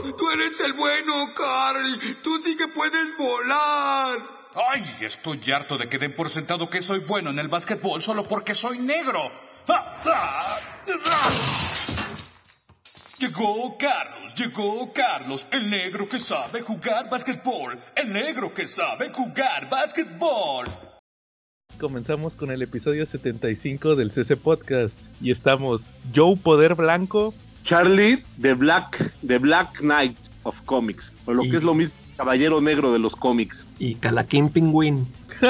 Tú eres el bueno, Carl. Tú sí que puedes volar. Ay, estoy harto de que den por sentado que soy bueno en el básquetbol solo porque soy negro. ¡Ah! ¡Ah! ¡Ah! Llegó Carlos, el negro que sabe jugar básquetbol, el negro que sabe jugar básquetbol. Comenzamos con el episodio 75 del CC Podcast y estamos Joe Poder Blanco, Charlie, The Black Knight of Comics, o lo que es lo mismo, Caballero Negro de los cómics. Y Calaquín Pingüín.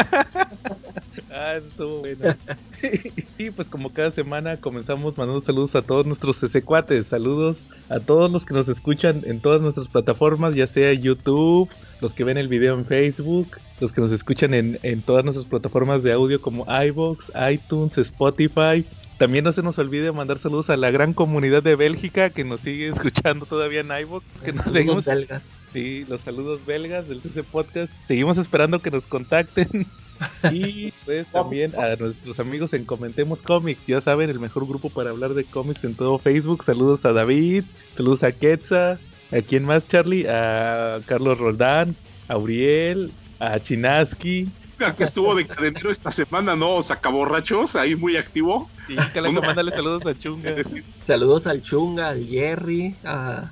Estuvo bueno. Y pues como cada semana comenzamos mandando saludos a todos nuestros CC-cuates. Saludos a todos los que nos escuchan en todas nuestras plataformas, ya sea YouTube, los que ven el video en Facebook, los que nos escuchan en todas nuestras plataformas de audio como iVoox, iTunes, Spotify. También no se nos olvide mandar saludos a la gran comunidad de Bélgica que nos sigue escuchando todavía en iVoox. Saludos belgas. Sí, los saludos belgas del CC Podcast. Seguimos esperando que nos contacten. Y pues también a nuestros amigos en Comentemos Comics, ya saben, el mejor grupo para hablar de cómics en todo Facebook. Saludos a David, saludos a Quetza, ¿a quién más, Charlie? A Carlos Roldán, a Uriel, a Chinaski. Que estuvo de cadenero esta semana, ¿no? Sacaborrachos, ahí muy activo. Sí, Calaca, mándale saludos a Chunga. Saludos al Chunga, al Jerry, a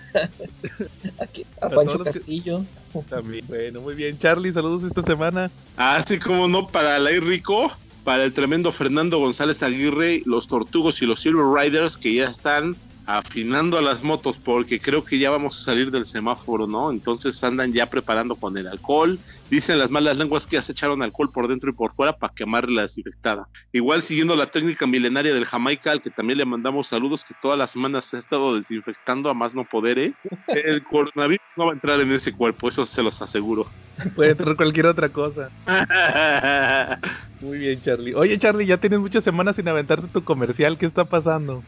Pancho Castillo. También, bueno, muy bien, Charlie, saludos esta semana. Así como no, para Lai Rico, para el tremendo Fernando González Aguirre, los Tortugos y los Silver Riders que ya están afinando a las motos porque creo que ya vamos a salir del semáforo, ¿no? Entonces andan ya preparando con el alcohol. Dicen las malas lenguas que ya se echaron alcohol por dentro y por fuera para quemar la desinfectada. Igual siguiendo la técnica milenaria del Jamaica, al que también le mandamos saludos, que todas las semanas se ha estado desinfectando a más no poder, ¿eh? El coronavirus no va a entrar en ese cuerpo, eso se los aseguro. Puede entrar cualquier otra cosa. Muy bien, Charlie. Oye, Charlie, ya tienes muchas semanas sin aventarte tu comercial, ¿qué está pasando?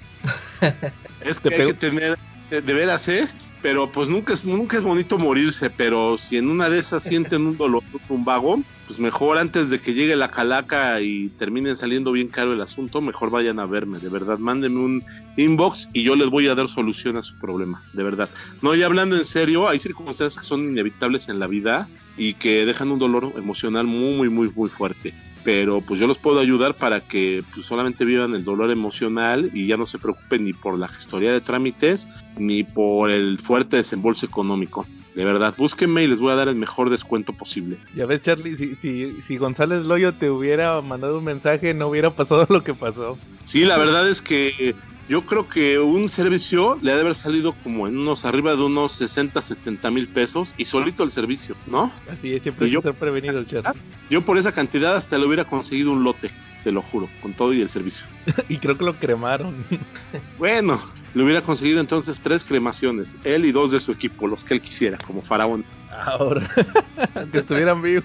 Es que hay que tener, de veras, pero pues nunca es bonito morirse, pero si en una de esas sienten un dolor, un vago, pues mejor antes de que llegue la calaca y terminen saliendo bien caro el asunto, mejor vayan a verme, de verdad, mándenme un inbox y yo les voy a dar solución a su problema, de verdad. No, y hablando en serio, hay circunstancias que son inevitables en la vida y que dejan un dolor emocional muy, muy, muy fuerte. Pero pues yo los puedo ayudar para que pues solamente vivan el dolor emocional y ya no se preocupen ni por la gestoría de trámites ni por el fuerte desembolso económico. De verdad, búsquenme y les voy a dar el mejor descuento posible. Ya ves, Charlie, si González Loyo te hubiera mandado un mensaje, no hubiera pasado lo que pasó. Sí, la verdad es que yo creo que un servicio le ha de haber salido como en arriba de unos 60, 70 mil pesos y solito el servicio, ¿no? Así es, siempre hay que estar prevenido, Charlie. Yo por esa cantidad hasta le hubiera conseguido un lote, te lo juro, con todo y el servicio. Y creo que lo cremaron. Bueno, le hubiera conseguido entonces 3 cremaciones, él y 2 de su equipo, los que él quisiera, como faraón. Ahora, que estuvieran vivos.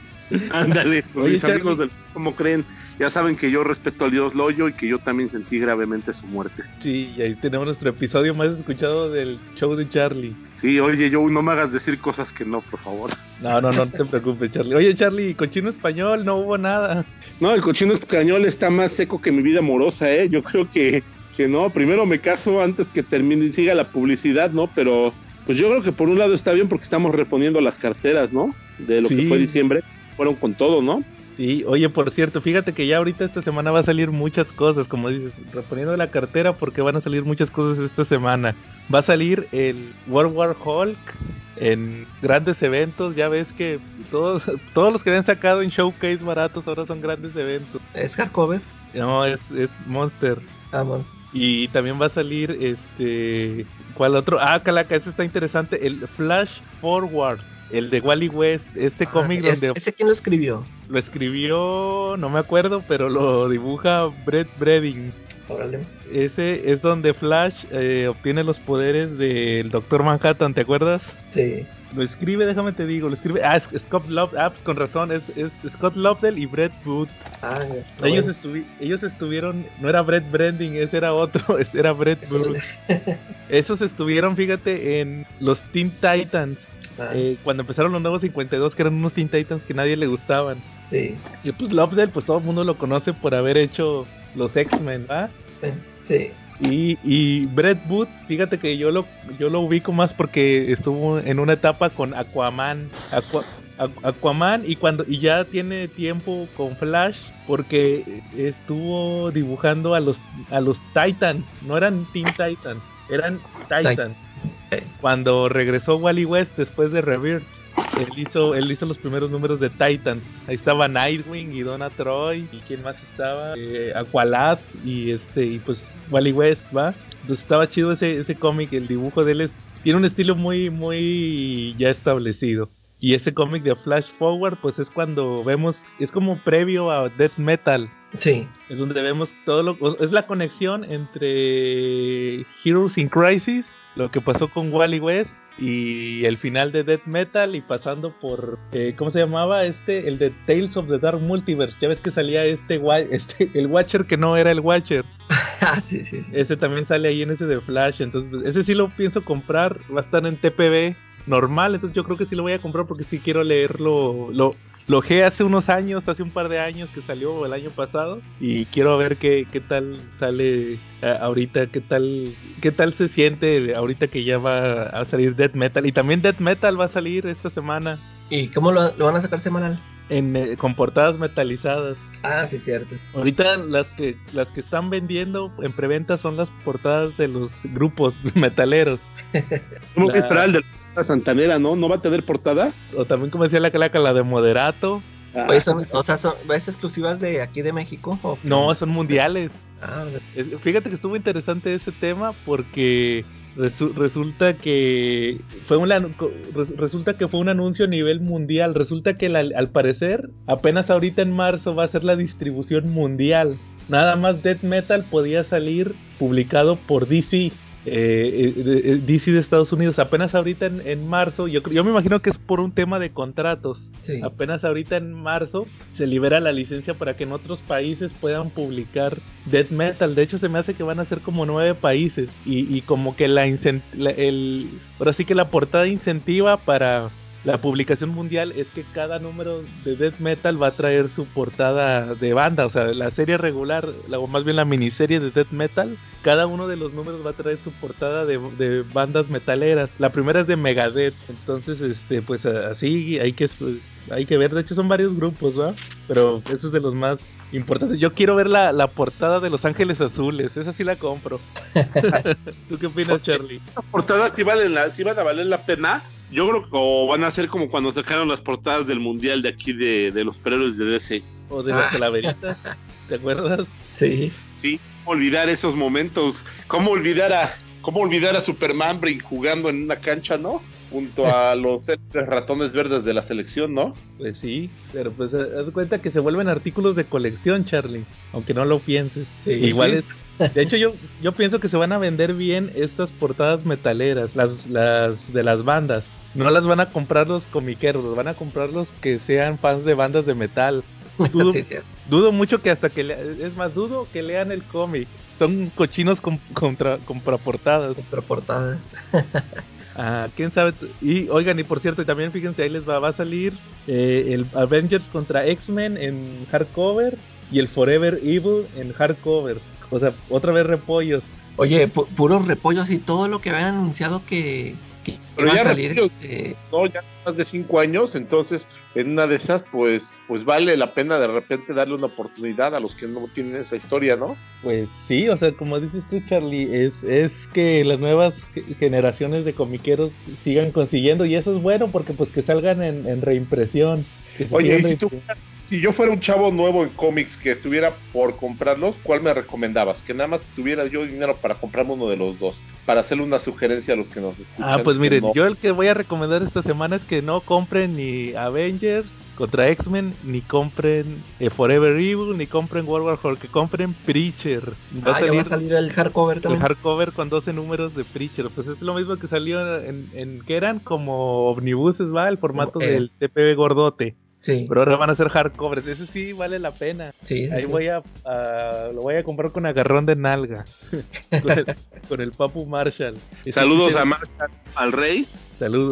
Ándale, oye, mis Charlie, amigos, ¿cómo creen? Ya saben que yo respeto al dios Loyo y que yo también sentí gravemente su muerte. Sí, y ahí tenemos nuestro episodio más escuchado del show de Charlie. Sí, oye, Joe, no me hagas decir cosas que no, por favor. No te preocupes, Charlie. Oye, Charlie, cochino español, no hubo nada. No, el cochino español está más seco que mi vida amorosa, ¿eh? Yo creo que no, primero me caso antes que termine y siga la publicidad, ¿no? Pero pues yo creo que por un lado está bien porque estamos reponiendo las carteras, ¿no? De lo que fue diciembre, fueron con todo, ¿no? Sí, oye, por cierto, fíjate que ya ahorita esta semana va a salir muchas cosas, como dices, reponiendo la cartera porque van a salir muchas cosas esta semana. Va a salir el World War Hulk en grandes eventos, ya ves que todos los que han sacado en showcase baratos ahora son grandes eventos. ¿Es hardcover? No, es Monster. Monster. Y también va a salir ¿cuál otro? Calaca, ese está interesante, el Flash Forward. El de Wally West, cómic donde... ¿Ese quién lo escribió? Lo escribió, no me acuerdo, pero lo dibuja Brett Breding. Órale. Ese es donde Flash obtiene los poderes del Doctor Manhattan, ¿te acuerdas? Sí. Lo escribe, déjame te digo, Scott Lobdell, pues con razón, es Scott Lobdell y Brett Booth. Ellos estuvieron, no era Brett Breding, ese era otro, era Brett Booth. Esos estuvieron, fíjate, en los Teen Titans. Cuando empezaron los nuevos 52, que eran unos Teen Titans que a nadie le gustaban. Sí. Y pues Lobdell, pues todo el mundo lo conoce por haber hecho los X-Men, ¿va? Sí. Y Brett Booth, fíjate que yo lo ubico más porque estuvo en una etapa con Aquaman. Aquaman y ya tiene tiempo con Flash porque estuvo dibujando a los Titans, no eran Teen Titans, eran Titans. Cuando regresó Wally West después de Rebirth, él hizo los primeros números de Titans. Ahí estaba Nightwing y Donna Troy y quién más estaba, Aqualad y pues Wally West, ¿va? Entonces estaba chido ese cómic, el dibujo de él tiene un estilo muy muy ya establecido. Y ese cómic de Flash Forward, pues es cuando vemos, es como previo a Death Metal. Sí. Es donde vemos es la conexión entre Heroes in Crisis, lo que pasó con Wally West, y el final de Death Metal, y pasando por, ¿cómo se llamaba? El de Tales of the Dark Multiverse. Ya ves que salía el Watcher que no era el Watcher. Sí. Ese también sale ahí en ese de Flash, entonces ese sí lo pienso comprar, va a estar en TPB normal, entonces yo creo que sí lo voy a comprar porque sí quiero leerlo. Lo ojé hace unos años, hace un par de años que salió, el año pasado, y quiero ver qué tal sale ahorita, qué tal se siente ahorita que ya va a salir Death Metal. Y también Death Metal va a salir esta semana. ¿Y cómo lo van a sacar semanal? Con portadas metalizadas. Ah, sí, cierto. Ahorita las que están vendiendo en preventa son las portadas de los grupos metaleros. ¿Cómo que esperar el de la Santanera, no? ¿No va a tener portada? O también, como decía la Calaca, la de Moderato. Oye, ¿son exclusivas de aquí de México? No, son mundiales. Fíjate que estuvo interesante ese tema porque resulta que fue un anuncio a nivel mundial. Resulta que al parecer apenas ahorita en marzo va a ser la distribución mundial. Nada más Death Metal podía salir publicado por DC. DC de Estados Unidos apenas ahorita en marzo, yo me imagino que es por un tema de contratos. Sí. Apenas ahorita en marzo se libera la licencia para que en otros países puedan publicar Death Metal. De hecho se me hace que van a ser como 9 países y como que ahora sí que la portada incentiva para la publicación mundial es que cada número de Death Metal va a traer su portada de banda, o sea, la serie regular, o más bien la miniserie de Death Metal, cada uno de los números va a traer su portada de bandas metaleras. La primera es de Megadeth, entonces pues así hay que ver, de hecho son varios grupos, ¿va? Pero eso es de los más importantes. Yo quiero ver la portada de Los Ángeles Azules, esa sí la compro. ¿Tú qué opinas, Charlie? Las portadas sí van a valer la pena. Yo creo que van a ser como cuando sacaron las portadas del mundial de aquí de los superhéroes de DC. O de los calaveritas, ¿te acuerdas? Sí. Sí, olvidar esos momentos. ¿Cómo olvidar a Superman jugando en una cancha, no? Junto a los ratones verdes de la selección, ¿no? Pues sí, pero pues haz cuenta que se vuelven artículos de colección, Charlie, aunque no lo pienses. Sí, igual sí. De hecho yo pienso que se van a vender bien estas portadas metaleras, las de las bandas. No las van a comprar los comiqueros, las van a comprar los que sean fans de bandas de metal. Dudo mucho que dudo que lean el cómic. Son cochinos compraportadas. Compraportadas. Quién sabe. Y oigan, y por cierto, también fíjense, ahí les va a salir el Avengers contra X-Men en hardcover y el Forever Evil en hardcover. O sea, otra vez repollos. Oye, puros repollos y todo lo que habían anunciado que pero va ya a salir. No, ya más de 5 años, entonces en una de esas pues vale la pena de repente darle una oportunidad a los que no tienen esa historia, ¿no? Pues sí, o sea, como dices tú, Charlie, es que las nuevas generaciones de comiqueros sigan consiguiendo, y eso es bueno porque pues que salgan en reimpresión. Oye, y si yo fuera un chavo nuevo en cómics que estuviera por comprarlos, ¿cuál me recomendabas? Que nada más tuviera yo dinero para comprarme uno de los dos, para hacerle una sugerencia a los que nos escuchan. Pues miren, yo el que voy a recomendar esta semana es que no compren ni Avengers contra X-Men, ni compren Forever Evil, ni compren World War Hulk, que compren Preacher. Va a salir el hardcover también. El hardcover con 12 números de Preacher, pues es lo mismo que salió en que eran como omnibuses, va, el formato del TPB gordote. Sí. Pero ahora van a ser hardcovers, ese sí vale la pena. Sí, ahí sí. Lo voy a comprar con agarrón de nalga. con el Papu Marshall. Saludos a Marshall, al Rey. Saludos.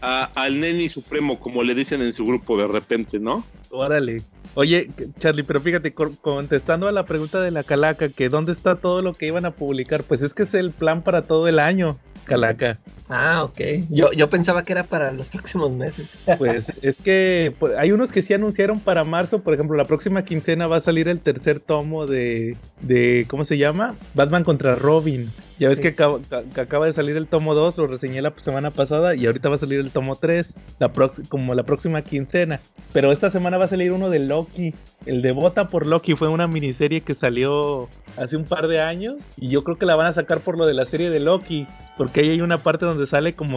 al Neni Supremo, como le dicen en su grupo de repente, ¿no? Órale. Oye, Charlie, pero fíjate, contestando a la pregunta de la Calaca, que dónde está todo lo que iban a publicar, pues es que es el plan para todo el año, Calaca. Ah, ok. Yo pensaba que era para los próximos meses. Pues es que hay unos que sí anunciaron para marzo, por ejemplo, la próxima quincena va a salir el tercer tomo de ¿cómo se llama? Batman contra Robin. Ya ves que acaba de salir el tomo 2, lo reseñé la semana pasada y ahorita va a salir el tomo 3, como la próxima quincena. Pero esta semana va a salir uno de Loki, el de Vota por Loki, fue una miniserie que salió hace un par de años y yo creo que la van a sacar por lo de la serie de Loki, porque ahí hay una parte donde sale como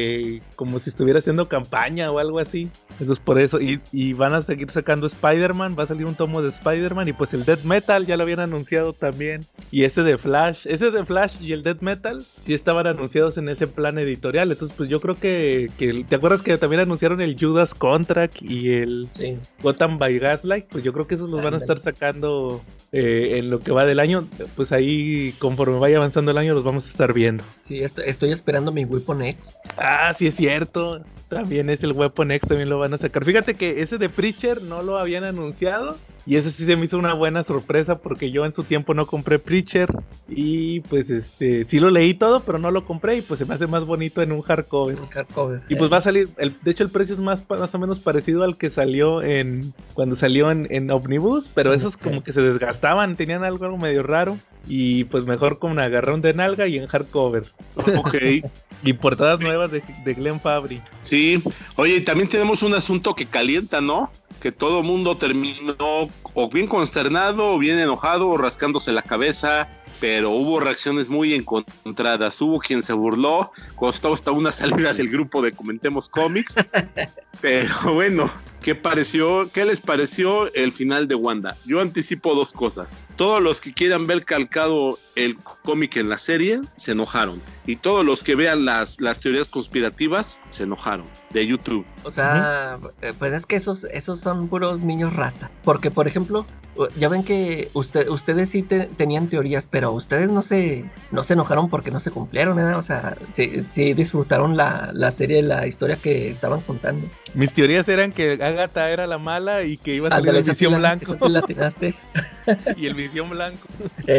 si estuviera haciendo campaña o algo así. Entonces por eso, y van a seguir sacando Spider-Man, va a salir un tomo de Spider-Man y pues el Death Metal ya lo habían anunciado también. Y ese de Flash y el Death Metal sí estaban anunciados en ese plan editorial. Entonces pues yo creo que ¿te acuerdas que también anunciaron el Judas Contract y el Gotham by Gaslight? Pues yo creo que esos los van a estar sacando en lo que va del año. Pues ahí conforme vaya avanzando el año los vamos a estar viendo. Sí, estoy esperando mi Weapon X. Ah, sí es cierto. También es el Weapon X, también lo van a sacar. Fíjate que ese de Preacher no lo habían anunciado. Y ese sí se me hizo una buena sorpresa porque yo en su tiempo no compré Preacher. Y pues sí lo leí todo, pero no lo compré. Y pues se me hace más bonito en un hardcover. Y pues va a salir, de hecho el precio es más o menos parecido al que salió cuando salió en Omnibus. Pero esos como que se desgastaban, tenían algo medio raro. Y pues mejor con un agarrón de nalga y en hardcover. Ok. Y portadas nuevas de Glenn Fabry. Sí. Oye, también tenemos un asunto que calienta, ¿no? Que todo mundo terminó o bien consternado o bien enojado o rascándose la cabeza, pero hubo reacciones muy encontradas. Hubo quien se burló, costó hasta una salida del grupo de Comentemos Cómics. Pero bueno, ¿qué les pareció el final de Wanda? Yo anticipo dos cosas. Todos los que quieran ver calcado el cómic en la serie se enojaron. Y todos los que vean las teorías conspirativas se enojaron de YouTube. O sea, pues es que esos son puros niños rata. Porque, por ejemplo, ya ven que ustedes sí tenían teorías, pero ustedes no se enojaron porque no se cumplieron, ¿eh? O sea, sí disfrutaron la serie, la historia que estaban contando. Mis teorías eran que Agatha era la mala y que iba a salir el Visión Blanco. Eso sí la tiraste. Y el Visión Blanco.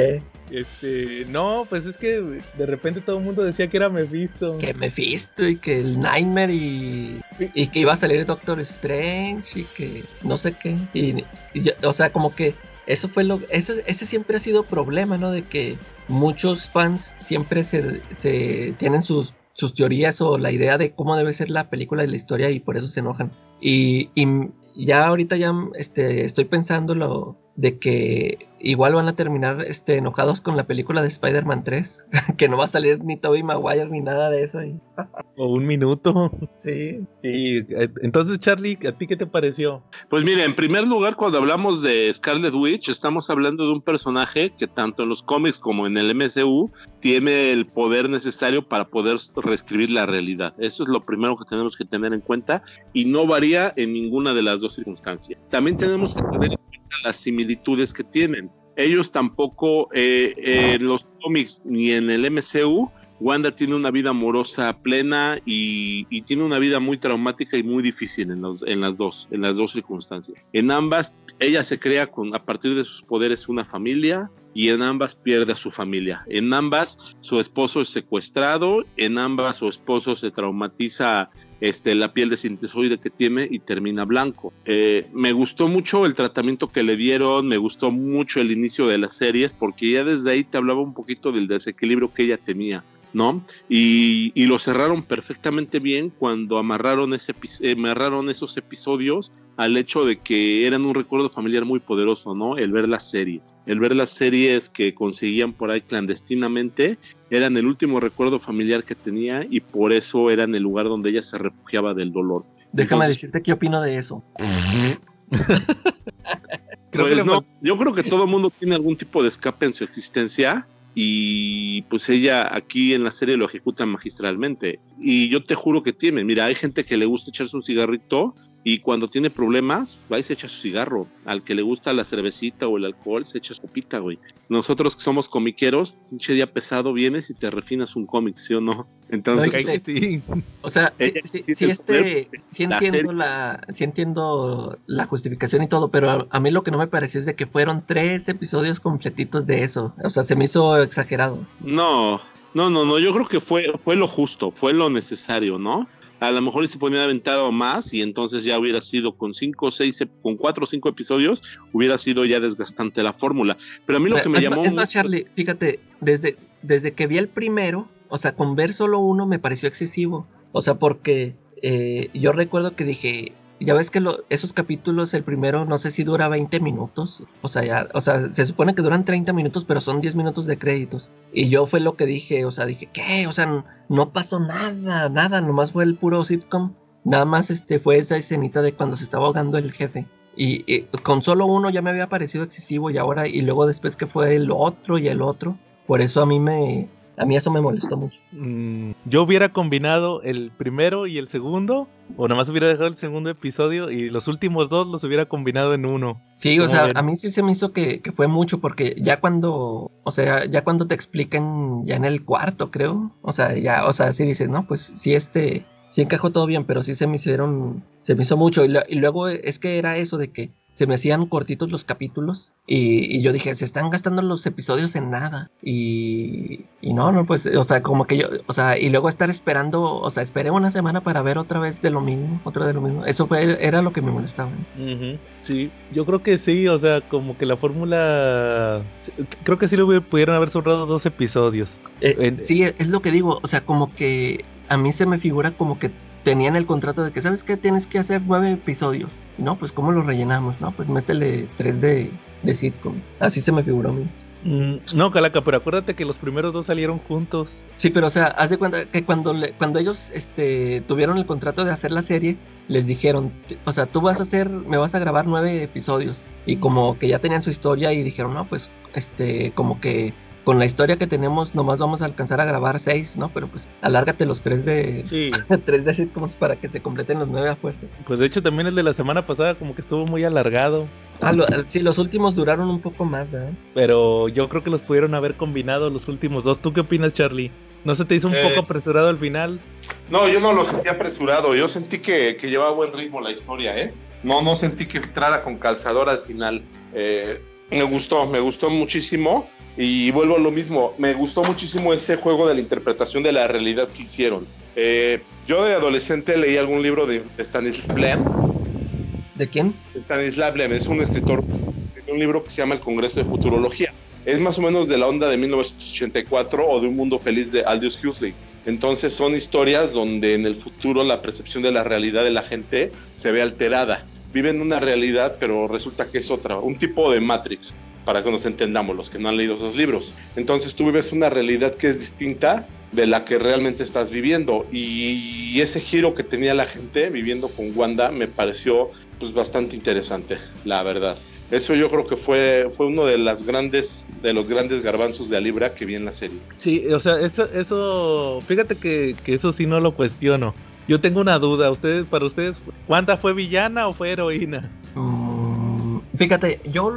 No, pues es que de repente todo el mundo decía que era Mephisto. Que Mephisto y que el Nightmare y que iba a salir Doctor Strange y que no sé qué. O sea, como que eso fue ese siempre ha sido problema, ¿no? De que muchos fans siempre se tienen sus teorías o la idea de cómo debe ser la película y la historia y por eso se enojan. Y ya ahorita estoy pensando de que igual van a terminar enojados con la película de Spider-Man 3, que no va a salir ni Tobey Maguire ni nada de eso. O un minuto. Sí. Entonces, Charlie, ¿a ti qué te pareció? Pues mira, en primer lugar, cuando hablamos de Scarlet Witch, estamos hablando de un personaje que tanto en los cómics como en el MCU tiene el poder necesario para poder reescribir la realidad. Eso es lo primero que tenemos que tener en cuenta y no varía en ninguna de las dos circunstancias. También tenemos que tener en cuenta las similitudes que tienen. Ellos tampoco, en los cómics ni en el MCU, Wanda tiene una vida amorosa plena y tiene una vida muy traumática y muy difícil en las dos circunstancias. En ambas, ella se crea a partir de sus poderes una familia y en ambas pierde a su familia. En ambas, su esposo es secuestrado, en ambas su esposo se traumatiza la piel de sintesoide que tiene y termina blanco. Me gustó mucho el tratamiento que le dieron, me gustó mucho el inicio de las series porque ya desde ahí te hablaba un poquito del desequilibrio que ella tenía, ¿no? Y lo cerraron perfectamente bien cuando amarraron esos episodios al hecho de que eran un recuerdo familiar muy poderoso, ¿no? El ver las series que conseguían por ahí clandestinamente eran el último recuerdo familiar que tenía y por eso eran el lugar donde ella se refugiaba del dolor. Déjame decirte qué opino de eso. Yo creo que todo el mundo tiene algún tipo de escape en su existencia. Y pues ella aquí en la serie lo ejecuta magistralmente. Y yo te juro que tiene. Mira, hay gente que le gusta echarse un cigarrito y cuando tiene problemas, va y se echa su cigarro. Al que le gusta la cervecita o el alcohol, se echa su copita, güey. Nosotros que somos comiqueros, pinche día pesado, vienes y te refinas un cómic, ¿sí o no? Entonces, sí. O sea, sí entiendo la justificación y todo, pero a mí lo que no me pareció es de que fueron 3 episodios completitos de eso. O sea, se me hizo exagerado. No, yo creo que fue lo justo, fue lo necesario, ¿no? A lo mejor se ponía aventado más y entonces ya hubiera sido con 4 o 5 episodios, hubiera sido ya desgastante la fórmula. Pero a mí lo que me llamó... Es más, Charlie, fíjate, desde que vi el primero, o sea, con ver solo uno me pareció excesivo. O sea, porque yo recuerdo que dije... Ya ves que esos capítulos, el primero, no sé si dura 20 minutos. O sea, se supone que duran 30 minutos, pero son 10 minutos de créditos. Y yo fue lo que dije, o sea, dije, ¿qué? O sea, no pasó nada, nomás fue el puro sitcom. Nada más fue esa escenita de cuando se estaba ahogando el jefe. Y con solo uno ya me había parecido excesivo y luego después que fue el otro y el otro. Por eso a mí eso me molestó mucho. Yo hubiera combinado el primero y el segundo, o nada más hubiera dejado el segundo episodio y los últimos 2 los hubiera combinado en uno. Sí, o sea, a mí sí se me hizo que fue mucho, porque ya cuando te explican ya en el cuarto, creo, sí dices, no, pues sí sí encajó todo bien, pero sí se me hizo mucho, y luego es que era eso de que se me hacían cortitos los capítulos y yo dije, se están gastando los episodios en nada. Y no, pues, o sea, como que yo, o sea, y luego estar esperando, o sea, esperé una semana para ver otra vez de lo mismo. Eso era lo que me molestaba. Uh-huh. Sí, yo creo que sí, o sea, como que la fórmula, creo que sí le pudieron haber sobrado 2 episodios. Sí, es lo que digo, o sea, como que a mí se me figura como que tenían el contrato de que, ¿sabes qué? Tienes que hacer 9 episodios. No, pues ¿cómo los rellenamos? No, pues métele 3 de sitcoms. Así se me figuró a mí. No, Calaca, pero acuérdate que los primeros 2 salieron juntos. Sí, pero o sea, haz de cuenta que cuando ellos tuvieron el contrato de hacer la serie, les dijeron, o sea, me vas a grabar 9 episodios. Y como que ya tenían su historia y dijeron, no, pues, como que con la historia que tenemos nomás vamos a alcanzar a grabar 6, ¿no? Pero pues alárgate los 3 de 3 de sitcoms para que se completen los 9 a fuerza. Pues de hecho también el de la semana pasada como que estuvo muy alargado. Sí, los últimos duraron un poco más, ¿verdad? Pero yo creo que los pudieron haber combinado los últimos 2. ¿Tú qué opinas, Charlie? ¿No se te hizo un poco apresurado al final? No, yo no lo sentí apresurado. Yo sentí que llevaba buen ritmo la historia, ¿eh? No sentí que entrara con calzador al final. Me gustó muchísimo. Y vuelvo a lo mismo, me gustó muchísimo ese juego de la interpretación de la realidad que hicieron. Yo de adolescente leí algún libro de Stanislav Lem. ¿De quién? Stanislav Lem, es un escritor, tiene un libro que se llama El Congreso de Futurología. Es más o menos de la onda de 1984 o de Un Mundo Feliz de Aldous Huxley. Entonces son historias donde en el futuro la percepción de la realidad de la gente se ve alterada. Viven una realidad, pero resulta que es otra, un tipo de Matrix, para que nos entendamos los que no han leído esos libros. Entonces tú vives una realidad que es distinta de la que realmente estás viviendo, y ese giro que tenía la gente viviendo con Wanda me pareció pues bastante interesante, la verdad. Eso yo creo que fue uno de los grandes garbanzos de a libra que vi en la serie. Sí, o sea, eso fíjate que eso sí no lo cuestiono. Yo tengo una duda, para ustedes, ¿Wanda fue villana o fue heroína? Fíjate, yo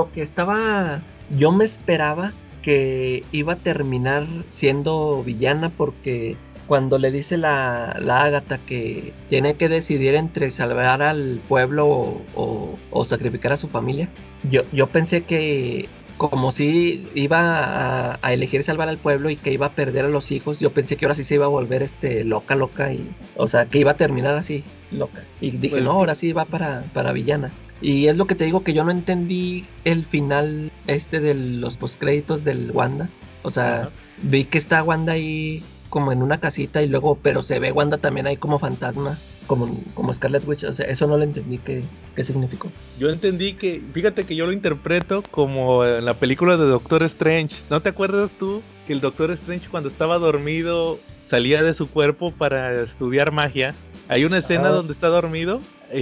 yo me esperaba que iba a terminar siendo villana, porque cuando le dice la Agatha que tiene que decidir entre salvar al pueblo o sacrificar a su familia, yo pensé que como si iba a elegir salvar al pueblo y que iba a perder a los hijos, yo pensé que ahora sí se iba a volver loca o sea, que iba a terminar así, loca. Y dije, no, ahora sí va para villana. Y es lo que te digo, que yo no entendí el final de los postcréditos del Wanda. O sea, vi que está Wanda ahí como en una casita y luego, pero se ve Wanda también ahí como fantasma, como Scarlet Witch. O sea, eso no lo entendí qué significó. Yo entendí fíjate que yo lo interpreto como en la película de Doctor Strange. ¿No te acuerdas tú que el Doctor Strange cuando estaba dormido salía de su cuerpo para estudiar magia? Hay una escena donde está dormido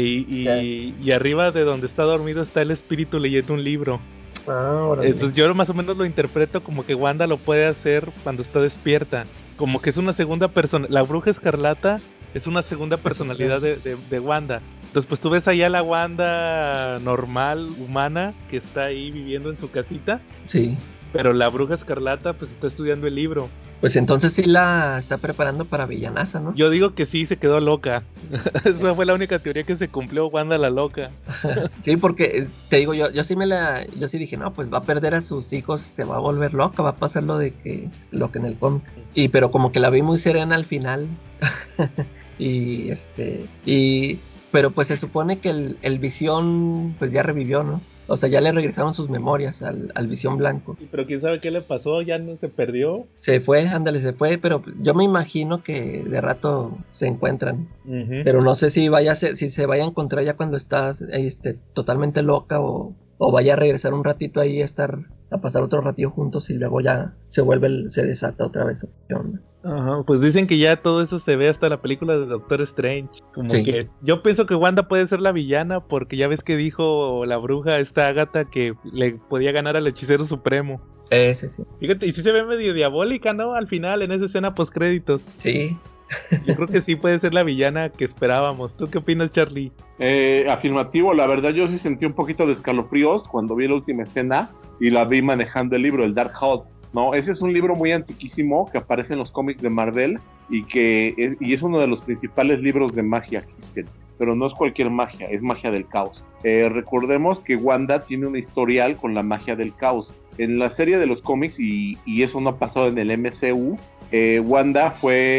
y arriba de donde está dormido está el espíritu leyendo un libro. Entonces yo más o menos lo interpreto como que Wanda lo puede hacer cuando está despierta. Como que es una segunda persona. La Bruja Escarlata es una segunda personalidad de Wanda. Entonces pues tú ves allá a la Wanda normal, humana, que está ahí viviendo en su casita. Sí. Pero la Bruja Escarlata pues está estudiando el libro. Pues entonces sí la está preparando para villanaza, ¿no? Yo digo que sí, se quedó loca. Esa fue la única teoría que se cumplió, Wanda la loca. Sí, porque te digo, yo sí dije, no, pues va a perder a sus hijos, se va a volver loca, va a pasar lo que en el cómic. Pero como que la vi muy serena al final. Pero pues se supone que el Visión pues ya revivió, ¿no? O sea, ya le regresaron sus memorias al Visión Blanco. Pero quién sabe qué le pasó, ya no se perdió. Se fue, pero yo me imagino que de rato se encuentran. Uh-huh. Pero no sé si se vaya a encontrar ya cuando estás totalmente loca o vaya a regresar un ratito ahí a pasar otro ratito juntos y luego ya se desata otra vez. ¿Qué onda? Ajá, pues dicen que ya todo eso se ve hasta la película de Doctor Strange. Como sí. Que yo pienso que Wanda puede ser la villana porque ya ves que dijo la bruja esta Agatha que le podía ganar al hechicero supremo. Sí. Fíjate, y sí se ve medio diabólica, ¿no? Al final, en esa escena postcréditos. Sí. Yo creo que sí puede ser la villana que esperábamos. ¿Tú qué opinas, Charlie? Afirmativo, la verdad yo sí sentí un poquito de escalofríos cuando vi la última escena y la vi manejando el libro, el Darkhold. No, ese es un libro muy antiquísimo que aparece en los cómics de Marvel y es uno de los principales libros de magia que existen. Pero no es cualquier magia, es magia del caos. Recordemos que Wanda tiene un historial con la magia del caos. En la serie de los cómics, y eso no ha pasado en el MCU, Wanda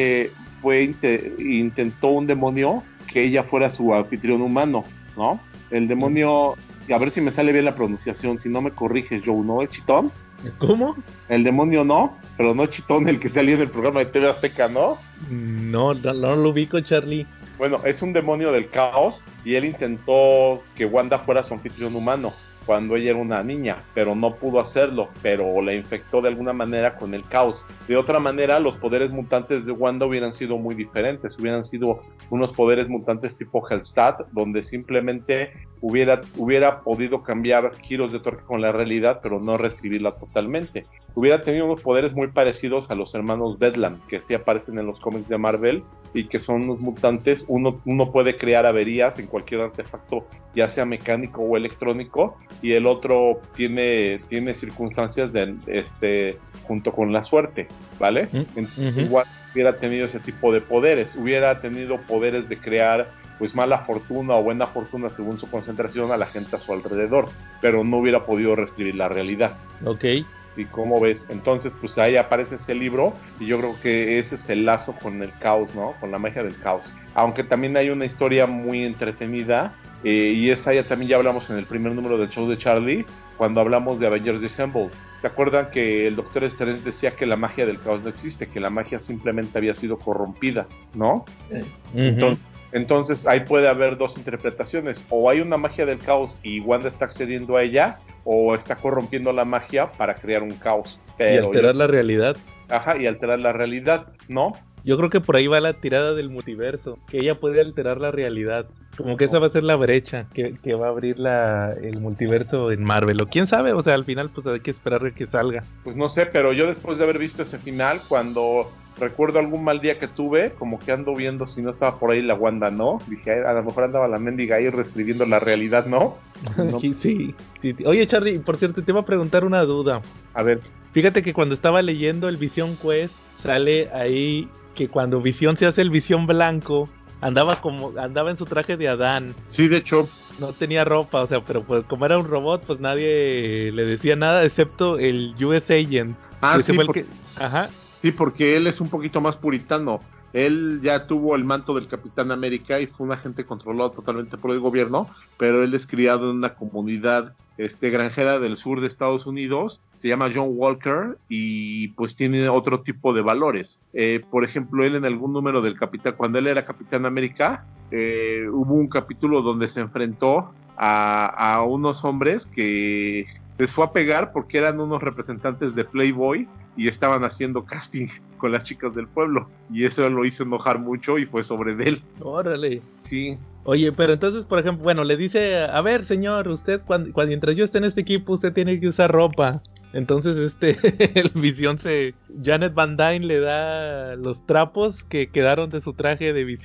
intentó un demonio que ella fuera su anfitrión humano, ¿no? El demonio, a ver si me sale bien la pronunciación, si no me corriges, Joe, ¿no? ¿Es Chitón? ¿Cómo? El demonio no, pero no es Chitón el que salía en el programa de TV Azteca, ¿no? No lo ubico, Charlie. Bueno, es un demonio del caos y él intentó que Wanda fuera su anfitrión humano cuando ella era una niña, pero no pudo hacerlo, pero la infectó de alguna manera con el caos. De otra manera, los poderes mutantes de Wanda hubieran sido muy diferentes, hubieran sido unos poderes mutantes tipo Hellstat, donde simplemente hubiera podido cambiar giros de tuerca con la realidad, pero no reescribirla totalmente. Hubiera tenido unos poderes muy parecidos a los hermanos Bedlam, que sí aparecen en los cómics de Marvel, y que son unos mutantes. Uno puede crear averías en cualquier artefacto, ya sea mecánico o electrónico, y el otro tiene circunstancias junto con la suerte, ¿vale? Entonces, igual hubiera tenido ese tipo de poderes, hubiera tenido poderes de crear pues mala fortuna o buena fortuna según su concentración a la gente a su alrededor, pero no hubiera podido reescribir la realidad. Ok. ¿Y cómo ves? Entonces, pues ahí aparece ese libro y yo creo que ese es el lazo con el caos, ¿no? Con la magia del caos. Aunque también hay una historia muy entretenida y esa ya también ya hablamos en el primer número del show de Charlie, cuando hablamos de Avengers Assemble. ¿Se acuerdan que el Doctor Strange decía que la magia del caos no existe, que la magia simplemente había sido corrompida, ¿no? Entonces ahí puede haber dos interpretaciones, o hay una magia del caos y Wanda está accediendo a ella, o está corrompiendo la magia para crear un caos. Y alterar la realidad. Ajá, y alterar la realidad, ¿no? Yo creo que por ahí va la tirada del multiverso, que ella puede alterar la realidad. Como que esa va a ser la brecha que va a abrir el multiverso en Marvel. O quién sabe, o sea, al final pues hay que esperar a que salga. Pues no sé, pero yo después de haber visto ese final, cuando recuerdo algún mal día que tuve, como que ando viendo si no estaba por ahí la Wanda, ¿no? Dije, a lo mejor andaba la mendiga ahí reescribiendo la realidad, ¿no? ¿No? Sí. Oye, Charlie, por cierto, te iba a preguntar una duda. A ver. Fíjate que cuando estaba leyendo el Vision Quest, sale ahí que cuando Visión se hace el Visión blanco, andaba en su traje de Adán. Sí, de hecho. No tenía ropa, o sea, pero pues como era un robot, pues nadie le decía nada, excepto el US Agent. Sí, Ajá. Sí, porque él es un poquito más puritano. Él ya tuvo el manto del Capitán América y fue un agente controlado totalmente por el gobierno, pero él es criado en una comunidad granjera del sur de Estados Unidos, se llama John Walker y pues tiene otro tipo de valores. Por ejemplo, él en algún número del Capitán, cuando él era Capitán América, hubo un capítulo donde se enfrentó a unos hombres que les fue a pegar porque eran unos representantes de Playboy y estaban haciendo casting con las chicas del pueblo y eso lo hizo enojar mucho y fue sobre él. Órale. Sí. Oye, pero entonces, por ejemplo, bueno, le dice, a ver, señor, usted, mientras yo esté en este equipo, usted tiene que usar ropa. Entonces, el Visión Janet Van Dyne le da los trapos que quedaron de su traje de Visión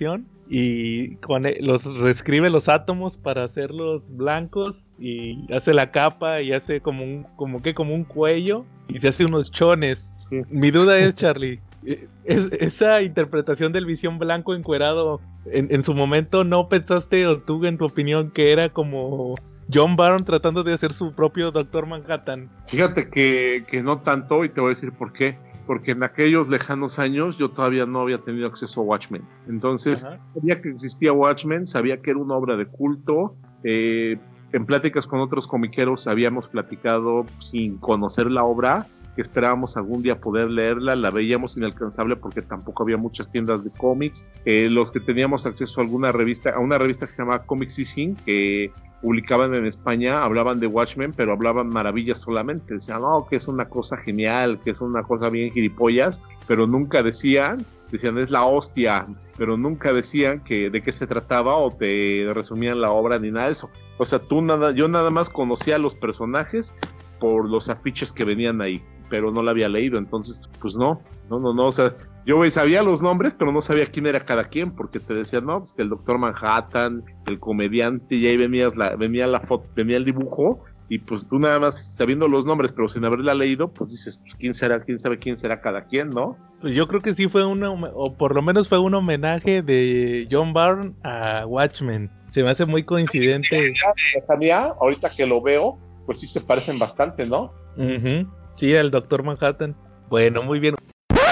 y reescribe los átomos para hacerlos blancos y hace la capa y hace como un cuello y se hace unos chones. Sí. Mi duda es, Charlie, esa interpretación del Visión blanco encuerado, en su momento, ¿no pensaste o tú en tu opinión que era como John Byrne tratando de hacer su propio Doctor Manhattan? Fíjate que no tanto, y te voy a decir por qué. Porque en aquellos lejanos años yo todavía no había tenido acceso a Watchmen. Entonces, sabía que existía Watchmen, sabía que era una obra de culto. En pláticas con otros comiqueros habíamos platicado sin conocer la obra, que esperábamos algún día poder leerla. La veíamos inalcanzable porque tampoco había muchas tiendas de cómics. Los que teníamos acceso a una revista que se llamaba Comic Season, que publicaban en España, hablaban de Watchmen, pero hablaban maravillas solamente. Decían, no, que es una cosa genial, que es una cosa bien gilipollas, pero nunca decían es la hostia, pero nunca decían de qué se trataba o te resumían la obra ni nada de eso. O sea, yo nada más conocía a los personajes por los afiches que venían ahí, pero no la había leído, entonces, pues no, o sea, yo sabía los nombres, pero no sabía quién era cada quien, porque te decían, no, pues que el Doctor Manhattan, el comediante, y ahí venía la foto, venía el dibujo, y pues tú nada más sabiendo los nombres, pero sin haberla leído, pues dices, pues quién sabe quién será cada quien, ¿no? Pues yo creo que sí fue o por lo menos fue un homenaje de John Byrne a Watchmen. Se me hace muy coincidente. Ahorita que lo veo, pues sí se parecen bastante, ¿no? Uh-huh. Sí, el Doctor Manhattan. Bueno, muy bien.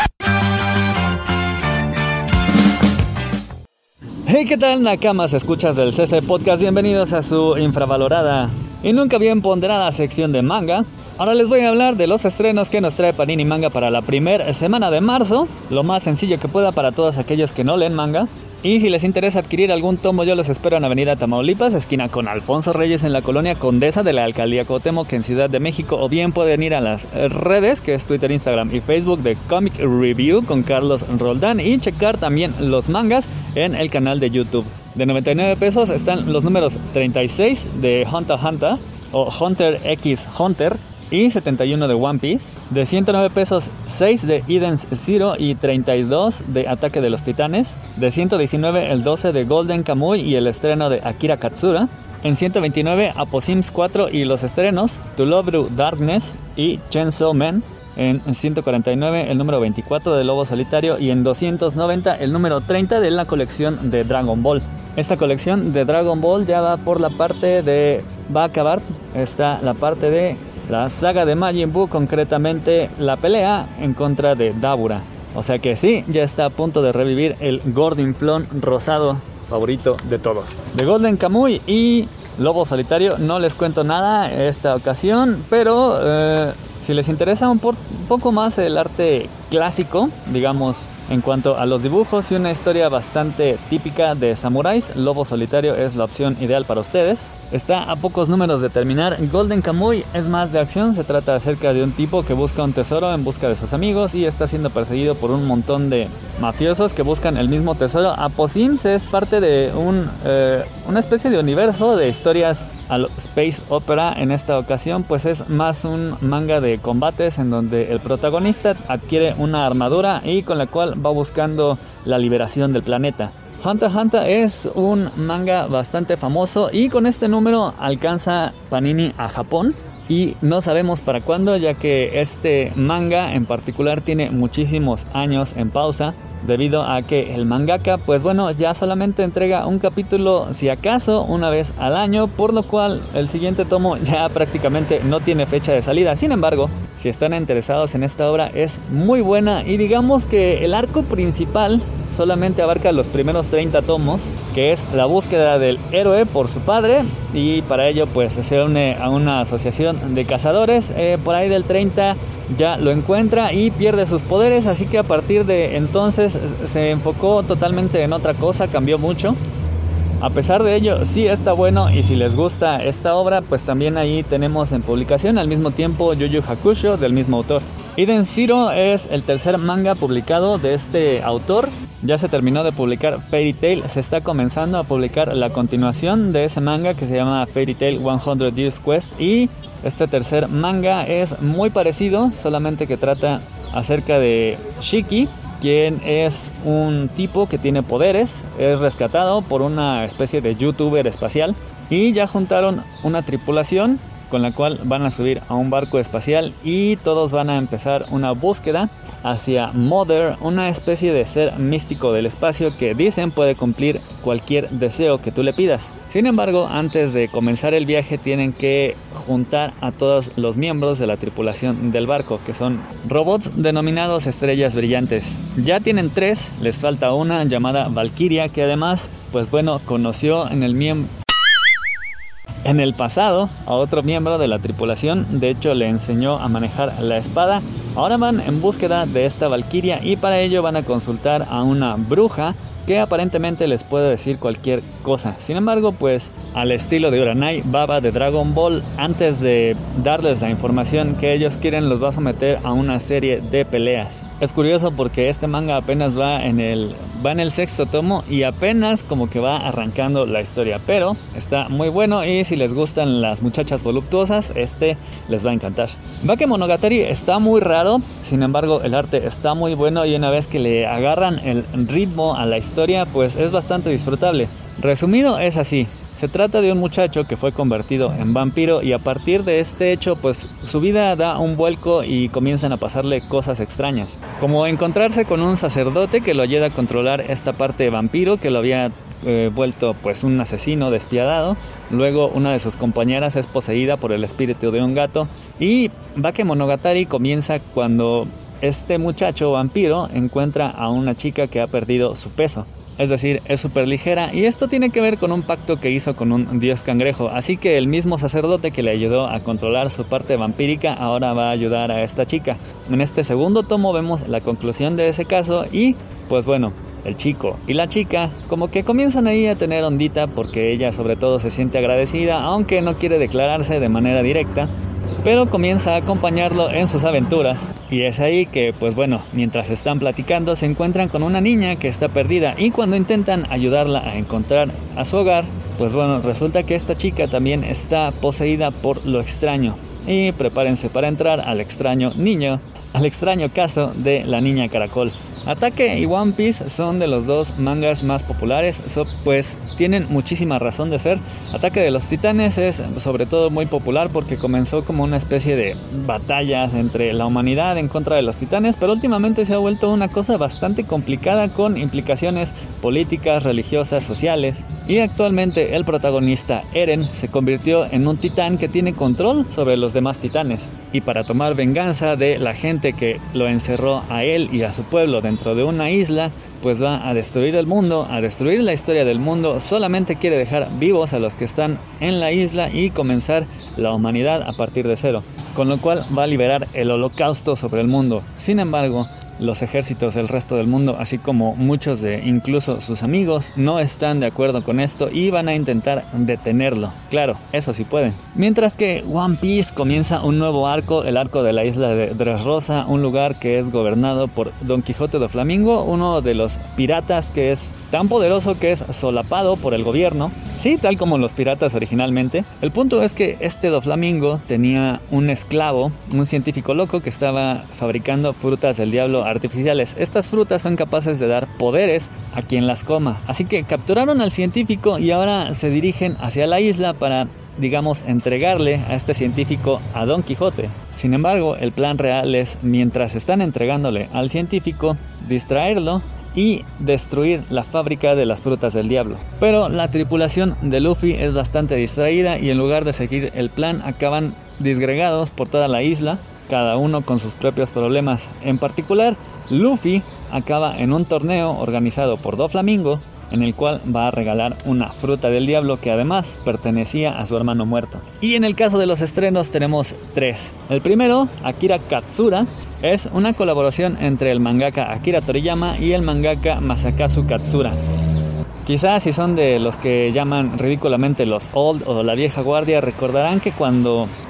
Hey, ¿qué tal, nakamas? Escuchas del CC Podcast. Bienvenidos a su infravalorada y nunca bien ponderada sección de manga. Ahora les voy a hablar de los estrenos que nos trae Panini Manga para la primera semana de marzo. Lo más sencillo que pueda para todos aquellos que no leen manga. Y si les interesa adquirir algún tomo, yo los espero en Avenida Tamaulipas, esquina con Alfonso Reyes, en la colonia Condesa de la Alcaldía Cuauhtémoc, en Ciudad de México. O bien pueden ir a las redes, que es Twitter, Instagram y Facebook, de Comic Review con Carlos Roldán, y checar también los mangas en el canal de YouTube. De 99 pesos están los números 36 de Hunter x Hunter o Hunter x Hunter y 71 de One Piece. De 109 pesos 6 de Eden's Zero y 32 de Ataque de los Titanes. De 119 el 12 de Golden Kamuy y el estreno de Akira Katsura. En 129 Aposims 4 y los estrenos To Love Through Darkness y Chainsaw Man. En 149 el número 24 de Lobo Solitario y en 290 el número 30 de la colección de Dragon Ball. Esta colección de Dragon Ball ya va por la parte de... va a acabar, está la parte de la saga de Majin Buu, concretamente la pelea en contra de Dabura. O sea que sí, ya está a punto de revivir el Gordinflón rosado favorito de todos. De Golden Kamuy y Lobo Solitario no les cuento nada esta ocasión, pero si les interesa un poco más el arte clásico, digamos, en cuanto a los dibujos y una historia bastante típica de samuráis, Lobo Solitario es la opción ideal para ustedes. Está a pocos números de terminar. Golden Kamuy es más de acción, se trata acerca de un tipo que busca un tesoro en busca de sus amigos y está siendo perseguido por un montón de mafiosos que buscan el mismo tesoro. Aposims es parte de una especie de universo de historias a lo Space Opera. En esta ocasión pues es más un manga de combates en donde el protagonista adquiere una armadura y con la cual va buscando la liberación del planeta. Hunter x Hunter es un manga bastante famoso y con este número alcanza Panini a Japón y no sabemos para cuándo, ya que este manga en particular tiene muchísimos años en pausa debido a que el mangaka pues bueno ya solamente entrega un capítulo si acaso una vez al año, por lo cual el siguiente tomo ya prácticamente no tiene fecha de salida. Sin embargo, si están interesados en esta obra es muy buena y digamos que el arco principal solamente abarca los primeros 30 tomos, que es la búsqueda del héroe por su padre, y para ello pues se une a una asociación de cazadores. Por ahí del 30 ya lo encuentra y pierde sus poderes, así que a partir de entonces se enfocó totalmente en otra cosa, cambió mucho. A pesar de ello, sí está bueno, y si les gusta esta obra, pues también ahí tenemos en publicación al mismo tiempo Yu Yu Hakusho del mismo autor. Eden's Zero es el tercer manga publicado de este autor. Ya se terminó de publicar Fairy Tail, se está comenzando a publicar la continuación de ese manga que se llama Fairy Tail 100 Years Quest, y este tercer manga es muy parecido, solamente que trata acerca de Shiki, quien es un tipo que tiene poderes, es rescatado por una especie de youtuber espacial y ya juntaron una tripulación con la cual van a subir a un barco espacial y todos van a empezar una búsqueda hacia Mother, una especie de ser místico del espacio que dicen puede cumplir cualquier deseo que tú le pidas. Sin embargo, antes de comenzar el viaje tienen que juntar a todos los miembros de la tripulación del barco, que son robots denominados estrellas brillantes. Ya tienen 3, les falta una llamada Valkyria, que además, pues bueno, conoció en el pasado a otro miembro de la tripulación. De hecho, le enseñó a manejar la espada. Ahora van en búsqueda de esta Valkyria y para ello van a consultar a una bruja que aparentemente les puede decir cualquier cosa. Sin embargo, pues al estilo de Uranai Baba de Dragon Ball, antes de darles la información que ellos quieren, los va a someter a una serie de peleas. Es curioso porque este manga apenas va en el 6º tomo y apenas como que va arrancando la historia, pero está muy bueno y si les gustan las muchachas voluptuosas, les va a encantar. Bakemonogatari está muy raro, sin embargo el arte está muy bueno y una vez que le agarran el ritmo a la historia, pues es bastante disfrutable. Resumido, es así. Se trata de un muchacho que fue convertido en vampiro y a partir de este hecho, pues su vida da un vuelco y comienzan a pasarle cosas extrañas. Como encontrarse con un sacerdote que lo ayuda a controlar esta parte de vampiro que lo había vuelto pues un asesino despiadado. Luego una de sus compañeras es poseída por el espíritu de un gato y Bakemonogatari comienza cuando este muchacho vampiro encuentra a una chica que ha perdido su peso. Es decir, es súper ligera y esto tiene que ver con un pacto que hizo con un dios cangrejo. Así que el mismo sacerdote que le ayudó a controlar su parte vampírica ahora va a ayudar a esta chica. En este segundo tomo vemos la conclusión de ese caso y pues bueno, el chico y la chica como que comienzan ahí a tener ondita porque ella sobre todo se siente agradecida, aunque no quiere declararse de manera directa. Pero comienza a acompañarlo en sus aventuras y es ahí que, pues bueno, mientras están platicando se encuentran con una niña que está perdida y cuando intentan ayudarla a encontrar a su hogar, pues bueno, resulta que esta chica también está poseída por lo extraño y prepárense para entrar al extraño caso de la niña caracol. Ataque y One Piece son de los dos mangas más populares, pues tienen muchísima razón de ser. Ataque de los Titanes es sobre todo muy popular porque comenzó como una especie de batalla entre la humanidad en contra de los titanes, pero últimamente se ha vuelto una cosa bastante complicada con implicaciones políticas, religiosas, sociales. Y actualmente el protagonista Eren se convirtió en un titán que tiene control sobre los demás titanes. Y para tomar venganza de la gente que lo encerró a él y a su pueblo dentro de una isla, pues va a destruir el mundo, a destruir la historia del mundo. Solamente quiere dejar vivos a los que están en la isla y comenzar la humanidad a partir de cero, con lo cual va a liberar el holocausto sobre el mundo. Sin embargo, los ejércitos del resto del mundo, así como muchos de incluso sus amigos, no están de acuerdo con esto y van a intentar detenerlo. Claro, eso sí pueden. Mientras que One Piece comienza un nuevo arco, el arco de la isla de Dressrosa, un lugar que es gobernado por Don Quijote do Flamingo, uno de los piratas que es tan poderoso que es solapado por el gobierno. Sí, tal como los piratas originalmente. El punto es que este do Flamingo tenía un esclavo, un científico loco que estaba fabricando frutas del diablo artificiales. Estas frutas son capaces de dar poderes a quien las coma. Así que capturaron al científico y ahora se dirigen hacia la isla para, digamos, entregarle a este científico a Don Quijote. Sin embargo, el plan real es, mientras están entregándole al científico, distraerlo y destruir la fábrica de las frutas del diablo. Pero la tripulación de Luffy es bastante distraída y en lugar de seguir el plan acaban disgregados por toda la isla, cada uno con sus propios problemas. En particular, Luffy acaba en un torneo organizado por Doflamingo, en el cual va a regalar una fruta del diablo que además pertenecía a su hermano muerto. Y en el caso de los estrenos tenemos 3. El primero, Akira Katsura, es una colaboración entre el mangaka Akira Toriyama y el mangaka Masakazu Katsura. Quizás si son de los que llaman ridículamente los old o la vieja guardia, recordarán que cuando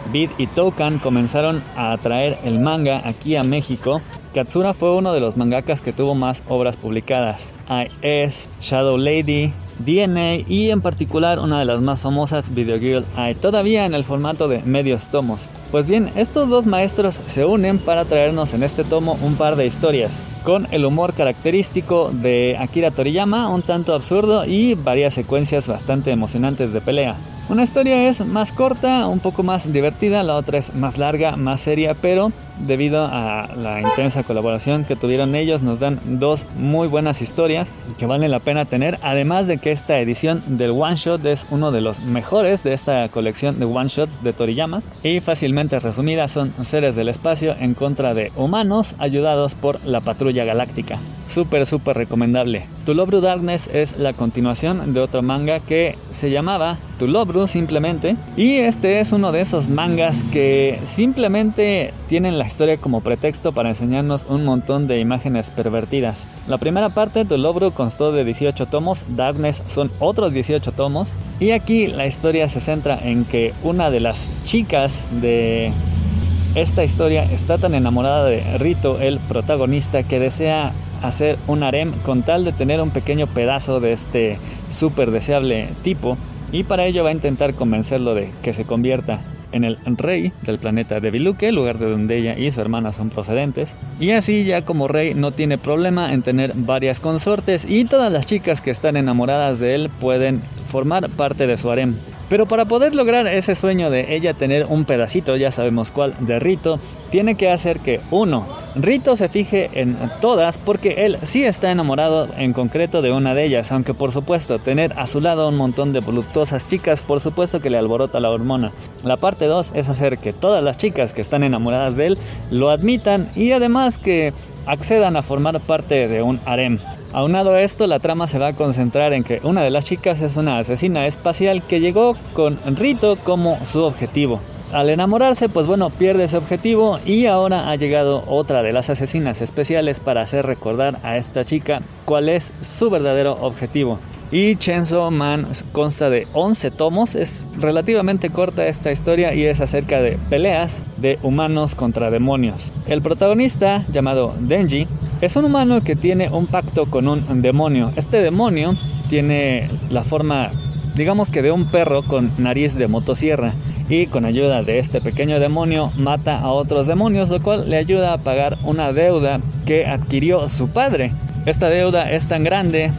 Vid y Toucan comenzaron a traer el manga aquí a México, Katsura fue uno de los mangakas que tuvo más obras publicadas. I.S., Shadow Lady, DNA y en particular una de las más famosas, Video Girl Ai, todavía en el formato de medios tomos. Pues bien, estos dos maestros se unen para traernos en este tomo un par de historias, con el humor característico de Akira Toriyama, un tanto absurdo y varias secuencias bastante emocionantes de pelea. Una historia es más corta, un poco más divertida, la otra es más larga, más seria, pero debido a la intensa colaboración que tuvieron ellos, nos dan dos muy buenas historias que valen la pena tener, además de que esta edición del One Shot es uno de los mejores de esta colección de One Shots de Toriyama, y fácilmente resumida son seres del espacio en contra de humanos ayudados por la Patrulla Galáctica. Súper recomendable. To Love Ru Darkness es la continuación de otro manga que se llamaba To Love Ru simplemente, y este es uno de esos mangas que simplemente tienen la historia como pretexto para enseñarnos un montón de imágenes pervertidas. La primera parte, To Love Ru, constó de 18 tomos, Darkness son otros 18 tomos, y aquí la historia se centra en que una de las chicas de esta historia está tan enamorada de Rito, el protagonista, que desea hacer un harem con tal de tener un pequeño pedazo de este súper deseable tipo, y para ello va a intentar convencerlo de que se convierta en el rey del planeta de Biluque, lugar de donde ella y su hermana son procedentes, y así ya como rey no tiene problema en tener varias consortes, y todas las chicas que están enamoradas de él pueden formar parte de su harem. Pero para poder lograr ese sueño de ella tener un pedacito, ya sabemos cuál, de Rito, tiene que hacer que, uno, Rito se fije en todas, porque él sí está enamorado en concreto de una de ellas, aunque por supuesto tener a su lado un montón de voluptuosas chicas, por supuesto que le alborota la hormona. La parte 2 es hacer que todas las chicas que están enamoradas de él lo admitan, y además que accedan a formar parte de un harem. Aunado a esto, la trama se va a concentrar en que una de las chicas es una asesina espacial que llegó con Rito como su objetivo. Al enamorarse, pues bueno, pierde ese objetivo, y ahora ha llegado otra de las asesinas especiales para hacer recordar a esta chica cuál es su verdadero objetivo. Y Chainsaw Man consta de 11 tomos, es relativamente corta esta historia y es acerca de peleas de humanos contra demonios. El protagonista, llamado Denji, es un humano que tiene un pacto con un demonio. Este demonio tiene la forma, digamos que de un perro con nariz de motosierra, y con ayuda de este pequeño demonio mata a otros demonios, lo cual le ayuda a pagar una deuda que adquirió su padre. Esta deuda es tan grande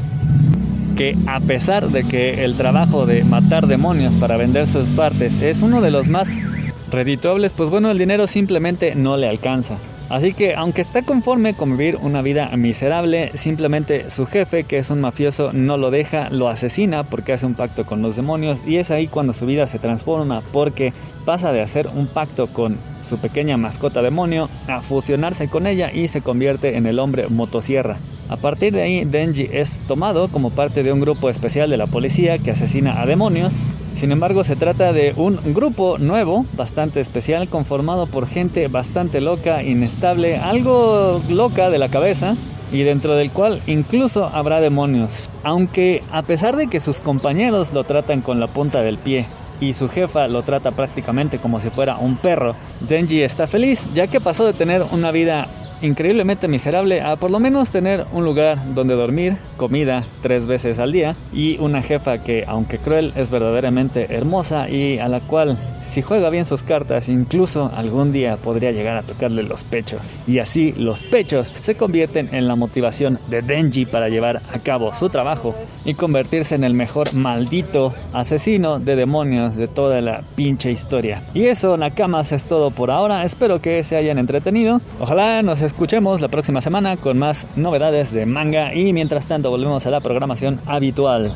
que, a pesar de que el trabajo de matar demonios para vender sus partes es uno de los más redituables, pues bueno, el dinero simplemente no le alcanza. Así que, aunque está conforme con vivir una vida miserable, simplemente su jefe, que es un mafioso, no lo deja, lo asesina porque hace un pacto con los demonios, y es ahí cuando su vida se transforma, porque pasa de hacer un pacto con su pequeña mascota demonio a fusionarse con ella y se convierte en el hombre motosierra. A partir de ahí, Denji es tomado como parte de un grupo especial de la policía que asesina a demonios. Sin embargo, se trata de un grupo nuevo, bastante especial, conformado por gente bastante loca, inestable, algo loca de la cabeza, y dentro del cual incluso habrá demonios. Aunque a pesar de que sus compañeros lo tratan con la punta del pie y su jefa lo trata prácticamente como si fuera un perro, Denji está feliz, ya que pasó de tener una vida increíblemente miserable a por lo menos tener un lugar donde dormir, comida 3 veces al día, y una jefa que, aunque cruel, es verdaderamente hermosa y a la cual, si juega bien sus cartas, incluso algún día podría llegar a tocarle los pechos. Y así los pechos se convierten en la motivación de Denji para llevar a cabo su trabajo y convertirse en el mejor maldito asesino de demonios de toda la pinche historia. Y eso, Nakamas, es todo por ahora. Espero que se hayan entretenido. Ojalá nos escuchemos la próxima semana con más novedades de manga, y mientras tanto volvemos a la programación habitual.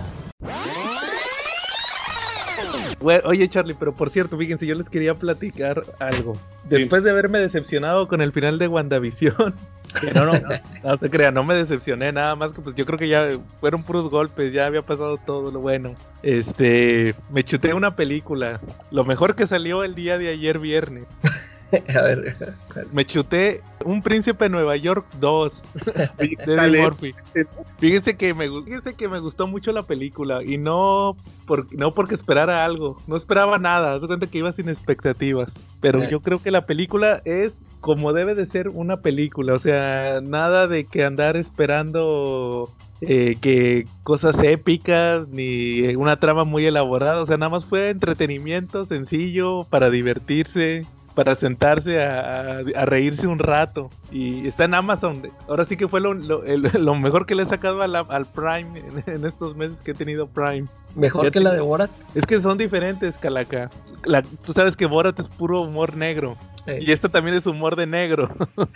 Oye, Charlie, pero por cierto, fíjense, yo les quería platicar algo. Después de haberme decepcionado con el final de WandaVision, que no se crea, no me decepcioné, nada más que pues yo creo que ya fueron puros golpes, ya había pasado todo lo bueno. Me chuté una película, lo mejor que salió el día de ayer viernes. A ver. Me chuté Un Príncipe de Nueva York 2 de Eddie Murphy. Fíjense que me gustó mucho la película y no porque esperara algo, no esperaba nada, haz cuenta que iba sin expectativas, pero yo creo que la película es como debe de ser una película, o sea, nada de que andar esperando que cosas épicas ni una trama muy elaborada, o sea, nada más fue entretenimiento sencillo para divertirse, para sentarse a reírse un rato, y está en Amazon. Ahora sí que fue lo mejor que le he sacado al Prime en estos meses que he tenido Prime. ¿Mejor que la de Borat? Es que son diferentes, Calaca. Tú sabes que Borat es puro humor negro. Y esto también es humor de negro.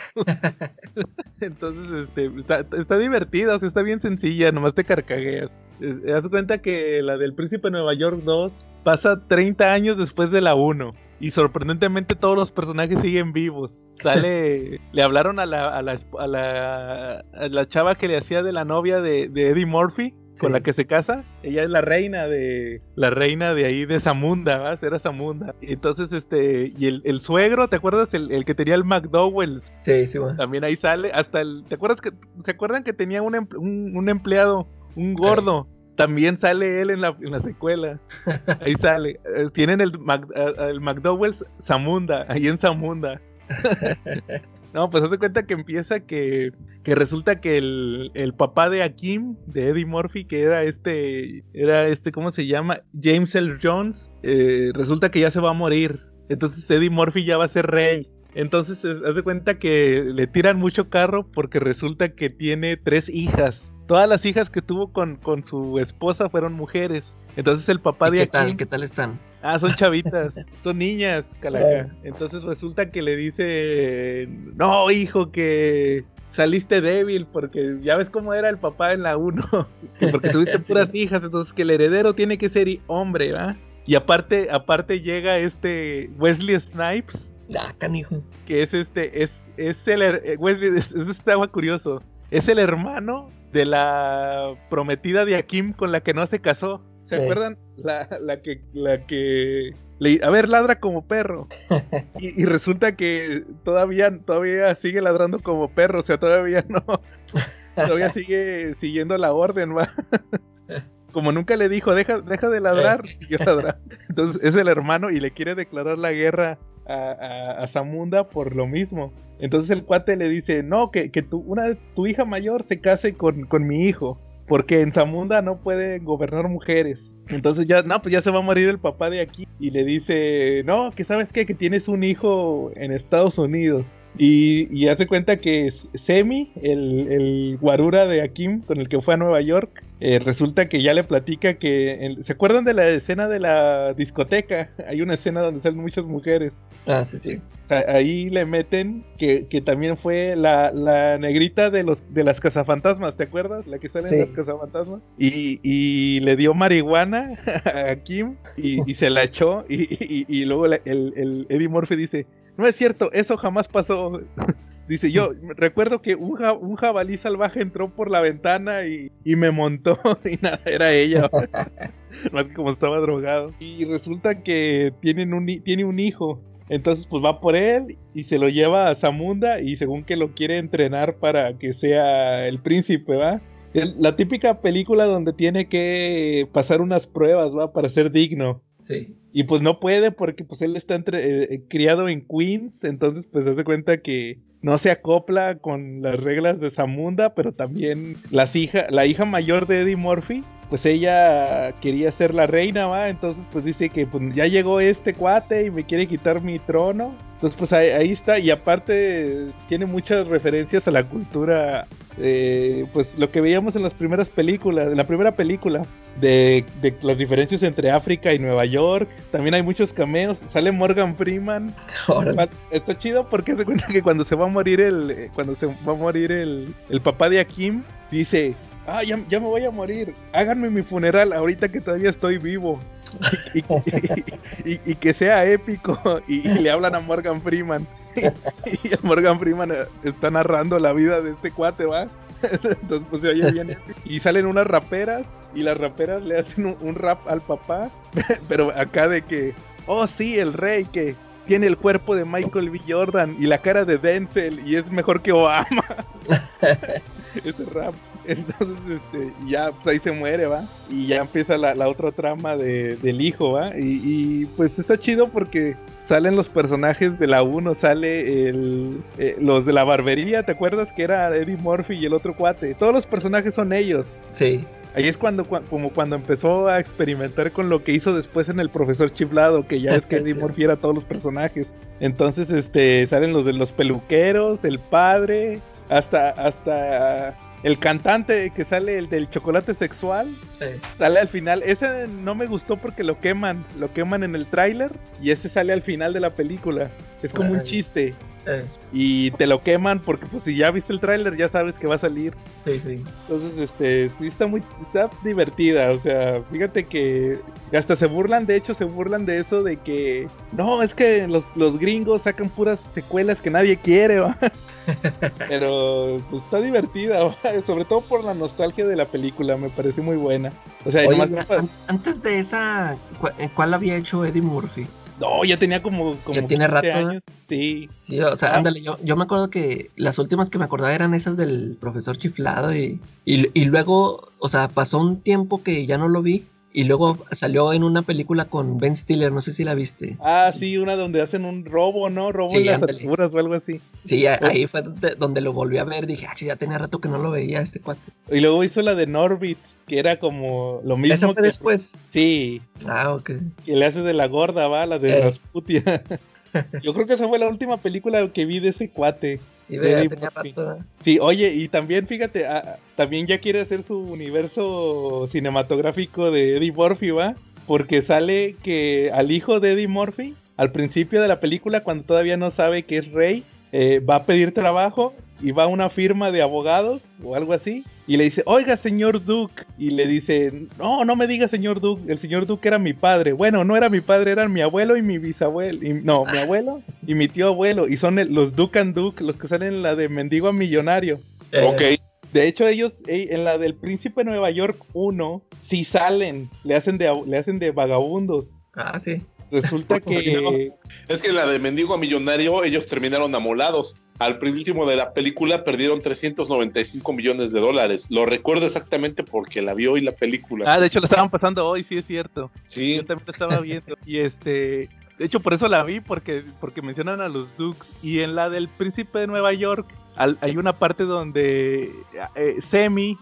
Entonces, está divertida, o sea, está bien sencilla, nomás te carcajeas. Haz cuenta que la del Príncipe de Nueva York 2 pasa 30 años después de la 1. Y sorprendentemente todos los personajes siguen vivos. Le hablaron a la chava que le hacía de la novia de Eddie Murphy, con la que se casa. Ella es la reina de ahí de Zamunda, ¿vas? Era Zamunda. Entonces, y el suegro, ¿te acuerdas? El que tenía el McDowell's. Sí, bueno. También ahí sale. Hasta ¿se acuerdan que tenía un empleado, un gordo? También sale él en la secuela. Ahí sale. Tienen el McDowell's Zamunda, ahí en Zamunda. No, pues haz de cuenta que empieza que resulta que el papá de Akeem, de Eddie Murphy, que era ¿cómo se llama? James Earl Jones, resulta que ya se va a morir. Entonces Eddie Murphy ya va a ser rey. Entonces haz de cuenta que le tiran mucho carro porque resulta que tiene 3 hijas. Todas las hijas que tuvo con su esposa fueron mujeres. Entonces el papá de Akeem... ¿Qué tal están? Son chavitas, son niñas, Calaca. Entonces resulta que le dice, no, hijo, que saliste débil, porque ya ves cómo era el papá en la 1, porque tuviste puras hijas, entonces que el heredero tiene que ser hombre, ¿va? Y aparte llega Wesley Snipes, canijo, que es Wesley, estaba curioso, es el hermano de la prometida de Akeem con la que no se casó. ¿Se acuerdan? La que a ver, ladra como perro. Y resulta que todavía sigue ladrando como perro, o sea, todavía sigue siguiendo la orden, ¿va? Como nunca le dijo, deja de ladrar, siguió ladrando. Entonces es el hermano y le quiere declarar la guerra a Zamunda por lo mismo. Entonces el cuate le dice, no, que tu hija mayor se case con mi hijo, porque en Zamunda no pueden gobernar mujeres. Entonces ya se va a morir el papá de aquí. Y le dice, no, que sabes qué, que tienes un hijo en Estados Unidos. Y hace cuenta que Semi, el guarura de Akeem, con el que fue a Nueva York, resulta que ya le platica que... ¿Se acuerdan de la escena de la discoteca? Hay una escena donde salen muchas mujeres. Sí. O sea, ahí le meten que también fue la negrita de las cazafantasmas, ¿te acuerdas? La que sale en las cazafantasmas. Y le dio marihuana a Akeem y se la echó. Y luego el Eddie Murphy dice... No es cierto, eso jamás pasó. Dice, yo recuerdo que un jabalí salvaje entró por la ventana y me montó y nada, era ella. Más que como estaba drogado. Y resulta que tiene un hijo. Entonces pues va por él y se lo lleva a Zamunda y según que lo quiere entrenar para que sea el príncipe, ¿va? Es la típica película donde tiene que pasar unas pruebas, ¿va? Para ser digno. Sí. Y pues no puede porque pues él está criado en Queens, entonces pues se hace cuenta que no se acopla con las reglas de Zamunda, pero también la hija mayor de Eddie Murphy, pues ella quería ser la reina, ¿va? Entonces pues dice que pues ya llegó este cuate y me quiere quitar mi trono. Entonces pues ahí está, y aparte tiene muchas referencias a la cultura, pues lo que veíamos en las primeras películas, en la primera película, de las diferencias entre África y Nueva York. También hay muchos cameos, sale Morgan Freeman. Está chido porque se cuenta que cuando se va a morir el papá de Akeem, dice, ya me voy a morir, háganme mi funeral ahorita que todavía estoy vivo. Y que sea épico. Y le hablan a Morgan Freeman. Y a Morgan Freeman está narrando la vida de este cuate, ¿va? Entonces pues se oye bien. Y salen unas raperas y las raperas le hacen un rap al papá, pero acá de que, oh sí, el rey, que tiene el cuerpo de Michael B. Jordan y la cara de Denzel y es mejor que Obama. Ese rap. Entonces, ya pues ahí se muere, ¿va? Y ya empieza la otra trama del hijo, ¿va? Y pues está chido porque salen los personajes de la 1, sale los de la barbería, ¿te acuerdas? Que era Eddie Murphy y el otro cuate. Todos los personajes son ellos. Sí. Ahí es como cuando empezó a experimentar con lo que hizo después en El Profesor Chiflado, que ya es que Eddie Murphy era todos los personajes. Entonces, salen los de los peluqueros, el padre, hasta el cantante que sale, el del chocolate sexual, sale al final. Ese no me gustó porque lo queman en el tráiler y ese sale al final de la película. Es como un chiste. Y te lo queman porque pues si ya viste el tráiler ya sabes que va a salir. Sí. Entonces, sí está divertida, o sea, fíjate que hasta se burlan de eso de que no, es que los gringos sacan puras secuelas que nadie quiere, ¿va? Pero pues está divertida, ¿va? Sobre todo por la nostalgia de la película, me pareció muy buena. O sea, oye, antes de esa, ¿cuál había hecho Eddie Murphy? No, ya tenía como ya tiene rato, años. Sí, o sea, ándale, yo me acuerdo que las últimas que me acordaba eran esas del Profesor Chiflado y luego, o sea, pasó un tiempo que ya no lo vi y luego salió en una película con Ben Stiller, no sé si la viste. Ah, sí, una donde hacen un robo, ¿no? Robo en las alturas o algo así. Sí, ahí fue donde lo volví a ver, dije, ya tenía rato que no lo veía este cuate. Y luego hizo la de Norbit, que era como lo mismo. ¿Esa fue después? Sí. Ah, ok. Que le hace de la gorda, ¿va? La de Rasputia. Yo creo que esa fue la última película que vi de ese cuate. Y vea, tenía rato. Sí, oye, y también fíjate, también ya quiere hacer su universo cinematográfico de Eddie Murphy, ¿va? Porque sale que al hijo de Eddie Murphy, al principio de la película, cuando todavía no sabe que es rey, va a pedir trabajo y va a una firma de abogados o algo así y le dice, oiga señor Duke, y le dice, no me diga señor Duke, el señor Duke era mi padre. Bueno, no era mi padre, eran mi abuelo y mi bisabuelo, mi abuelo y mi tío abuelo, y son los Duke and Duke, los que salen en la de Mendigo a Millonario. Ok. De hecho, ellos en la del Príncipe de Nueva York 1 sí salen, le hacen de vagabundos. Ah, sí. Resulta que... Es que en la de Mendigo a Millonario ellos terminaron amolados. Al principio de la película perdieron $395 millones. Lo recuerdo exactamente porque la vi hoy la película. Ah, de hecho la estaban pasando hoy, sí es cierto. Sí. Yo también la estaba viendo. Y de hecho por eso la vi, porque mencionan a los Dukes. Y en la del Príncipe de Nueva York hay una parte donde Semi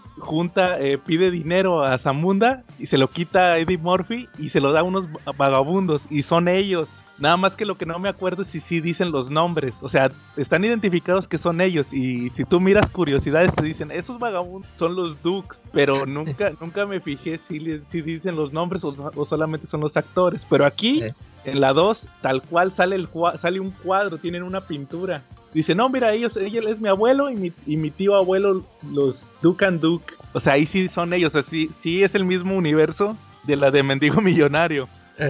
pide dinero a Zamunda y se lo quita a Eddie Murphy y se lo da a unos vagabundos y son ellos. Nada más que lo que no me acuerdo es si sí dicen los nombres. O sea, están identificados que son ellos. Y si tú miras curiosidades te dicen, esos vagabundos son los Dukes. Pero nunca me fijé si dicen los nombres o solamente son los actores. Pero aquí, en la 2, tal cual sale un cuadro, tienen una pintura. Dice, no, mira, ella es mi abuelo y mi tío abuelo, los Duke and Duke. O sea, ahí sí son ellos. O sea, sí es el mismo universo de la de Mendigo Millonario.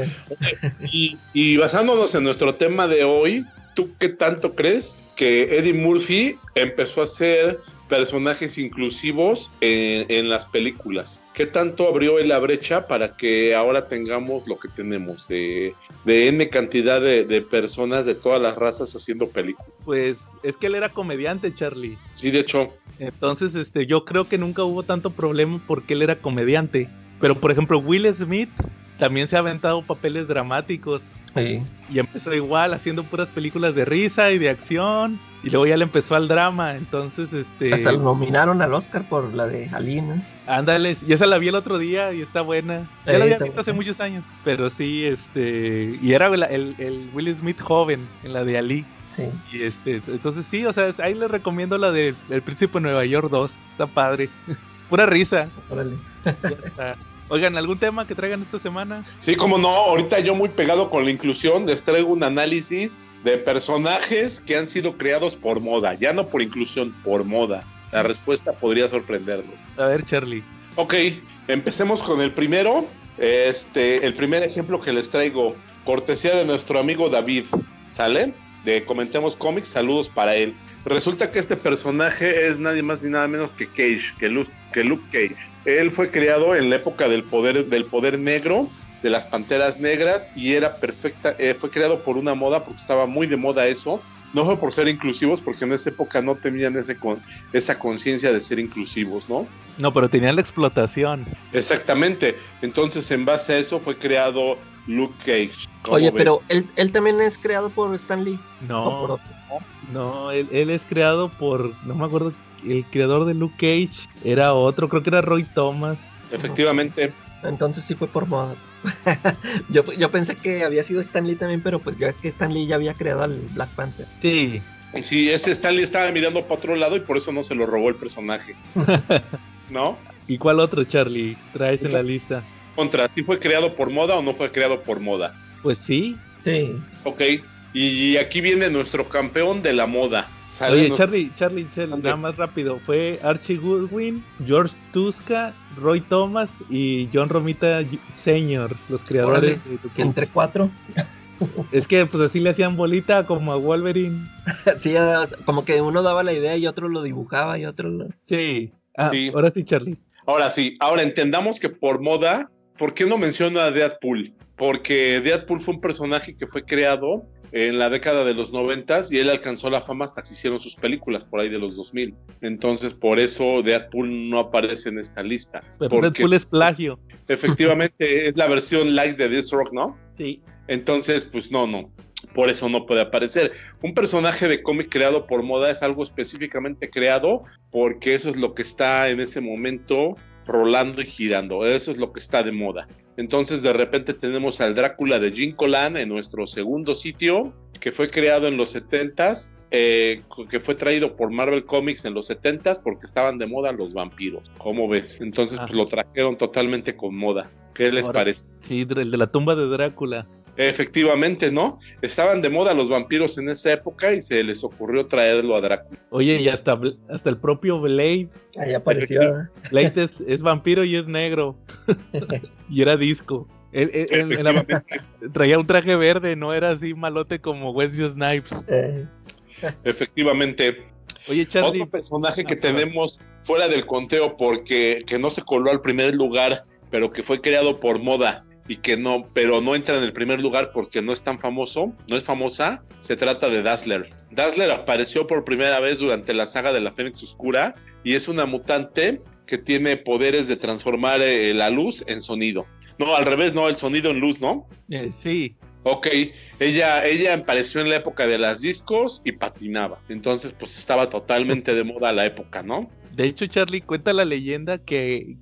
Y basándonos en nuestro tema de hoy, ¿tú qué tanto crees que Eddie Murphy empezó a hacer personajes inclusivos en las películas? ¿Qué tanto abrió la brecha para que ahora tengamos lo que tenemos de N cantidad de personas de todas las razas haciendo películas? Pues es que él era comediante, Charlie. Sí, de hecho. Entonces, yo creo que nunca hubo tanto problema porque él era comediante. Pero, por ejemplo, Will Smith también se ha aventado papeles dramáticos. Sí. Y empezó igual, haciendo puras películas de risa y de acción. Y luego ya le empezó al drama, entonces hasta lo nominaron al Oscar por la de Ali, ¿no? Ándale, yo esa la vi el otro día y está buena. Ya la había visto hace muchos años. Pero sí, y era el Will Smith joven en la de Ali. Sí. Y entonces sí, o sea, ahí les recomiendo la de El Príncipe de Nueva York 2. Está padre. Pura risa. Órale. Oigan, ¿algún tema que traigan esta semana? Sí, como no, ahorita yo muy pegado con la inclusión, les traigo un análisis de personajes que han sido creados por moda, ya no por inclusión, por moda. La respuesta podría sorprenderlos. A ver, Charlie. Ok, empecemos con el primero. El primer ejemplo que les traigo, cortesía de nuestro amigo David, ¿sale? De Comentemos Cómics, saludos para él. Resulta que este personaje es nadie más ni nada menos que Luke Cage. Él fue creado en la época del poder negro de las Panteras Negras y era perfecta, fue creado por una moda porque estaba muy de moda eso. No fue por ser inclusivos, porque en esa época no tenían esa conciencia de ser inclusivos, ¿no? No, pero tenían la explotación. Exactamente. Entonces, en base a eso fue creado Luke Cage. Oye, pero él también es creado por Stan Lee. No, por otro. No, él es creado por, no me acuerdo, el creador de Luke Cage era otro, creo que era Roy Thomas. Efectivamente. Entonces sí fue por moda. yo pensé que había sido Stan Lee también, pero pues ya es que Stan Lee ya había creado al Black Panther. Sí. Sí, ese Stan Lee estaba mirando para otro lado y por eso no se lo robó el personaje. ¿No? ¿Y cuál otro, Charlie, traes en la lista? Contra, ¿sí fue creado por moda o no fue creado por moda? Pues sí. Sí. Ok, y aquí viene nuestro campeón de la moda. Oye, Charlie, nada más rápido. Fue Archie Goodwin, George Tuska, Roy Thomas y John Romita Sr., los creadores. Entre 4. Es que pues así le hacían bolita como a Wolverine. Sí, como que uno daba la idea y otro lo dibujaba y otro lo... Sí. Sí. Ahora sí, Charlie. Ahora sí, ahora entendamos que por moda, ¿por qué no menciono a Deadpool? Porque Deadpool fue un personaje que fue creado en la década de los 90s y él alcanzó la fama hasta que se hicieron sus películas por ahí de los 2000. Entonces, por eso Deadpool no aparece en esta lista. Pero Deadpool es plagio. Efectivamente, es la versión light de Deathstroke, ¿no? Sí. Entonces, pues no. Por eso no puede aparecer. Un personaje de cómic creado por moda es algo específicamente creado porque eso es lo que está en ese momento rolando y girando. Eso es lo que está de moda. Entonces, de repente tenemos al Drácula de Jim Colan en nuestro segundo sitio, que fue creado en los 70s, que fue traído por Marvel Comics en los 70s porque estaban de moda los vampiros. ¿Cómo ves? Entonces, pues lo trajeron totalmente con moda. ¿Qué les parece? Sí, el de la tumba de Drácula. Efectivamente, ¿no? Estaban de moda los vampiros en esa época y se les ocurrió traerlo a Drácula. Oye, y hasta el propio Blade. Ahí apareció. Blade es vampiro y es negro. Y era disco. Traía un traje verde, no era así malote como Wesley Snipes. Efectivamente. Oye, Charlie. Otro personaje que tenemos fuera del conteo porque que no se coló al primer lugar, pero que fue creado por moda y que no, pero no entra en el primer lugar porque no es tan famoso, no es famosa, se trata de Dazzler. Dazzler apareció por primera vez durante la saga de la Fénix Oscura y es una mutante que tiene poderes de transformar la luz en sonido. No, al revés, no, el sonido en luz, ¿no? Sí. Ok, ella apareció en la época de las discos y patinaba, entonces pues estaba totalmente de moda la época, ¿no? De hecho, Charlie, cuenta la leyenda que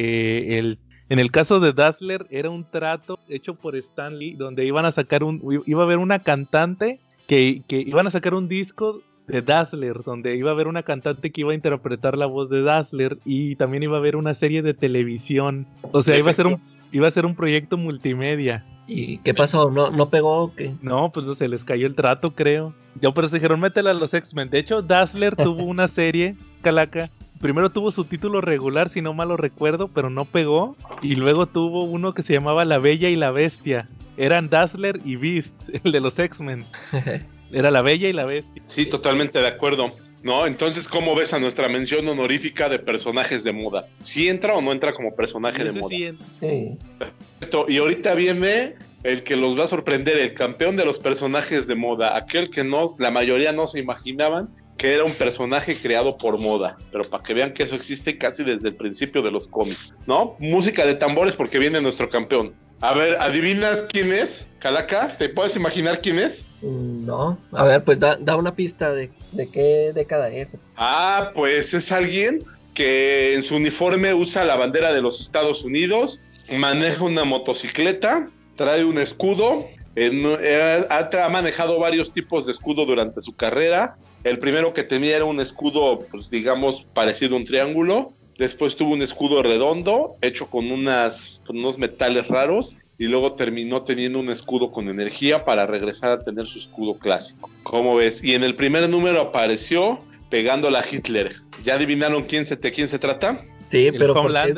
en el caso de Dazzler era un trato hecho por Stan Lee donde iba a haber una cantante que iban a sacar un disco de Dazzler, donde iba a haber una cantante que iba a interpretar la voz de Dazzler y también iba a haber una serie de televisión, o sea, iba a ser un proyecto multimedia. ¿Y qué pasó? ¿No pegó o qué? No, pues no, se les cayó el trato, creo. Yo, pero se dijeron, métela a los X-Men. De hecho, Dazzler tuvo una serie, Calaca. Primero tuvo su título regular, si no mal lo recuerdo, pero no pegó. Y luego tuvo uno que se llamaba La Bella y la Bestia. Eran Dazzler y Beast, el de los X-Men. Era La Bella y la Bestia. Sí, totalmente de acuerdo. ¿No? Entonces, ¿cómo ves a nuestra mención honorífica de personajes de moda? ¿Sí entra o no entra como personaje de moda? Sí. Perfecto. Y ahorita viene el que los va a sorprender, el campeón de los personajes de moda, aquel que la mayoría no se imaginaban que era un personaje creado por moda, pero para que vean que eso existe casi desde el principio de los cómics, ¿no? Música de tambores porque viene nuestro campeón. A ver, ¿adivinas quién es? Calaca, ¿te puedes imaginar quién es? No, a ver, pues da una pista de qué década es. Ah, pues es alguien que en su uniforme usa la bandera de los Estados Unidos, maneja una motocicleta, trae un escudo, ha manejado varios tipos de escudo durante su carrera. El primero que tenía era un escudo, pues digamos, parecido a un triángulo. Después tuvo un escudo redondo, hecho con unos metales raros. Y luego terminó teniendo un escudo con energía para regresar a tener su escudo clásico. ¿Cómo ves? Y en el primer número apareció pegándola a Hitler. ¿Ya adivinaron quién se trata? Sí, pero porque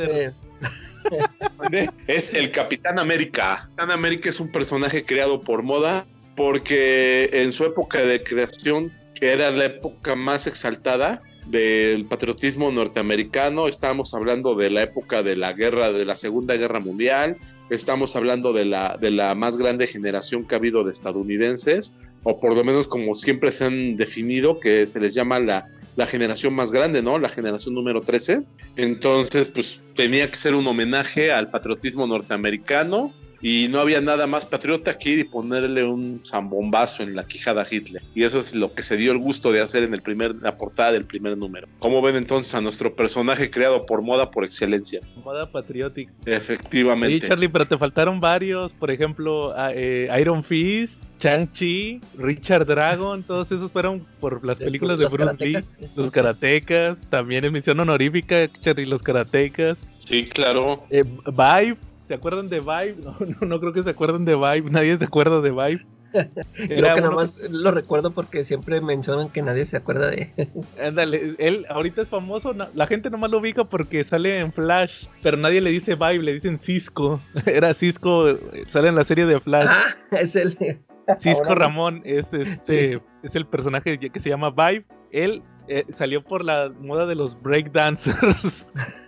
es el Capitán América. Capitán América es un personaje creado por moda porque en su época de creación, que era la época más exaltada, del patriotismo norteamericano, estamos hablando de la época de la Segunda Guerra Mundial, estamos hablando de la más grande generación que ha habido de estadounidenses, o por lo menos como siempre se han definido, que se les llama la generación más grande, ¿no? La generación número 13. Entonces, pues tenía que ser un homenaje al patriotismo norteamericano y no había nada más patriota que ir y ponerle un zambombazo en la quijada a Hitler. Y eso es lo que se dio el gusto de hacer en la portada del primer número. ¿Cómo ven entonces a nuestro personaje creado por moda por excelencia? Moda patriótica. Efectivamente. Sí, Charlie, pero te faltaron varios. Por ejemplo, Iron Fist, Shang-Chi, Richard Dragon, todos esos fueron por las películas de Bruce Lee. Los karatecas, también en mención honorífica, Charlie, los karatecas. Sí, claro. Vibe, ¿se acuerdan de Vibe? No creo que se acuerden de Vibe, nadie se acuerda de Vibe. Creo que nomás lo recuerdo porque siempre mencionan que nadie se acuerda de él. Ándale, él ahorita es famoso, la gente nomás lo ubica porque sale en Flash, pero nadie le dice Vibe, le dicen Cisco. Era Cisco, sale en la serie de Flash. Es el... Cisco Ramón es es el personaje que se llama Vibe. Él salió por la moda de los breakdancers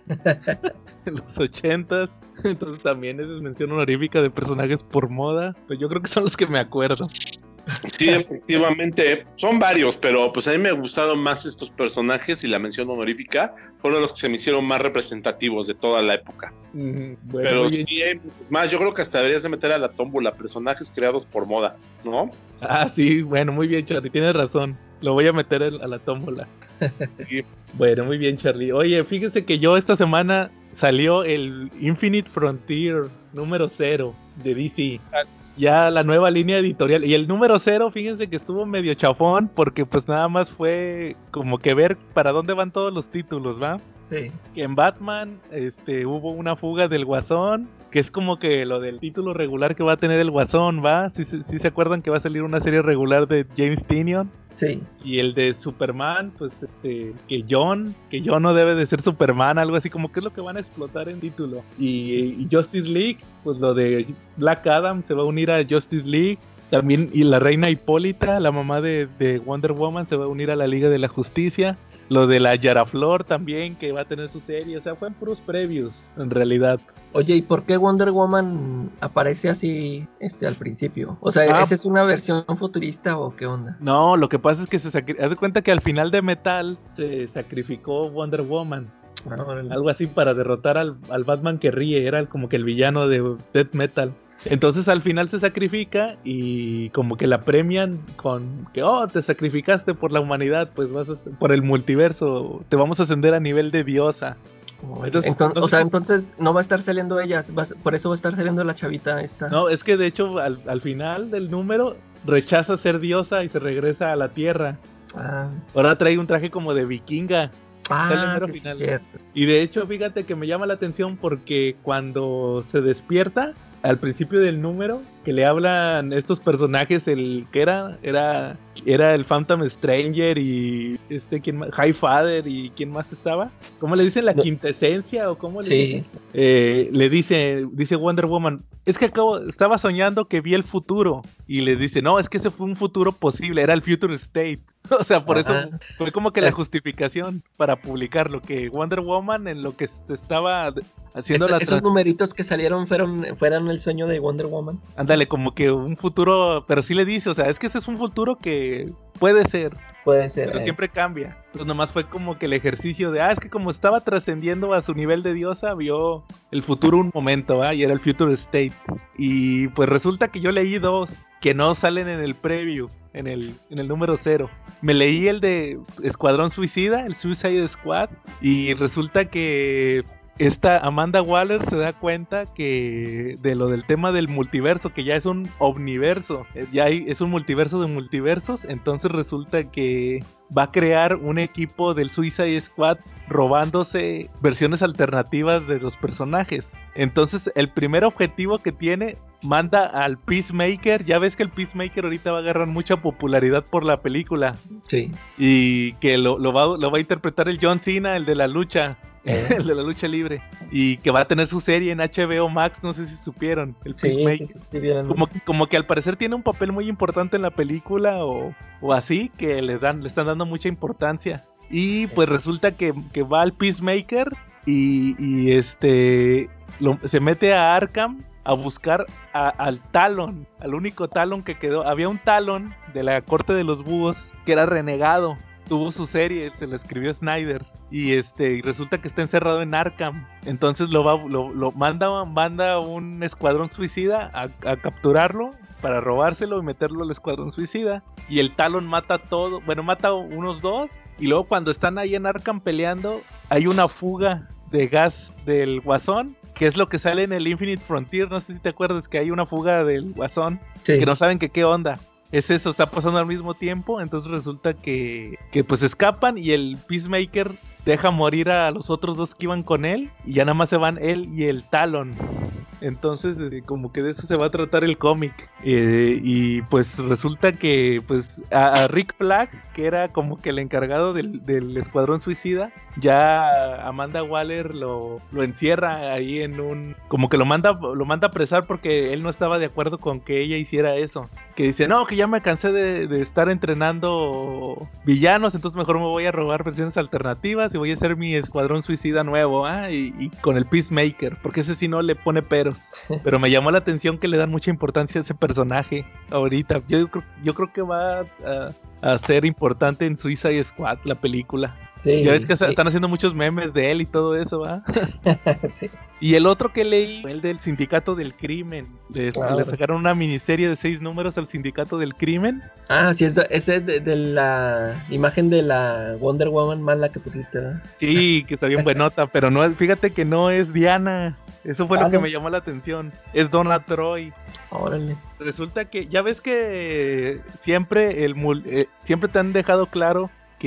en los 80s. Entonces también es mención honorífica de personajes por moda. Pues yo creo que son los que me acuerdo. Sí, efectivamente, son varios, pero pues a mí me gustaron más estos personajes y la mención honorífica fueron los que se me hicieron más representativos de toda la época. Bueno, pero sí, más, yo creo que hasta deberías de meter a la tómbola personajes creados por moda, ¿no? Sí, bueno, muy bien, Charlie, tienes razón. Lo voy a meter a la tómbola. Sí. Bueno, muy bien, Charlie. Oye, fíjese que yo esta semana salió el Infinite Frontier número 0 de DC. Ya la nueva línea editorial. Y el número 0, fíjense que estuvo medio chafón porque pues nada más fue como que ver para dónde van todos los títulos, ¿va? Sí. Que en Batman hubo una fuga del Guasón, que es como que lo del título regular que va a tener el Guasón, ¿va? ¿Sí se acuerdan que va a salir una serie regular de James Tynion? Sí. Y el de Superman, pues que John no debe de ser Superman, algo así, como que es lo que van a explotar en título. Y Justice League, pues lo de Black Adam se va a unir a Justice League. También, y la reina Hipólita, la mamá de Wonder Woman, se va a unir a la Liga de la Justicia. Lo de la Yara Flor también, que va a tener su serie. O sea, fue en puros previews, en realidad. Oye, ¿y por qué Wonder Woman aparece así al principio? O sea, ¿esa es una versión futurista o qué onda? No, lo que pasa es que hace cuenta que al final de Metal se sacrificó Wonder Woman. Algo así para derrotar al Batman que ríe. Era como que el villano de Death Metal. Entonces al final se sacrifica y como que la premian con que te sacrificaste por la humanidad, pues por el multiverso, te vamos a ascender a nivel de diosa. Entonces no va a estar saliendo ella, por eso va a estar saliendo la chavita esta. No, es que de hecho al final del número rechaza ser diosa y se regresa a la tierra. Ahora trae un traje como de vikinga. Sí, cierto. Y de hecho fíjate que me llama la atención porque cuando se despierta al principio del número, que le hablan estos personajes, el que era el Phantom Stranger y ¿quién más? Highfather y ¿quién más estaba? ¿Cómo le dicen? ¿La quintesencia o cómo le dicen? Le dice Wonder Woman, es que estaba soñando que vi el futuro, y le dice, no, es que ese fue un futuro posible, era el Future State. O sea, por eso fue como que la justificación para publicarlo, que Wonder Woman en lo que estaba haciendo esos numeritos que salieron fueron el sueño de Wonder Woman. Ándale, como que un futuro, pero sí le dice, o sea, es que ese es un futuro que puede ser. Pero siempre cambia. Pues nomás fue como que el ejercicio de, es que como estaba trascendiendo a su nivel de diosa, vio el futuro un momento, y era el Future State. Y pues resulta que yo leí 2 que no salen en el preview, en el número 0. Me leí el de Escuadrón Suicida, el Suicide Squad, y resulta que esta Amanda Waller se da cuenta que de lo del tema del multiverso, que ya es un omniverso, es un multiverso de multiversos. Entonces resulta que va a crear un equipo del Suicide Squad robándose versiones alternativas de los personajes. Entonces el primer objetivo que tiene, manda al Peacemaker. Ya ves que el Peacemaker ahorita va a agarrar mucha popularidad por la película. Sí. Y que lo va a interpretar el John Cena, el de la lucha. El de la lucha libre. Y que va a tener su serie en HBO Max, no sé si supieron. El Peacemaker. Sí, como que al parecer tiene un papel muy importante en la película o así, que le están dando mucha importancia. Y pues resulta que va al Peacemaker y se mete a Arkham a buscar al Talon, al único Talon que quedó. Había un Talon de la corte de los búhos que era renegado, tuvo su serie, se la escribió Snyder y resulta que está encerrado en Arkham. Entonces lo manda un escuadrón suicida a capturarlo para robárselo y meterlo al escuadrón suicida. Y el Talon mata todo, bueno, mata unos dos. Y luego cuando están ahí en Arkham peleando, hay una fuga de gas del Guasón, que es lo que sale en el Infinite Frontier. No sé si te acuerdas que hay una fuga del Guasón, sí, que no saben qué onda. Es eso, está pasando al mismo tiempo. Entonces resulta que pues escapan y el Peacemaker deja morir a los otros dos que iban con él y ya nada más se van él y el Talon. Entonces como que de eso se va a tratar el cómic. Y pues resulta que pues a Rick Flag, que era como que el encargado del escuadrón suicida, ya Amanda Waller lo encierra ahí en un... como que lo manda a apresar porque él no estaba de acuerdo con que ella hiciera eso. Que dice, no, que ya me cansé de estar entrenando villanos, entonces mejor me voy a robar versiones alternativas y voy a hacer mi escuadrón suicida nuevo, y con el Peacemaker, porque ese sí no le pone peros. Pero me llamó la atención que le dan mucha importancia a ese personaje ahorita. Yo creo que va a ser importante en Suicide Squad, la película. Sí, ya ves que están haciendo muchos memes de él y todo eso, ¿va? Sí. Y el otro que leí, el del Sindicato del Crimen. Le sacaron una miniserie de 6 números al Sindicato del Crimen. Ah, sí, ese es de la imagen de la Wonder Woman mala que pusiste, ¿verdad? Sí, que está bien buenota, pero no, fíjate que no es Diana. Eso fue lo que me llamó la atención. Es Donna Troy. Órale. Resulta que, ya ves que siempre te han dejado claro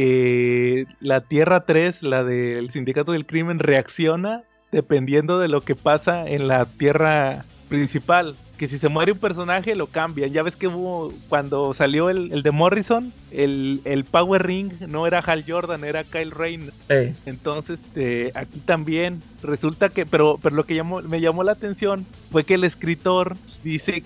que la Tierra 3, la del Sindicato del Crimen, reacciona dependiendo de lo que pasa en la Tierra principal. Que si se muere un personaje lo cambian. Ya ves que hubo, cuando salió el de Morrison, el Power Ring no era Hal Jordan, era Kyle Rayner. Entonces aquí también resulta que, pero lo que me llamó la atención fue que el escritor dice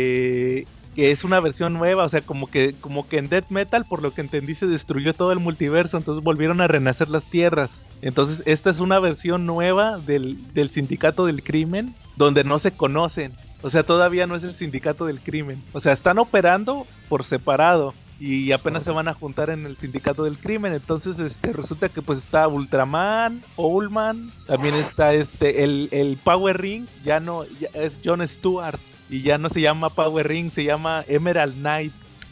que es una versión nueva, o sea, como que en Death Metal, por lo que entendí, se destruyó todo el multiverso, entonces volvieron a renacer las tierras. Entonces esta es una versión nueva del Sindicato del Crimen, donde no se conocen. O sea, todavía no es el Sindicato del Crimen. O sea, están operando por separado y apenas se van a juntar en el Sindicato del Crimen. Entonces resulta que pues está Ultraman, Owlman, también está el Power Ring, ya es Jon Stewart. Y ya no se llama Power Ring, se llama Emerald Knight.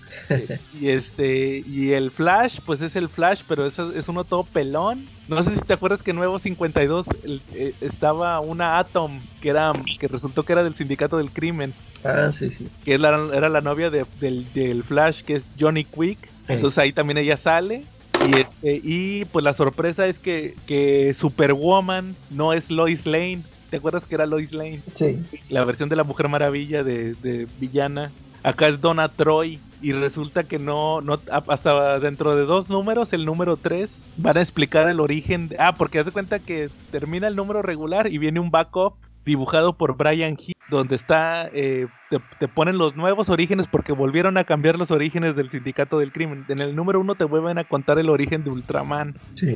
Y el Flash, pues es el Flash, pero es uno todo pelón. No sé si te acuerdas que en Nuevo 52 estaba una Atom que resultó que era del Sindicato del Crimen. Ah, sí. Que era la novia del Flash, que es Johnny Quick. Entonces ahí también ella sale. Y pues la sorpresa es que Superwoman no es Lois Lane. ¿Te acuerdas que era Lois Lane? Sí. La versión de la Mujer Maravilla de villana. Acá es Donna Troy. Y resulta que no hasta dentro de 2 números, el número 3, van a explicar el origen. Porque haz de cuenta que termina el número regular y viene un backup dibujado por Brian Hill, donde está, te ponen los nuevos orígenes porque volvieron a cambiar los orígenes del Sindicato del Crimen. En el número 1 te vuelven a contar el origen de Ultraman. Sí.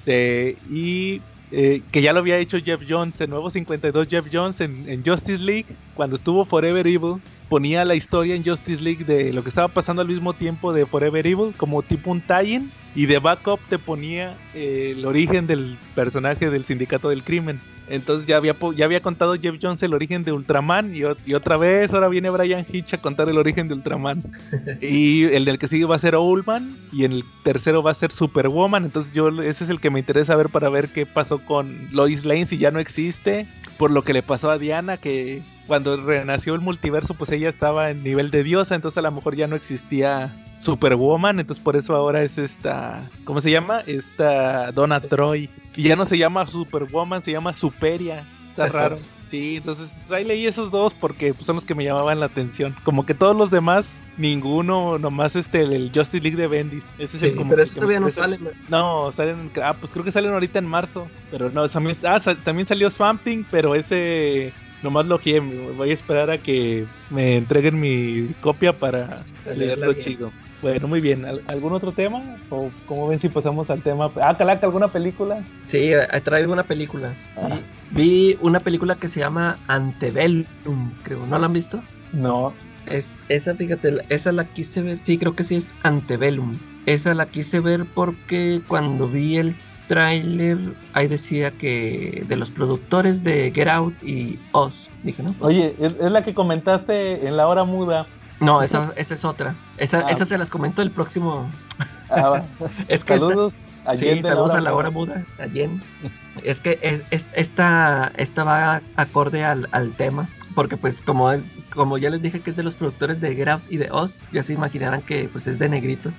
Que ya lo había hecho Jeff Jones en Nuevo 52. Jeff Jones en Justice League, cuando estuvo Forever Evil, ponía la historia en Justice League de lo que estaba pasando al mismo tiempo de Forever Evil, como tipo un tie-in, y de backup te ponía el origen del personaje del Sindicato del Crimen. Entonces ya había contado Jeff Jones el origen de Ultraman y otra vez ahora viene Brian Hitch a contar el origen de Ultraman. Y el del que sigue va a ser Owlman y en el tercero va a ser Superwoman. Entonces ese es el que me interesa ver para ver qué pasó con Lois Lane, si ya no existe, por lo que le pasó a Diana, que cuando renació el multiverso pues ella estaba en nivel de diosa, entonces a lo mejor ya no existía Superwoman, entonces por eso ahora es esta, ¿cómo se llama? Esta Donna Troy. Y ya no se llama Superwoman, se llama Superia. Está raro. Sí, entonces ahí leí esos dos porque pues, son los que me llamaban la atención. Como que todos los demás, ninguno, nomás el Justice League de Bendis. Ese es el como pero eso todavía no salen. No, salen, pues creo que salen ahorita en marzo. Pero no, también salió Swamp Thing, pero ese nomás lo voy a esperar a que me entreguen mi copia para leerlo chido. Bueno, muy bien. ¿Algún otro tema? ¿O cómo ven si pasamos al tema? Calaca, ¿alguna película? Sí, traigo una película. Vi una película que se llama Antebellum, creo. ¿No la han visto? No. Esa, fíjate, esa la quise ver. Sí, creo que sí es Antebellum. Esa la quise ver porque cuando vi el tráiler, ahí decía que de los productores de Get Out y Us. Dije, ¿no? Pues, oye, ¿es la que comentaste en La Hora Muda? No, esa es otra. Esa se las comento el próximo. Es que saludos a Jen. Sí, saludos a La Hora Muda, a Jen. Es que esta va acorde al tema. Porque pues como ya les dije que es de los productores de Get Out y de Us, ya se imaginarán que pues es de negritos.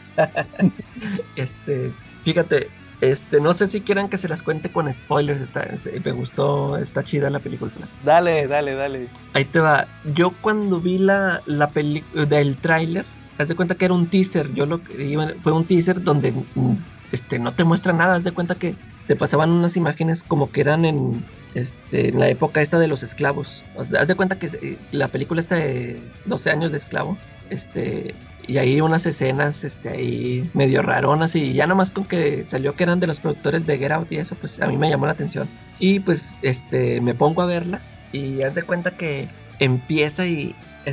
Fíjate, no sé si quieran que se las cuente con spoilers. Me gustó, está chida la película. Dale. Ahí te va. Yo cuando vi la película del tráiler, haz de cuenta que era un teaser. Fue un teaser donde no te muestra nada. Haz de cuenta que te pasaban unas imágenes como que eran en la época esta de los esclavos. O sea, haz de cuenta que la película está de 12 años de esclavo. Y ahí unas escenas ahí medio raronas, y ya nomás con que salió que eran de los productores de Get Out y eso, pues a mí me llamó la atención. Y pues me pongo a verla y haz de cuenta que empieza y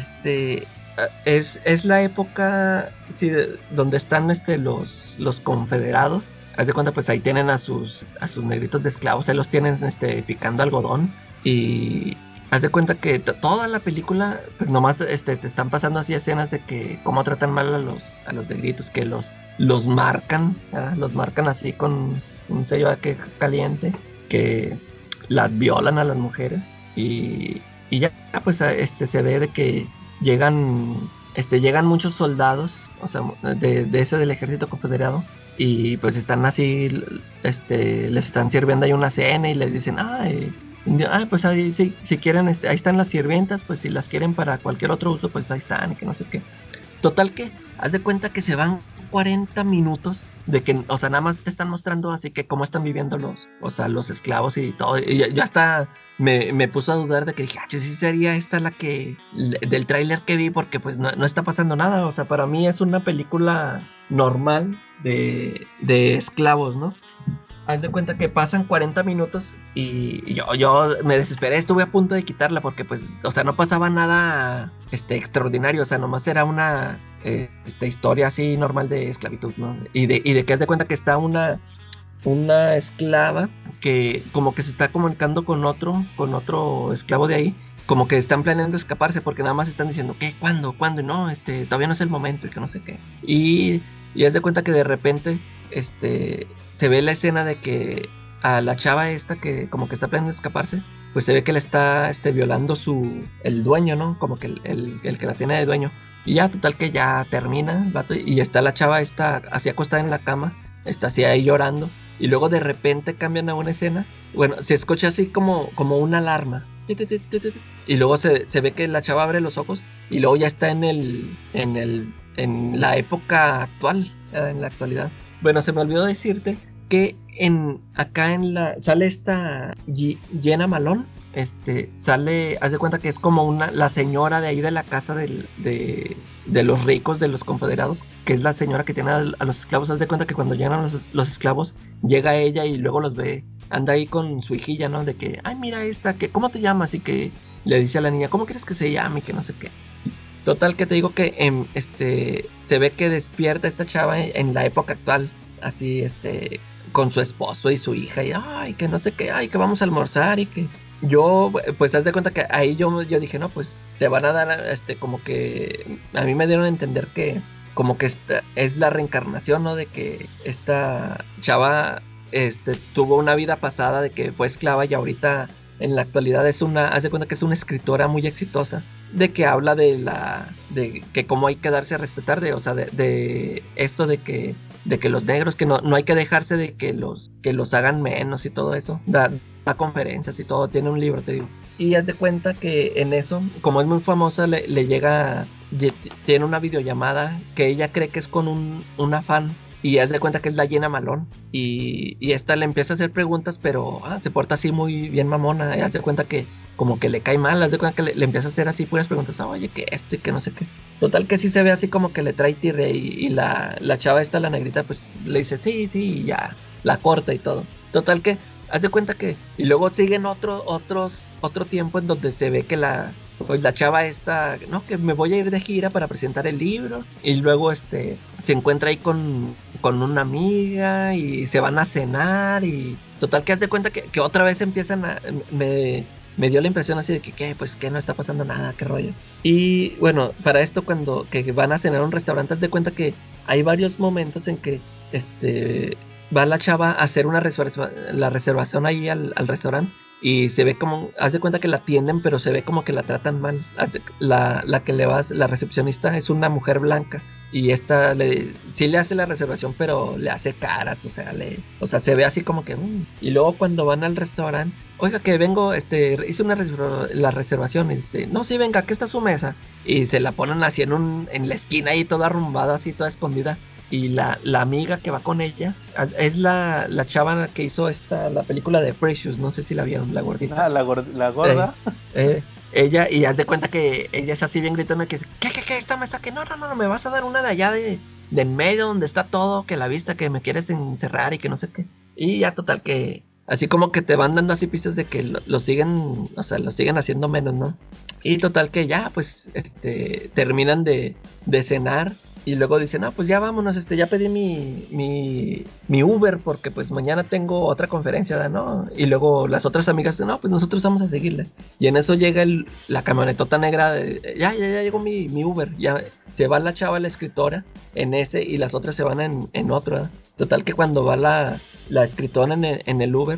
es la época, sí, donde están los confederados. Haz de cuenta, pues ahí tienen a sus negritos de esclavos, ahí los tienen picando algodón, y haz de cuenta que toda la película, pues nomás te están pasando así escenas de que cómo tratan mal a los negritos, que los marcan, ¿verdad? Los marcan así con un sello que caliente, que las violan a las mujeres, y ya pues se ve de que llegan muchos soldados, o sea, de ese del ejército confederado, y pues están así, les están sirviendo ahí una cena y les dicen, pues ahí si quieren, ahí están las sirvientas, pues si las quieren para cualquier otro uso, pues ahí están, y que no sé qué. Total que, haz de cuenta que se van 40 minutos de que, o sea, nada más te están mostrando así que cómo están viviendo los esclavos y todo. Y yo hasta me puso a dudar de que dije, sí sería esta la que, del tráiler que vi, porque pues no está pasando nada. O sea, para mí es una película normal de esclavos, ¿no? Haz de cuenta que pasan 40 minutos y yo me desesperé, estuve a punto de quitarla porque pues, o sea, no pasaba nada extraordinario, o sea, nomás era una historia así normal de esclavitud, ¿no? Y de que haz de cuenta que está una esclava que como que se está comunicando con otro esclavo de ahí, como que están planeando escaparse porque nada más están diciendo, ¿qué? ¿Cuándo? Y no, todavía no es el momento y que no sé qué. Y haz de cuenta que de repente se ve la escena de que a la chava esta que como que está planeando escaparse, pues se ve que le está violando el dueño, ¿no? Como que el que la tiene de dueño. Y ya, total que ya termina el vato, y está la chava esta así acostada en la cama, está así ahí llorando, y luego de repente cambian a una escena, bueno, se escucha así como una alarma, y luego se ve que la chava abre los ojos, y luego ya está en la época actual, en la actualidad. Bueno, se me olvidó decirte que sale esta Jena Malone, sale, haz de cuenta que es como la señora de ahí de la casa de los ricos, de los confederados, que es la señora que tiene a los esclavos. Haz de cuenta que cuando llegan los esclavos, llega ella y luego los ve, anda ahí con su hijilla, ¿no? De que, ay, mira que, ¿cómo te llamas? Y que le dice a la niña, ¿cómo quieres que se llame? Y que no sé qué. Total que te digo que se ve que despierta esta chava en la época actual, así, con su esposo y su hija, y ay, que no sé qué, ay, que vamos a almorzar, y que yo, pues haz de cuenta que ahí yo dije, no, pues te van a dar, como que a mí me dieron a entender que como que esta es la reencarnación, ¿no? De que esta chava, tuvo una vida pasada de que fue esclava y ahorita en la actualidad haz de cuenta que es una escritora muy exitosa, de que habla de que cómo hay que darse a respetar, o sea, de esto de que los negros, que no hay que dejarse de que los hagan menos y todo eso. Da conferencias y todo, tiene un libro, te digo. Y haz de cuenta que en eso, como es muy famosa, le llega, tiene una videollamada que ella cree que es con una fan, y haz de cuenta que es la Jenna Malone, y esta le empieza a hacer preguntas, pero se porta así muy bien mamona, y haz de cuenta que como que le cae mal, haz de cuenta que le empieza a hacer así puras preguntas, oye, que esto y que no sé qué. Total que sí se ve así como que le trae tirre, y la chava esta, la negrita, pues le dice sí, y ya, la corta y todo. Total que, haz de cuenta que, y luego siguen otro tiempo en donde se ve que la chava esta, no, que me voy a ir de gira para presentar el libro, y luego se encuentra ahí con una amiga, y se van a cenar, y total que haz de cuenta que otra vez empiezan me dio la impresión así de que pues que no está pasando nada, qué rollo. Y bueno, para esto cuando que van a cenar a un restaurante, haz de cuenta que hay varios momentos en que va la chava a hacer la reservación ahí al restaurante, y se ve como, haz de cuenta que la atienden, pero se ve como que la tratan mal. La que le vas, la recepcionista es una mujer blanca, y esta sí le hace la reservación, pero le hace caras, o sea, se ve así como que y luego cuando van al restaurante, oiga, que vengo, hice la reservación, y dice, no, sí, venga, aquí está su mesa, y se la ponen así en la esquina ahí toda arrumbada, así toda escondida. Y la amiga que va con ella es la chava que hizo la película de Precious, no sé si la vieron, la gordita. La gorda. Ella, y haz de cuenta que ella es así bien gritona, que dice, ¿qué esta mesa? Que no, me vas a dar una de allá de en medio donde está todo, que la vista, que me quieres encerrar y que no sé qué. Y ya total que, así como que te van dando así pistas de que lo siguen, o sea, lo siguen haciendo menos, ¿no? Y total que ya, pues, terminan de cenar. Y luego dicen, pues ya vámonos, ya pedí mi Uber, porque pues mañana tengo otra conferencia, ¿no? Y luego las otras amigas dicen, no, pues nosotros vamos a seguirle. Y en eso llega la camionetota negra, ya llegó mi Uber. Ya se va la chava, la escritora, en ese, y las otras se van en otro, ¿eh? Total que cuando va la escritora en el Uber,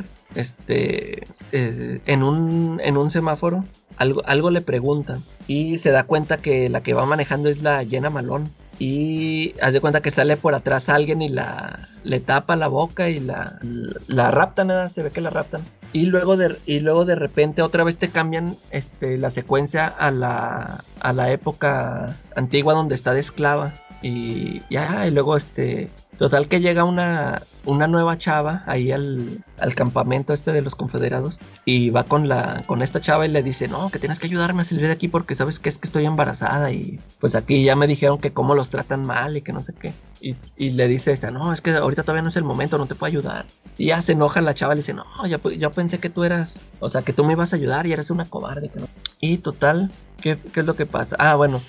en un semáforo, algo le preguntan, y se da cuenta que la que va manejando es la Jenna Malone. Y haz de cuenta que sale por atrás alguien y le tapa la boca y la raptan, ¿eh? Se ve que la raptan. Y luego de repente otra vez te cambian la secuencia a la época antigua donde está de esclava. Y ya, y luego total que llega una nueva chava ahí al campamento de los confederados, y va con esta chava y le dice, no, que tienes que ayudarme a salir de aquí porque sabes que es que estoy embarazada, y pues aquí ya me dijeron que cómo los tratan mal y que no sé qué. Y le dice no, es que ahorita todavía no es el momento, no te puedo ayudar. Y ya se enoja la chava y le dice, no, yo pensé que tú eras, o sea, que tú me ibas a ayudar y eres una cobarde. Que no. Y total, ¿qué es lo que pasa? Bueno,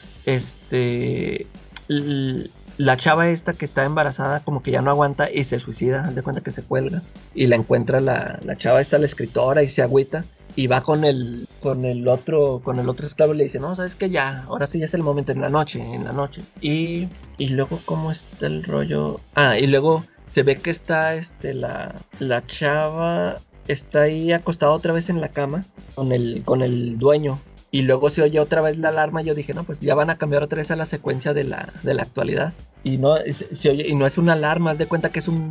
la chava esta que está embarazada como que ya no aguanta y se suicida, haz de cuenta que se cuelga, y la encuentra la chava esta, la escritora, y se agüita, y va con el otro esclavo y le dice, no, sabes que ya, ahora sí ya es el momento, en la noche, y luego ¿cómo está el rollo? Y luego se ve que está la chava está ahí acostada otra vez en la cama con el dueño. Y luego se oye otra vez la alarma. Yo dije, no, pues ya van a cambiar otra vez a la secuencia de la actualidad. Y no se oye, y no es una alarma, haz de cuenta que es un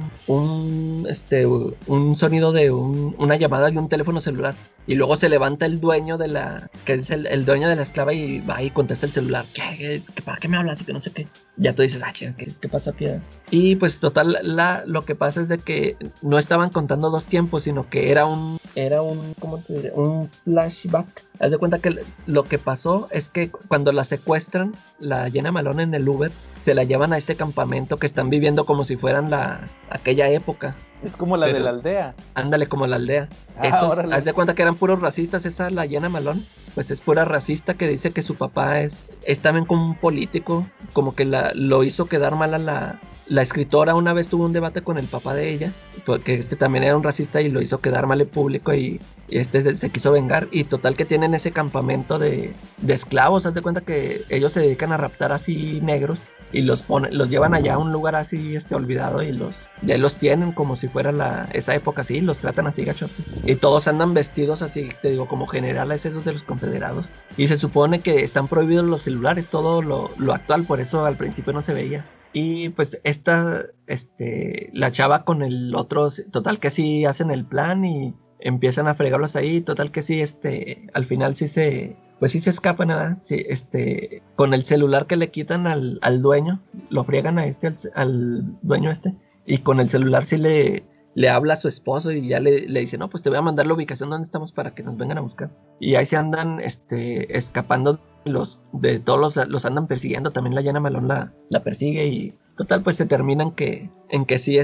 sonido de una llamada de un teléfono celular. Y luego se levanta el dueño que es el dueño de la esclava, y va y contesta el celular. ¿Qué ¿para qué me hablas? Y que no sé qué. Ya tú dices, ¿qué pasó aquí? Y pues total, lo que pasa es de que no estaban contando dos tiempos, sino que era un ¿cómo te diré? Un flashback. Haz de cuenta que lo que pasó es que cuando la secuestran, la Jenna Malone en el Uber, se la llevan a este campamento que están viviendo como si fueran aquella época. Es como la de la aldea. Ándale, como la aldea. Haz de cuenta que eran puros racistas. La Jenna Malone, pues es pura racista, que dice que su papá es también como un político, como que lo hizo quedar mal a la escritora. Una vez tuvo un debate con el papá de ella, porque también era un racista y lo hizo quedar mal en público, y se quiso vengar. Y total que tienen ese campamento de esclavos. Haz de cuenta que ellos se dedican a raptar así negros, y los llevan allá a un lugar así olvidado, y ya los tienen como si fuera esa época así, los tratan así gachos, y todos andan vestidos así, te digo, como generales esos de los confederados, y se supone que están prohibidos los celulares, todo lo actual, por eso al principio no se veía. Y pues la chava con el otro, total que sí hacen el plan y empiezan a fregarlos ahí, total que sí, al final sí se escapan, ¿verdad? Sí, con el celular que le quitan al dueño, lo friegan a al dueño y con el celular sí le habla a su esposo y ya le dice, no, pues te voy a mandar la ubicación donde estamos para que nos vengan a buscar. Y ahí se andan escapando de todos los andan persiguiendo, también la Jana Malone la persigue y total pues se terminan en que sí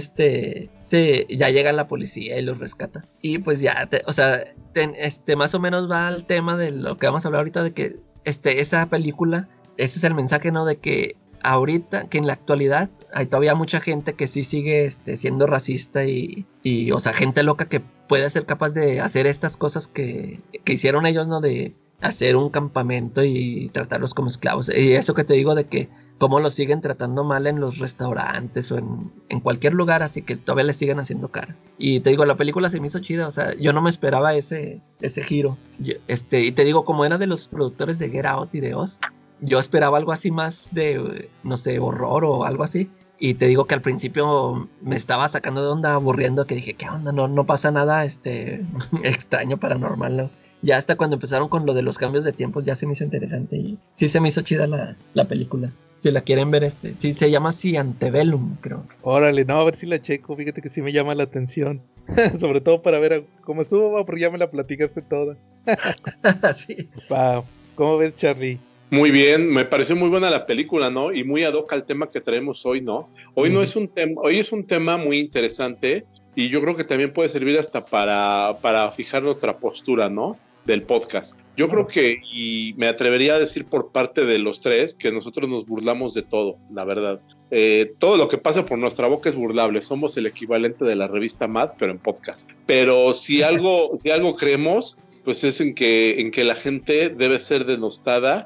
ya llega la policía y los rescata. Y pues ya, más o menos va al tema de lo que vamos a hablar ahorita, de que esa película, ese es el mensaje, ¿no? De que ahorita, que en la actualidad hay todavía mucha gente que sí sigue siendo racista y o sea, gente loca que puede ser capaz de hacer estas cosas que hicieron ellos, ¿no? De hacer un campamento y tratarlos como esclavos. Y eso que te digo de que cómo los siguen tratando mal en los restaurantes o en cualquier lugar, así que todavía les siguen haciendo caras. Y te digo, la película se me hizo chida, o sea, yo no me esperaba ese giro. Y te digo, como era de los productores de Get Out y de Oz, yo esperaba algo así más de, no sé, horror o algo así. Y te digo que al principio me estaba sacando de onda, aburriendo, que dije, ¿qué onda? No pasa nada extraño, paranormal, ¿no? Ya hasta cuando empezaron con lo de los cambios de tiempos ya se me hizo interesante y sí se me hizo chida la película. Si la quieren ver, sí se llama así Antebellum, creo. Órale, no, a ver si la checo, fíjate que sí me llama la atención. Sobre todo para ver cómo estuvo, porque ya me la platicaste toda. Sí. Wow. ¿Cómo ves, Charlie? Muy bien, me pareció muy buena la película, ¿no? Y muy ad hoc al tema que traemos hoy, ¿no? Hoy no es un tema, hoy es un tema muy interesante y yo creo que también puede servir hasta para fijar nuestra postura, ¿no? Del podcast. Yo creo que, y me atrevería a decir por parte de los tres, que nosotros nos burlamos de todo, la verdad. Todo lo que pasa por nuestra boca es burlable. Somos el equivalente de la revista Mad, pero en podcast. Pero si algo creemos, pues es en que la gente debe ser denostada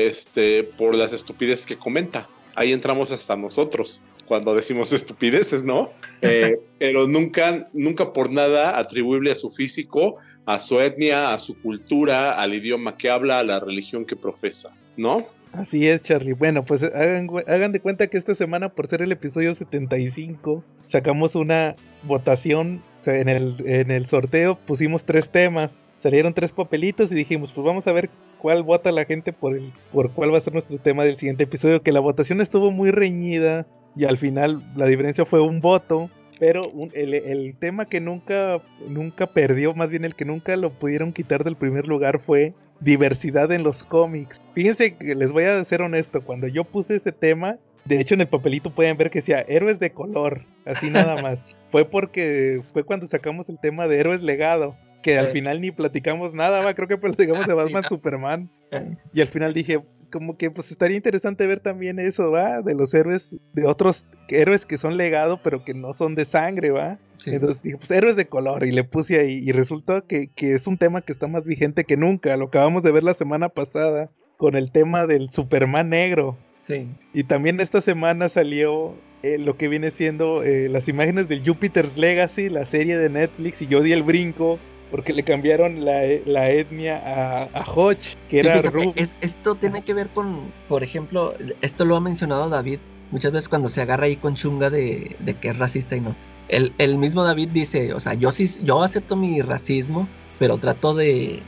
por las estupideces que comenta. Ahí entramos hasta nosotros cuando decimos estupideces, ¿no? Pero nunca por nada atribuible a su físico, a su etnia, a su cultura, al idioma que habla, a la religión que profesa, ¿no? Así es, Charlie. Bueno, pues hagan de cuenta que esta semana, por ser el episodio 75, sacamos una votación. O sea, en el sorteo pusimos 3 temas. Salieron 3 papelitos y dijimos, pues vamos a ver cuál vota la gente por cuál va a ser nuestro tema del siguiente episodio. Que la votación estuvo muy reñida y al final la diferencia fue un voto. Pero el tema que nunca perdió, más bien el que nunca lo pudieron quitar del primer lugar, fue diversidad en los cómics. Fíjense que les voy a ser honesto, cuando yo puse ese tema, de hecho en el papelito pueden ver que decía héroes de color, así nada más. Fue cuando sacamos el tema de héroes legado, que al final ni platicamos nada, creo que platicamos de Batman, Superman. Y al final dije, como que pues estaría interesante ver también eso, ¿va? De los héroes, de otros héroes que son legado, pero que no son de sangre, ¿va? Sí. Entonces dije, pues héroes de color, y le puse ahí, y resultó que es un tema que está más vigente que nunca. Lo acabamos de ver la semana pasada, con el tema del Superman negro. Sí. Y también esta semana salió lo que viene siendo las imágenes del Jupiter's Legacy, la serie de Netflix, y yo di el brinco, porque le cambiaron la etnia a Hodge, que era Rub. Esto tiene que ver con, por ejemplo, esto lo ha mencionado David muchas veces cuando se agarra ahí con chunga de que es racista y no. El mismo David dice, o sea, yo acepto mi racismo, pero trato de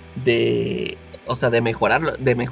mejorarlo,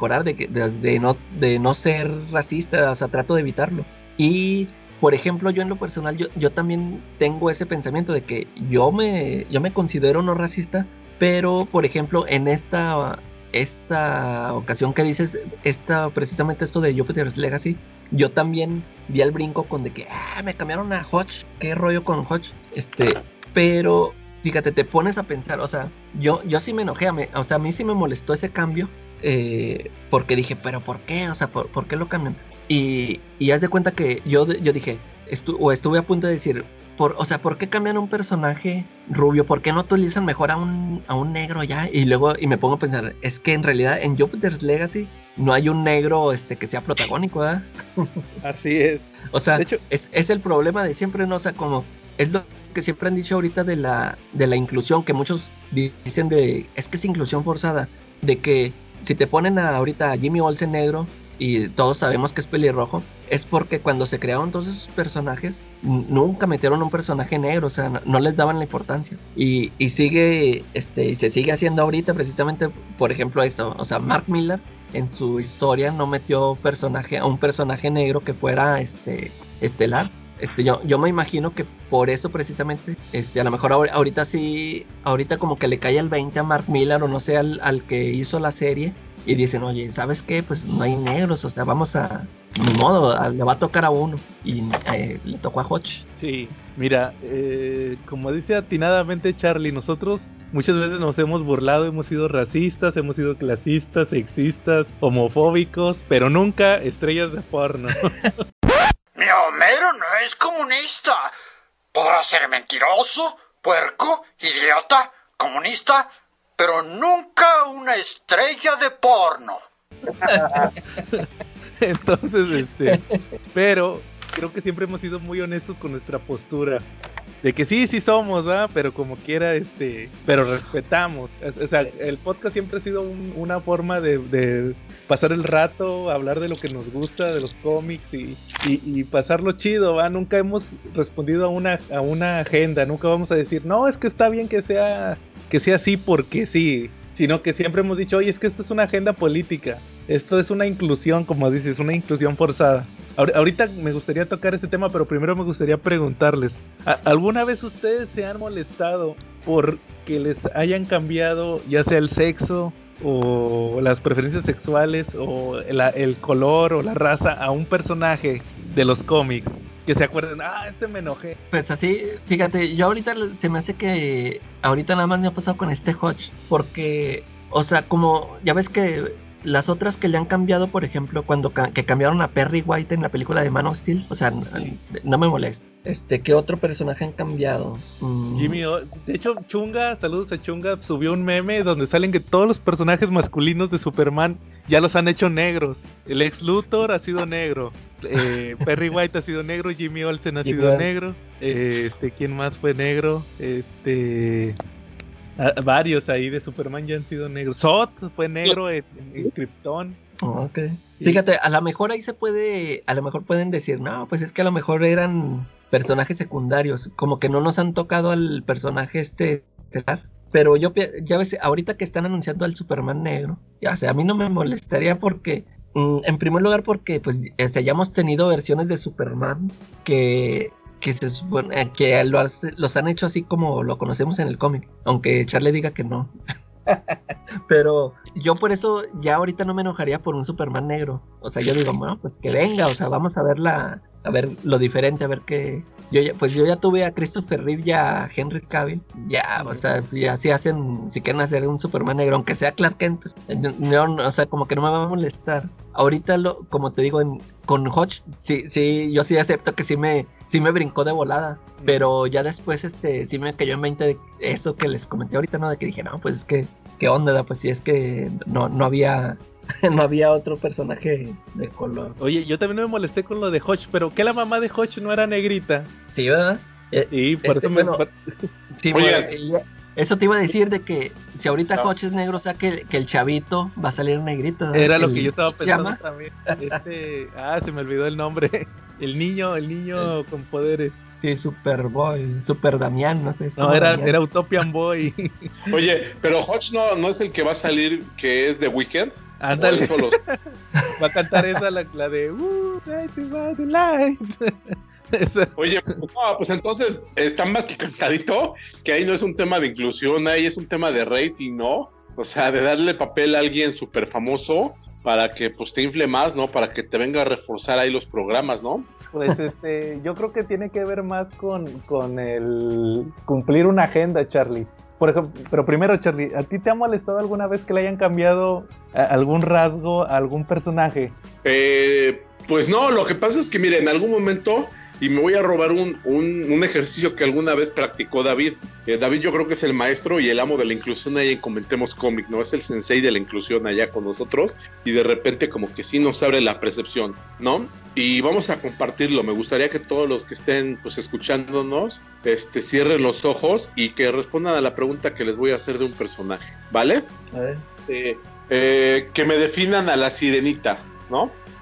de no ser racista, o sea, trato de evitarlo. Y por ejemplo, yo en lo personal, yo también tengo ese pensamiento de que yo me considero no racista, pero por ejemplo, en esta ocasión que dices, precisamente esto de Jupiter's Legacy, yo también di el brinco con de que me cambiaron a Hodge, qué rollo con Hodge, pero fíjate, te pones a pensar, o sea, yo sí me enojé, o sea, a mí sí me molestó ese cambio, porque dije, pero ¿por qué? O sea, ¿por qué lo cambian? Y haz de cuenta que yo dije, estuve a punto de decir, ¿por qué cambian un personaje rubio? ¿Por qué no utilizan mejor a un negro ya? Y luego me pongo a pensar, es que en realidad en Jupiter's Legacy no hay un negro que sea protagónico, ¿verdad? Así es. O sea, de hecho, es el problema de siempre, ¿no? O sea, como es lo que siempre han dicho ahorita de la inclusión, que muchos dicen es que es inclusión forzada, de que si te ponen ahorita a Jimmy Olsen negro, y todos sabemos que es pelirrojo, es porque cuando se crearon todos esos personajes, nunca metieron un personaje negro, o sea, no les daban la importancia. Y sigue, se sigue haciendo ahorita precisamente, por ejemplo, esto, o sea, Mark Millar en su historia no metió a un personaje negro que fuera estelar. Yo me imagino que por eso precisamente, a lo mejor ahorita como que le cae el 20 a Mark Millar o no sé, al que hizo la serie, y dicen, oye, ¿sabes qué? Pues no hay negros, o sea, ni modo, le va a tocar a uno, y le tocó a Hotch. Sí, mira, como dice atinadamente Charlie, nosotros muchas veces nos hemos burlado, hemos sido racistas, hemos sido clasistas, sexistas, homofóbicos, pero nunca estrellas de porno. Mi Homero no es comunista. Podrá ser mentiroso, puerco, idiota, comunista, pero nunca una estrella de porno. Entonces, pero creo que siempre hemos sido muy honestos con nuestra postura. De que sí somos, ¿verdad? Pero como quiera, pero respetamos. O sea, el podcast siempre ha sido una forma de pasar el rato, hablar de lo que nos gusta, de los cómics y pasarlo chido, ¿va? Nunca hemos respondido a una agenda, nunca vamos a decir, no, es que está bien que sea así porque sí, sino que siempre hemos dicho, oye, es que esto es una agenda política, esto es una inclusión, como dices, una inclusión forzada. Ahorita me gustaría tocar ese tema, pero primero me gustaría preguntarles, ¿alguna vez ustedes se han molestado por que les hayan cambiado ya sea el sexo o las preferencias sexuales o el color o la raza a un personaje de los cómics? Que se acuerden, me enojé. Pues así, fíjate, yo ahorita se me hace que ahorita nada más me ha pasado con Hotch, porque, o sea, como ya ves que las otras que le han cambiado, por ejemplo, que cambiaron a Perry White en la película de Man of Steel, o sea, no me molesta. ¿Qué otro personaje han cambiado? Jimmy, de hecho, Chunga, saludos a Chunga, subió un meme donde salen que todos los personajes masculinos de Superman ya los han hecho negros. El Lex Luthor ha sido negro, Perry White ha sido negro, Jimmy Olsen ha sido negro, ¿quién más fue negro? Varios ahí de Superman ya han sido negros. Zod fue negro en Krypton. Ok. Fíjate, a lo mejor ahí a lo mejor pueden decir, no, pues es que a lo mejor eran personajes secundarios, como que no nos han tocado al personaje estelar. Pero ya ves, ahorita que están anunciando al Superman negro, o sea, a mí no me molestaría porque, en primer lugar, porque pues ya hemos tenido versiones de Superman que se supone que los han hecho así como lo conocemos en el cómic, aunque Charlie diga que no. Pero yo por eso ya ahorita no me enojaría por un Superman negro. O sea, yo digo, bueno, pues que venga, o sea, vamos a ver lo diferente, a ver qué. Yo ya tuve a Christopher Reeve y a Henry Cavill. Ya, o sea, ya si quieren hacer un Superman negro, aunque sea Clark Kent, pues, no, o sea, como que no me va a molestar. Ahorita, como te digo, con Hotch, sí, yo sí acepto que sí me brincó de volada. Pero ya después, sí me cayó en mente de eso que les comenté ahorita, ¿no? De que dije, no, pues es que, ¿qué onda? Pues si es que no había otro personaje de color. Oye, yo también me molesté con lo de Hotch, pero ¿que la mamá de Hotch no era negrita? Sí, ¿verdad? Sí, por eso sí, bueno, eso te iba a decir de que si ahorita Hotch es negro, o sea que el chavito va a salir negrito, ¿verdad? Era lo que yo estaba pensando también. Se me olvidó el nombre. El niño con poderes. Sí, Superboy, Super Damián, no sé. No, era Utopian Boy. Oye, pero Hotch no es el que va a salir, que es The Weeknd. Ándale. Va a cantar esa, la de Light. Oye, no, pues entonces está más que cantadito, que ahí no es un tema de inclusión, ahí es un tema de rating, ¿no? O sea, de darle papel a alguien súper famoso para que pues te infle más, ¿no? Para que te venga a reforzar ahí los programas, ¿no? Pues yo creo que tiene que ver más con el cumplir una agenda, Charlie. Por ejemplo, pero primero, Charlie, ¿a ti te ha molestado alguna vez que le hayan cambiado algún rasgo a algún personaje? Pues no, lo que pasa es que, mire, en algún momento, y me voy a robar un ejercicio que alguna vez practicó David. David yo creo que es el maestro y el amo de la inclusión ahí en Comentemos Cómic, ¿no? Es el sensei de la inclusión allá con nosotros y de repente como que sí nos abre la percepción, ¿no? Y vamos a compartirlo. Me gustaría que todos los que estén pues escuchándonos cierren los ojos y que respondan a la pregunta que les voy a hacer de un personaje, ¿vale? A ver. Que me definan a la Sirenita, ¿no?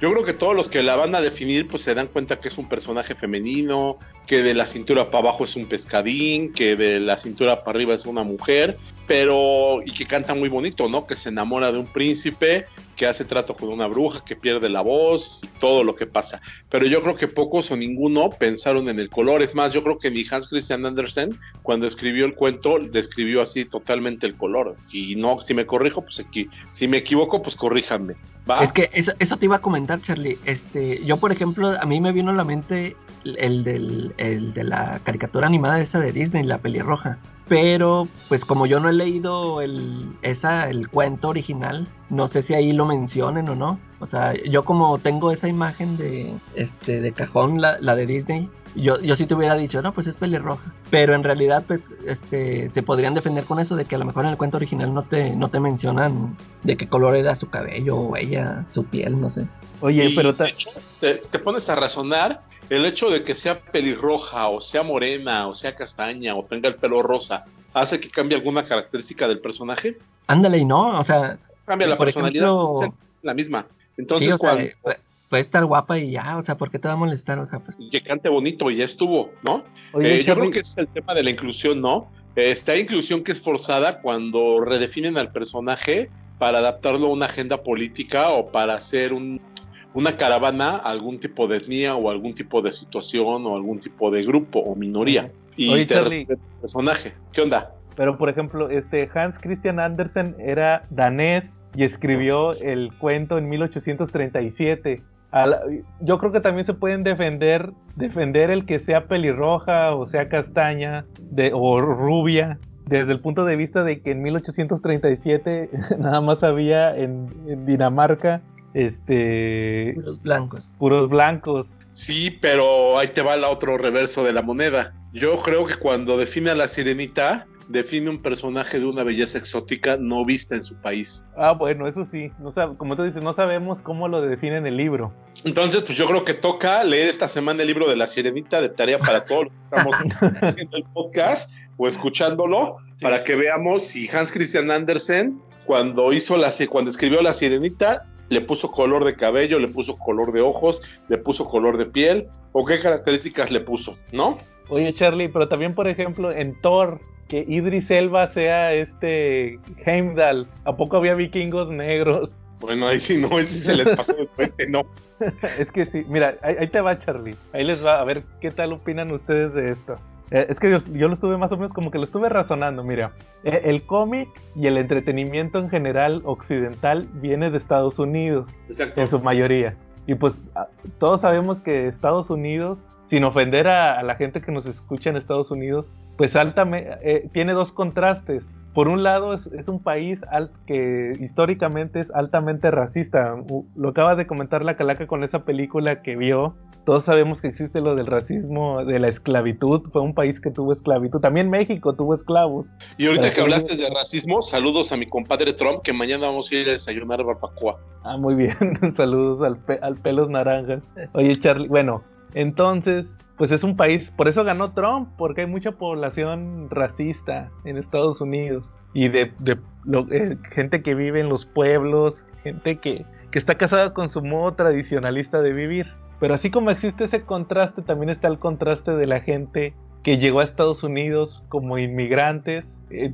Yo creo que todos los que la van a definir pues se dan cuenta que es un personaje femenino, que de la cintura para abajo es un pescadín, que de la cintura para arriba es una mujer, pero y que canta muy bonito, ¿no? Que se enamora de un príncipe, que hace trato con una bruja, que pierde la voz y todo lo que pasa. Pero yo creo que pocos o ninguno pensaron en el color. Es más, yo creo que ni Hans Christian Andersen, cuando escribió el cuento, describió así totalmente el color. Si me corrijo, pues aquí. Si me equivoco, pues corríjanme. ¿Va? Es que eso te iba a comentar, Charlie. Yo, por ejemplo, a mí me vino a la mente el de la caricatura animada esa de Disney, la pelirroja. Pero, pues como yo no he leído el cuento original, no sé si ahí lo mencionen o no. O sea, yo como tengo esa imagen de cajón, la de Disney, yo sí te hubiera dicho, no, pues es pelirroja. Pero en realidad, pues, se podrían defender con eso de que a lo mejor en el cuento original no te mencionan de qué color era su cabello o ella, su piel, no sé. Oye, pero de hecho, te pones a razonar. El hecho de que sea pelirroja, o sea morena, o sea castaña, o tenga el pelo rosa, ¿hace que cambie alguna característica del personaje? Ándale, y no, o sea... Cambia la personalidad, es la misma. Entonces, sí, puede estar guapa y ya, o sea, ¿por qué te va a molestar? O sea, pues... Y que cante bonito y ya estuvo, ¿no? Oye, yo creo que es el tema de la inclusión, ¿no? Hay inclusión que es forzada cuando redefinen al personaje para adaptarlo a una agenda política o para hacer una caravana a algún tipo de etnia o algún tipo de situación o algún tipo de grupo o minoría. Y oye, te Charlie, respeta el personaje. ¿Qué onda? Pero por ejemplo, Hans Christian Andersen era danés y escribió el cuento en 1837. Yo creo que también se pueden defender el que sea pelirroja o sea castaña o rubia, desde el punto de vista de que en 1837 nada más había en Dinamarca puros blancos. Sí, pero ahí te va el otro reverso de la moneda. Yo creo que cuando define a la sirenita, define un personaje de una belleza exótica no vista en su país. Ah, bueno, eso sí, como tú dices, no sabemos cómo lo define en el libro. Entonces, pues yo creo que toca leer esta semana el libro de la sirenita de tarea para todos los que estamos haciendo el podcast o escuchándolo, sí, para que veamos si Hans Christian Andersen, cuando escribió la sirenita, le puso color de cabello, le puso color de ojos, le puso color de piel, o qué características le puso, ¿no? Oye, Charlie, pero también, por ejemplo, en Thor, que Idris Elba sea Heimdall, ¿a poco había vikingos negros? Bueno, ahí sí no, ese se les pasó de puente, no. Es que sí, mira, ahí te va, Charlie, ahí les va, a ver qué tal opinan ustedes de esto. Es que yo lo estuve más o menos como que lo estuve razonando, mira, el cómic y el entretenimiento en general occidental viene de Estados Unidos. Exacto. En su mayoría, y pues todos sabemos que Estados Unidos, sin ofender a la gente que nos escucha en Estados Unidos, pues tiene dos contrastes. Por un lado es un país que históricamente es altamente racista. Lo acaba de comentar la Calaca con esa película que vio. Todos sabemos que existe lo del racismo, de la esclavitud. Fue un país que tuvo esclavitud. También México tuvo esclavos. Y ahorita que hablaste de racismo, saludos a mi compadre Trump, que mañana vamos a ir a desayunar barbacoa. Ah, muy bien. Saludos al pelos naranjas. Oye, Charlie, bueno, entonces, pues es un país, por eso ganó Trump, porque hay mucha población racista en Estados Unidos y gente que vive en los pueblos, gente que está casada con su modo tradicionalista de vivir. Pero así como existe ese contraste, también está el contraste de la gente que llegó a Estados Unidos como inmigrantes,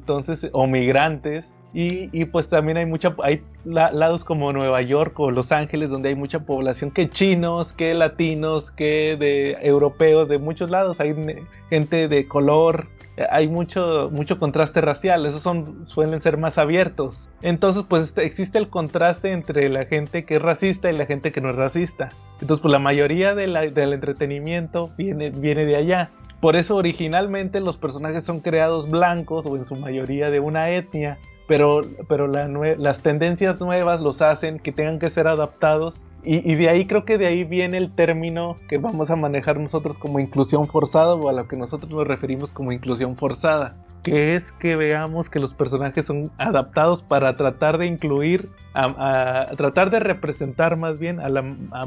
o migrantes. Y pues también hay lados como Nueva York o Los Ángeles donde hay mucha población, que chinos, que latinos, que de europeos, de muchos lados, hay gente de color, hay mucho contraste racial, esos suelen ser más abiertos. Entonces pues existe el contraste entre la gente que es racista y la gente que no es racista. Entonces pues la mayoría del entretenimiento viene de allá. Por eso originalmente los personajes son creados blancos o en su mayoría de una etnia. Pero las tendencias nuevas los hacen que tengan que ser adaptados y creo que de ahí viene el término que vamos a manejar nosotros como inclusión forzada, o a lo que nosotros nos referimos como inclusión forzada, que es que veamos que los personajes son adaptados para tratar de incluir, tratar de representar más bien a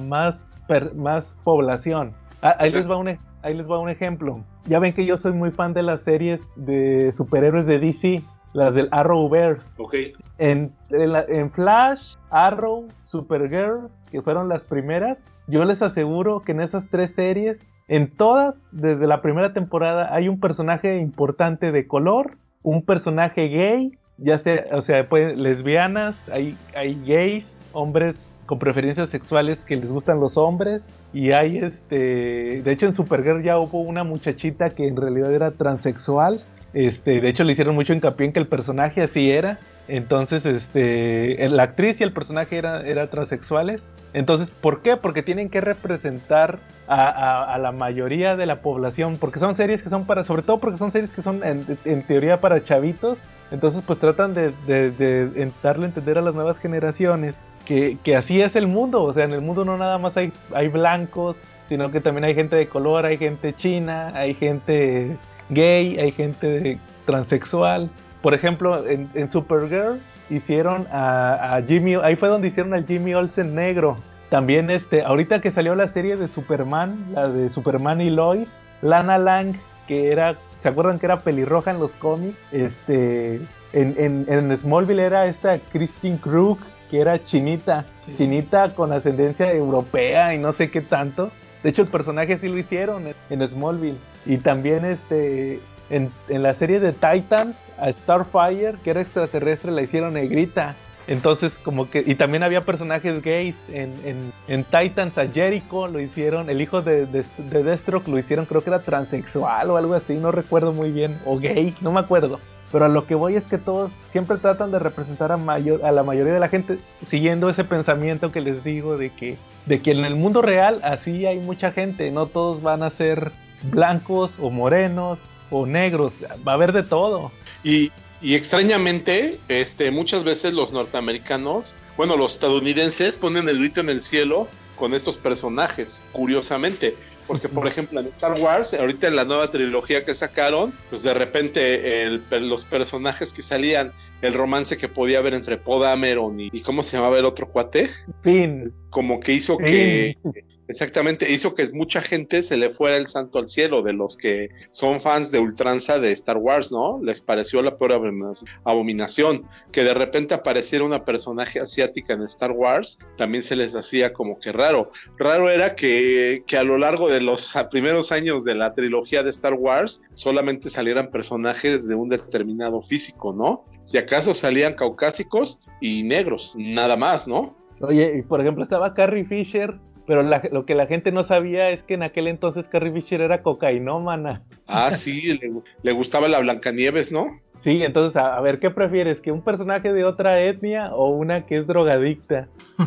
más población. Ahí les va un ejemplo. Ya ven que yo soy muy fan de las series de superhéroes de DC. las del Arrowverse. Ok. En Flash, Arrow, Supergirl, que fueron las primeras, yo les aseguro que en esas 3 series, en todas, desde la primera temporada, hay un personaje importante de color, un personaje gay, ya sea, o sea, pues, lesbianas, hay gays, hombres con preferencias sexuales que les gustan los hombres, y hay de hecho en Supergirl ya hubo una muchachita que en realidad era transexual. De hecho le hicieron mucho hincapié en que el personaje así era. Entonces, la actriz y el personaje eran transexuales. Entonces, ¿por qué? Porque tienen que representar a la mayoría de la población, porque son series que son sobre todo porque son series que son en teoría para chavitos. Entonces, pues tratan de darle a entender a las nuevas generaciones que así es el mundo. O sea, en el mundo no nada más hay blancos, sino que también hay gente de color, hay gente china, hay gente gay, hay gente transexual. Por ejemplo, en Supergirl hicieron a Jimmy, ahí fue donde hicieron al Jimmy Olsen negro. También ahorita que salió la serie de Superman, la de Superman y Lois, Lana Lang, que era, ¿se acuerdan que era pelirroja en los cómics? En Smallville era esta Christine Krug, que era chinita, sí. Chinita con ascendencia europea y no sé qué tanto. De hecho el personaje sí lo hicieron en Smallville. Y también en la serie de Titans, a Starfire, que era extraterrestre, la hicieron negrita. Entonces como que, y también había personajes gays en Titans. A Jericho lo hicieron, el hijo de Deathstroke lo hicieron, creo que era transexual o algo así, no recuerdo muy bien, o gay, no me acuerdo. Pero a lo que voy es que todos siempre tratan de representar a la mayoría de la gente, siguiendo ese pensamiento que les digo de que en el mundo real así hay mucha gente, no todos van a ser blancos o morenos o negros, va a haber de todo. Y extrañamente, muchas veces los norteamericanos, bueno, los estadounidenses ponen el grito en el cielo con estos personajes, curiosamente. Porque, por ejemplo, en Star Wars, ahorita en la nueva trilogía que sacaron, pues de repente los personajes que salían, el romance que podía haber entre Poe Dameron y ¿cómo se llamaba el otro cuate? Finn. Como que hizo que... Exactamente, hizo que mucha gente se le fuera el santo al cielo, de los que son fans de ultranza de Star Wars, ¿no? Les pareció la peor abominación. Que de repente apareciera una personaje asiática en Star Wars, también se les hacía como que raro. Raro era que a lo largo de los primeros años de la trilogía de Star Wars, solamente salieran personajes de un determinado físico, ¿no? Si acaso salían caucásicos y negros, nada más, ¿no? Oye, y por ejemplo estaba Carrie Fisher, pero lo que la gente no sabía es que en aquel entonces Carrie Fisher era cocainómana. Ah, sí, le gustaba la Blancanieves, ¿no? Sí, entonces, a ver, ¿qué prefieres? ¿Que un personaje de otra etnia o una que es drogadicta?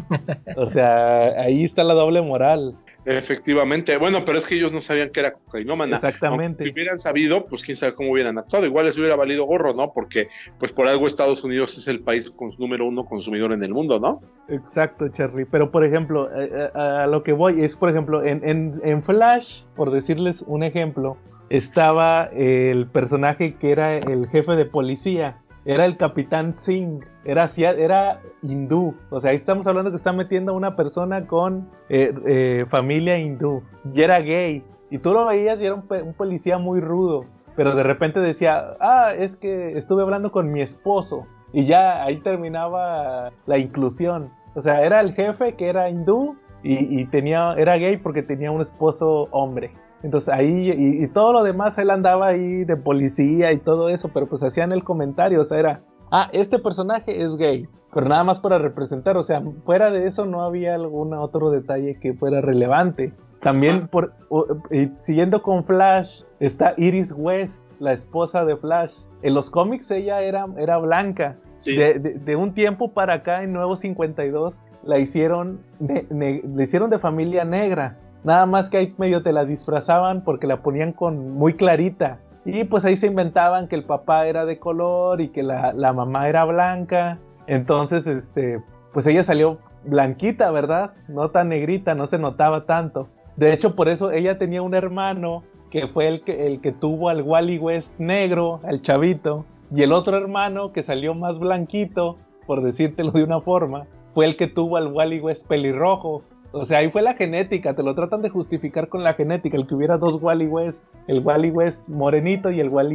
O sea, ahí está la doble moral. Efectivamente, bueno, pero es que ellos no sabían que era cocainómana. Exactamente. Aunque si hubieran sabido, pues quién sabe cómo hubieran actuado. Igual les hubiera valido gorro, ¿no? Porque, pues por algo Estados Unidos es el país número 1 consumidor en el mundo, ¿no? Exacto, Charlie. Pero, por ejemplo, a lo que voy es, por ejemplo, en Flash, por decirles un ejemplo, estaba el personaje que era el jefe de policía. Era el Capitán Singh, era hindú. O sea, ahí estamos hablando que está metiendo a una persona con familia hindú. Y era gay. Y tú lo veías y era un policía muy rudo. Pero de repente decía, es que estuve hablando con mi esposo. Y ya ahí terminaba la inclusión. O sea, era el jefe que era hindú y era gay porque tenía un esposo hombre. Entonces ahí, y todo lo demás, él andaba ahí de policía y todo eso, pero pues hacían el comentario, o sea, era, este personaje es gay, pero nada más para representar, o sea, fuera de eso no había algún otro detalle que fuera relevante. También, siguiendo con Flash, está Iris West, la esposa de Flash. En los cómics ella era blanca. Sí. De un tiempo para acá, en Nuevo 52, la hicieron de familia negra. Nada más que ahí medio te la disfrazaban porque la ponían muy clarita. Y pues ahí se inventaban que el papá era de color y que la mamá era blanca. Entonces, pues ella salió blanquita, ¿verdad? No tan negrita, no se notaba tanto. De hecho, por eso ella tenía un hermano que fue el que tuvo al Wally West negro, al chavito. Y el otro hermano que salió más blanquito, por decírtelo de una forma, fue el que tuvo al Wally West pelirrojo. O sea, ahí fue la genética, te lo tratan de justificar con la genética, el que hubiera dos Wally West, el Wally West morenito y el Wally West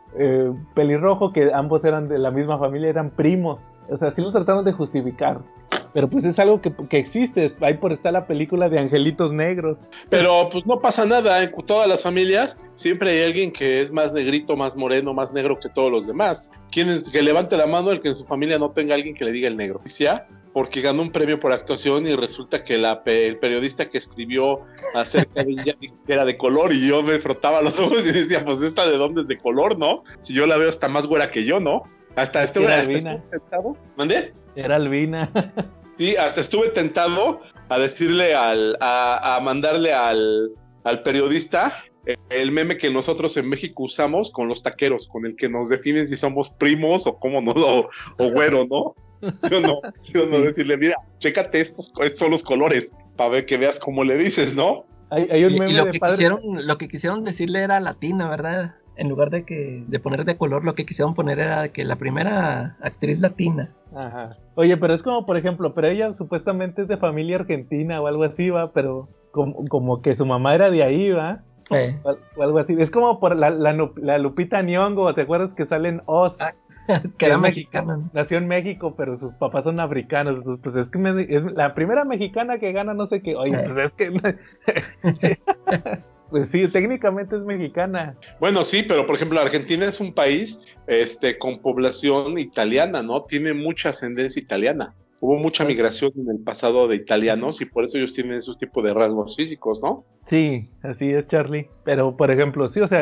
pelirrojo, que ambos eran de la misma familia, eran primos. O sea, sí lo trataron de justificar. Pero pues es algo que existe, ahí por estar la película de Angelitos Negros. Pero pues no pasa nada, en todas las familias siempre hay alguien que es más negrito, más moreno, más negro que todos los demás. Que levante la mano el que en su familia no tenga alguien que le diga el negro. Porque ganó un premio por actuación y resulta que el periodista que escribió acerca de ella era de color y yo me frotaba los ojos y decía, pues esta de dónde es de color, ¿no? Si yo la veo está más güera que yo, ¿no? Hasta estuve tentado. ¿Mandé? Era albina. Sí, hasta estuve tentado a decirle a mandarle al periodista el meme que nosotros en México usamos con los taqueros, con el que nos definen si somos primos o cómo no, o güero, ¿no? Yo no, decirle, mira, chécate estos son los colores, para ver que veas cómo le dices, ¿no? Hay un meme y lo de que padre. lo que quisieron decirle era latina, ¿verdad? En lugar de poner de color, lo que quisieron poner era que la primera actriz latina. Ajá. Oye, pero es como, por ejemplo, pero ella supuestamente es de familia argentina o algo así, va, pero como que su mamá era de ahí, va. O algo así. Es como por la Lupita Nyong'o, ¿te acuerdas que sale en Oz? Que era mexicana. Nació en México, pero sus papás son africanos. Entonces, pues es que es la primera mexicana que gana no sé qué. Oye, pues es que... Pues sí, técnicamente es mexicana. Bueno, sí, pero por ejemplo, Argentina es un país con población italiana, ¿no? Tiene mucha ascendencia italiana. Hubo mucha migración en el pasado de italianos y por eso ellos tienen esos tipos de rasgos físicos, ¿no? Sí, así es, Charlie. Pero, por ejemplo, sí, o sea,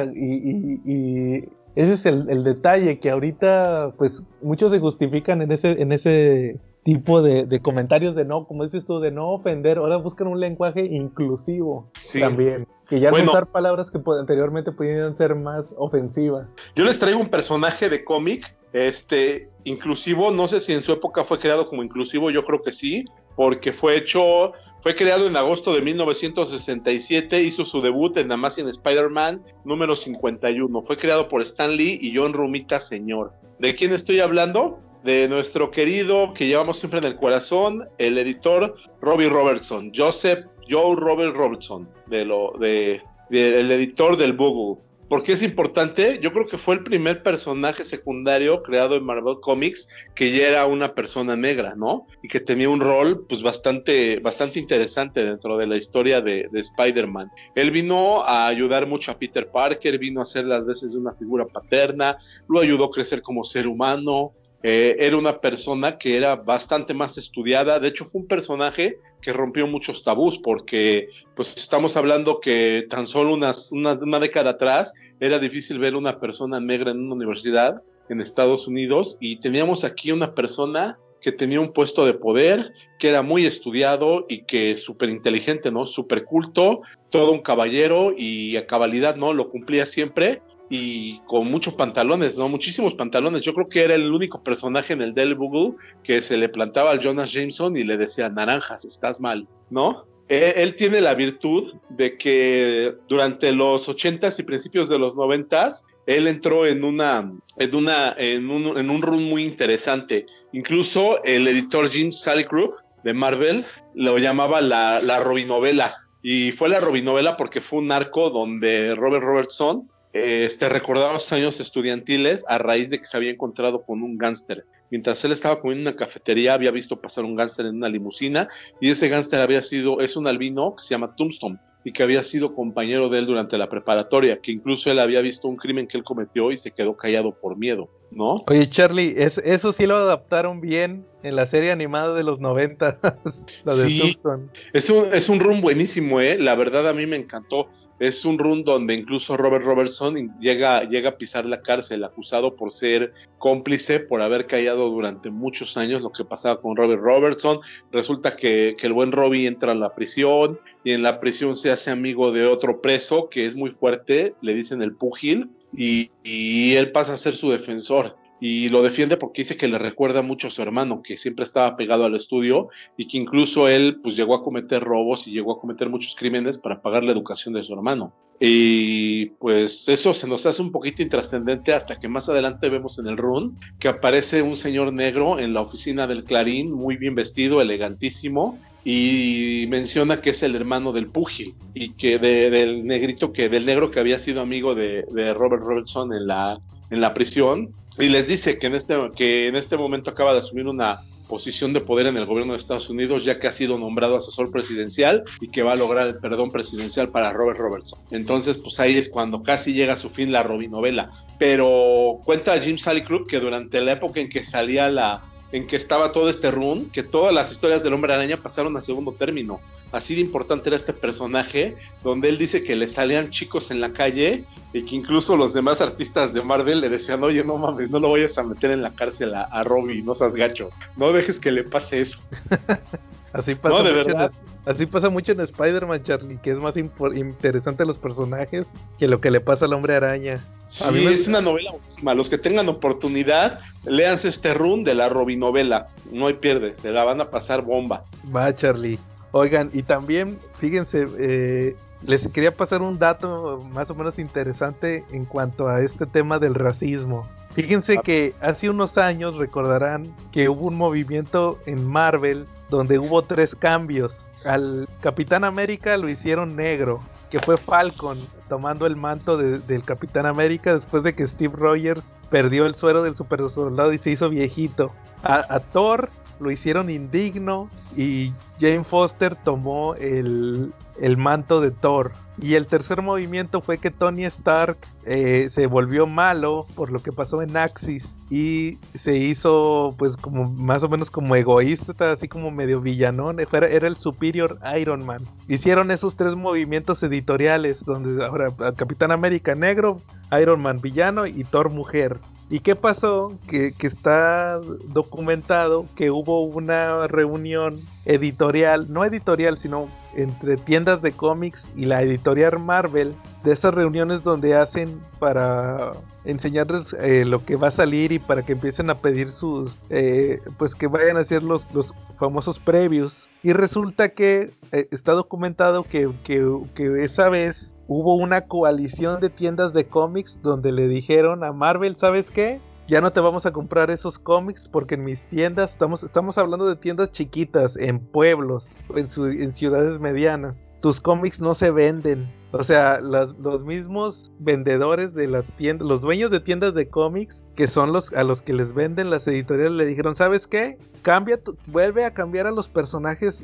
y ese es el detalle, que ahorita, pues, muchos se justifican en ese tipo de comentarios de no, como dices tú, de no ofender. Ahora buscan un lenguaje inclusivo también. Que ya no usar palabras que anteriormente pudieran ser más ofensivas. Yo les traigo un personaje de cómic, inclusivo, no sé si en su época fue creado como inclusivo, yo creo que sí, porque fue creado en agosto de 1967, hizo su debut en Amazing Spider-Man número 51, fue creado por Stan Lee y John Romita Sr. ¿De quién estoy hablando? De nuestro querido, que llevamos siempre en el corazón, el editor Robbie Robertson, Joe Robert Robertson, el editor del Bugle. ¿Por qué es importante? Yo creo que fue el primer personaje secundario creado en Marvel Comics que ya era una persona negra, ¿no? Y que tenía un rol pues bastante interesante dentro de la historia de Spider-Man. Él vino a ayudar mucho a Peter Parker, vino a hacer las veces de una figura paterna, lo ayudó a crecer como ser humano. Era una persona que era bastante más estudiada. De hecho fue un personaje que rompió muchos tabús, porque pues estamos hablando que tan solo una década atrás era difícil ver una persona negra en una universidad en Estados Unidos, y teníamos aquí una persona que tenía un puesto de poder, que era muy estudiado y que súper inteligente, ¿no? Súper culto, todo un caballero, y a cabalidad, ¿no? Lo cumplía siempre. Y con muchos pantalones, ¿no? Muchísimos pantalones. Yo creo que era el único personaje en el Daily Bugle que se le plantaba al Jonas Jameson y le decía, naranjas, estás mal, ¿no? Él tiene la virtud de que durante los 80s y principios de los 90s, él entró en un run muy interesante. Incluso el editor Jim Salicrup de Marvel lo llamaba la Robinovela. Y fue la Robinovela porque fue un arco donde Robert Robertson recordaba los años estudiantiles a raíz de que se había encontrado con un gángster. Mientras él estaba comiendo en una cafetería, había visto pasar un gángster en una limusina, y ese gángster es un albino que se llama Tombstone, y que había sido compañero de él durante la preparatoria, que incluso él había visto un crimen que él cometió y se quedó callado por miedo, ¿no? Oye, Charlie, eso sí lo adaptaron bien en la serie animada de los 90. La de sí, Tombstone. Es un run buenísimo, la verdad a mí me encantó. Es un run donde incluso Robert Robertson llega a pisar la cárcel, acusado por ser cómplice, por haber callado durante muchos años lo que pasaba con Robert Robertson. Resulta que el buen Robbie entra a la prisión, y en la prisión se hace amigo de otro preso que es muy fuerte, le dicen el púgil, y él pasa a ser su defensor. Y lo defiende porque dice que le recuerda mucho a su hermano, que siempre estaba pegado al estudio, y que incluso él pues llegó a cometer robos y llegó a cometer muchos crímenes para pagar la educación de su hermano. Y pues eso se nos hace un poquito intrascendente hasta que más adelante vemos en el run que aparece un señor negro en la oficina del Clarín, muy bien vestido, elegantísimo, y menciona que es el hermano del púgil, y que del negro que había sido amigo de Robert Robertson en en la prisión, y les dice que en este momento acaba de asumir una posición de poder en el gobierno de Estados Unidos, ya que ha sido nombrado asesor presidencial y que va a lograr el perdón presidencial para Robert Robertson. Entonces, pues ahí es cuando casi llega a su fin la Robinovela. Pero cuenta Jim Saliclub que durante la época en que estaba todo este run, que todas las historias del Hombre Araña pasaron a segundo término. Así de importante era este personaje, donde él dice que le salían chicos en la calle y que incluso los demás artistas de Marvel le decían, oye, no mames, no lo vayas a meter en la cárcel a Robbie, no seas gacho, no dejes que le pase eso. Así pasa, no, de verdad. Así pasa mucho en Spider-Man, Charlie, que es más interesante los personajes que lo que le pasa al Hombre Araña. Sí, es una novela buenísima. Los que tengan oportunidad, léanse este run de la Robinovela. No hay pierde, se la van a pasar bomba. Va, Charlie. Oigan, y también, fíjense, les quería pasar un dato más o menos interesante en cuanto a este tema del racismo. Fíjense que hace unos años recordarán que hubo un movimiento en Marvel donde hubo 3 cambios. Al Capitán América lo hicieron negro, que fue Falcon tomando el manto del Capitán América después de que Steve Rogers perdió el suero del supersoldado y se hizo viejito. A Thor lo hicieron indigno y Jane Foster tomó el manto de Thor. Y el tercer movimiento fue que Tony Stark se volvió malo por lo que pasó en Axis y se hizo pues como más o menos como egoísta, así como medio villanón, era el Superior Iron Man. Hicieron esos 3 movimientos editoriales donde ahora Capitán América negro, Iron Man villano y Thor mujer. ¿Y qué pasó? Que está documentado que hubo una reunión editorial, no editorial, sino entre tiendas de cómics y la editorial Marvel, de esas reuniones donde hacen para enseñarles lo que va a salir y para que empiecen a pedir sus, pues que vayan a hacer los famosos previews. Y resulta que está documentado que esa vez hubo una coalición de tiendas de cómics donde le dijeron a Marvel, ¿sabes qué? Ya no te vamos a comprar esos cómics porque en mis tiendas, estamos hablando de tiendas chiquitas, en pueblos, en ciudades medianas, tus cómics no se venden. O sea, los mismos vendedores de las tiendas, los dueños de tiendas de cómics, que son a los que les venden las editoriales, le dijeron, ¿sabes qué? Vuelve a cambiar a los personajes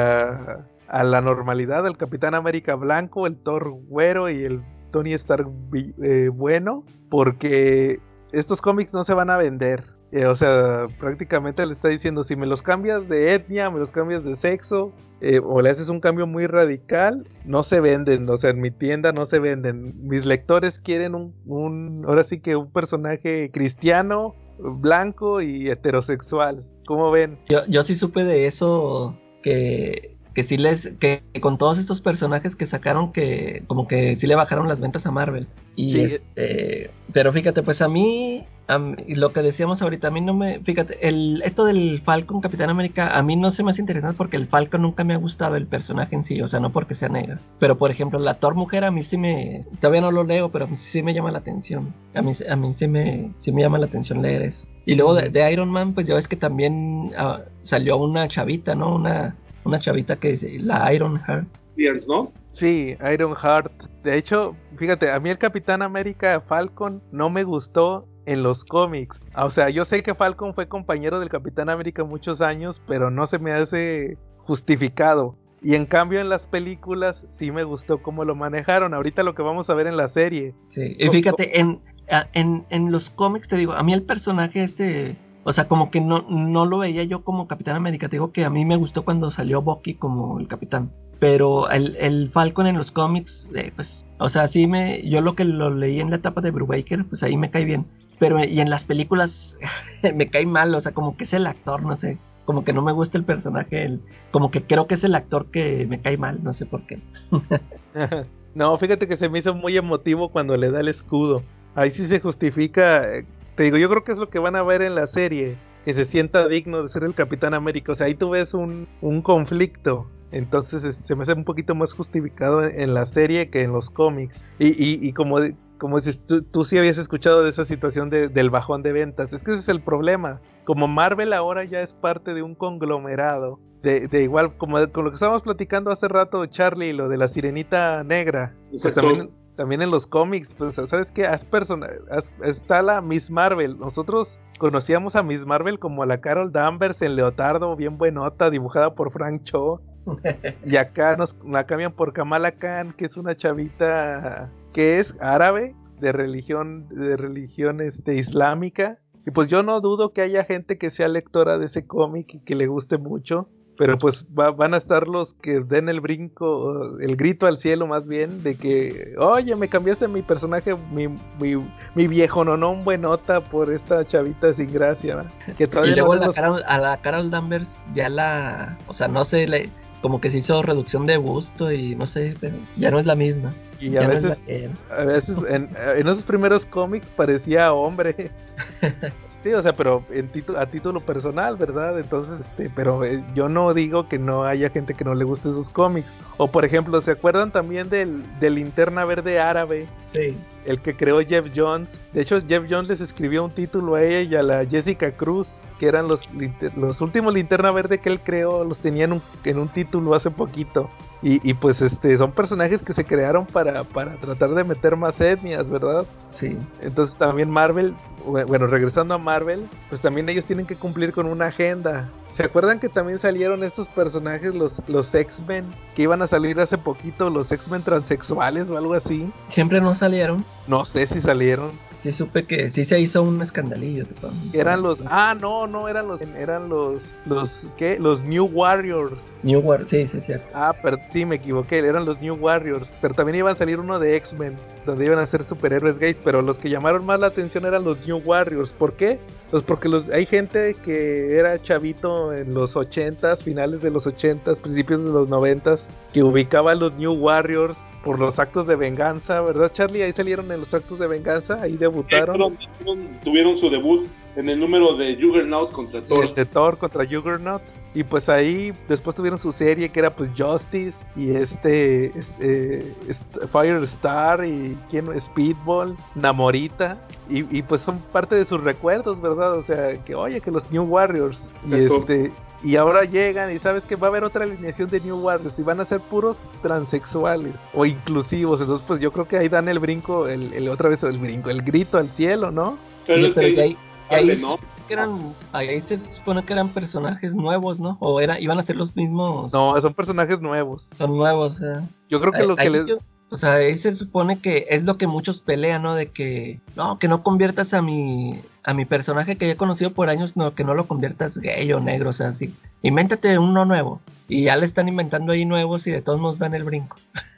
a la normalidad, al Capitán América blanco, el Thor güero y el Tony Stark bueno, porque estos cómics no se van a vender. O sea, prácticamente le está diciendo, si me los cambias de etnia, me los cambias de sexo, o le haces un cambio muy radical, no se venden. O sea, en mi tienda no se venden. Mis lectores quieren ahora sí que un personaje cristiano, blanco y heterosexual. ¿Cómo ven? Yo sí supe de eso, que con todos estos personajes que sacaron, que como que sí le bajaron las ventas a Marvel. Y sí. Pero fíjate, pues a mí lo que decíamos ahorita, a mí no me, fíjate, esto del Falcon, Capitán América, a mí no se me hace interesante porque el Falcon nunca me ha gustado el personaje en sí, o sea, no porque sea negra. Pero por ejemplo, la Thor mujer a mí todavía no lo leo, pero sí me llama la atención. A mí sí me llama la atención leer eso. Y luego de Iron Man, pues ya ves que también salió una chavita, ¿no? Una chavita que dice, la Iron Heart. ¿No? Sí, Iron Heart. De hecho, fíjate, a mí el Capitán América Falcon no me gustó en los cómics. O sea, yo sé que Falcon fue compañero del Capitán América muchos años, pero no se me hace justificado. Y en cambio en las películas sí me gustó cómo lo manejaron. Ahorita lo que vamos a ver en la serie. Sí, y fíjate, en los cómics te digo, a mí el personaje o sea, como que no lo veía yo como Capitán América. Te digo que a mí me gustó cuando salió Bucky como el Capitán. Pero el Falcon en los cómics, pues, o sea, sí yo lo leí en la etapa de Brubaker, pues ahí me cae bien. Pero y en las películas me cae mal, o sea, como que es el actor, no sé. Como que no me gusta el personaje, como que creo que es el actor que me cae mal, no sé por qué. No, fíjate que se me hizo muy emotivo cuando le da el escudo. Ahí sí se justifica. Te digo, yo creo que es lo que van a ver en la serie, que se sienta digno de ser el Capitán América. O sea, ahí tú ves un conflicto. Entonces se me hace un poquito más justificado en la serie que en los cómics. Y como dices, tú sí habías escuchado de esa situación del bajón de ventas. Es que ese es el problema. Como Marvel ahora ya es parte de un conglomerado, de igual como con lo que estábamos platicando hace rato, Charlie, lo de la Sirenita Negra. Pues también en los cómics, pues, ¿sabes qué? Está la Miss Marvel. Nosotros conocíamos a Miss Marvel como a la Carol Danvers en Leotardo, bien buenota, dibujada por Frank Cho. Y acá la cambian por Kamala Khan, que es una chavita que es árabe, de religión islámica. Y pues yo no dudo que haya gente que sea lectora de ese cómic y que le guste mucho. Pero pues van a estar los que den el brinco, el grito al cielo más bien, de que, oye, me cambiaste mi personaje, mi viejo nonón buenota por esta chavita sin gracia, ¿verdad? Que y luego a la Carol Danvers ya o sea, no sé, como que se hizo reducción de busto y no sé, pero ya no es la misma. Y a veces en esos primeros cómics parecía hombre. Sí, o sea, pero a título personal, ¿verdad? Entonces, pero yo no digo que no haya gente que no le guste esos cómics. O por ejemplo, ¿se acuerdan también del Linterna Verde árabe? Sí. El que creó Jeff Jones. De hecho, Jeff Jones les escribió un título a ella y a la Jessica Cruz, que eran los últimos Linterna Verde que él creó, los tenían en un título hace poquito. Y pues son personajes que se crearon para tratar de meter más etnias, ¿verdad? Sí. Entonces también Marvel, bueno, regresando a Marvel, pues también ellos tienen que cumplir con una agenda. ¿Se acuerdan que también salieron estos personajes, los X-Men, que iban a salir hace poquito, los X-Men transexuales o algo así? ¿Siempre no salieron? No sé si salieron. Sí, supe que sí se hizo un escandalillo. Eran los... eran los New Warriors. New Warriors, sí, cierto. Pero sí, me equivoqué, eran los New Warriors. Pero también iba a salir uno de X-Men, donde iban a ser superhéroes gays, pero los que llamaron más la atención eran los New Warriors. ¿Por qué? Pues porque hay gente que era chavito en los 80s, finales de los 80s, principios de los 90s, que ubicaba a los New Warriors por los actos de venganza, ¿verdad, Charlie? Ahí salieron en los actos de venganza, ahí debutaron. Tuvieron su debut en el número de Juggernaut contra Thor. De Thor contra Juggernaut. Y pues ahí después tuvieron su serie que era pues Justice y Firestar y Speedball, Namorita. Y pues son parte de sus recuerdos, ¿verdad? O sea, que oye, que los New Warriors. Y ahora llegan y sabes que va a haber otra alineación de New Warriors y van a ser puros transexuales o inclusivos. Entonces pues yo creo que ahí dan el brinco, el grito al cielo, ¿no? Pero es que ahí se supone que eran personajes nuevos, ¿no? O iban a ser los mismos. No, son personajes nuevos. Son nuevos, Yo creo que o sea, ahí se supone que es lo que muchos pelean, ¿no? De que no conviertas a mi personaje que ya he conocido por años, que no lo conviertas gay o negro, o sea, sí. Invéntate uno nuevo. Y ya le están inventando ahí nuevos y de todos nos dan el brinco.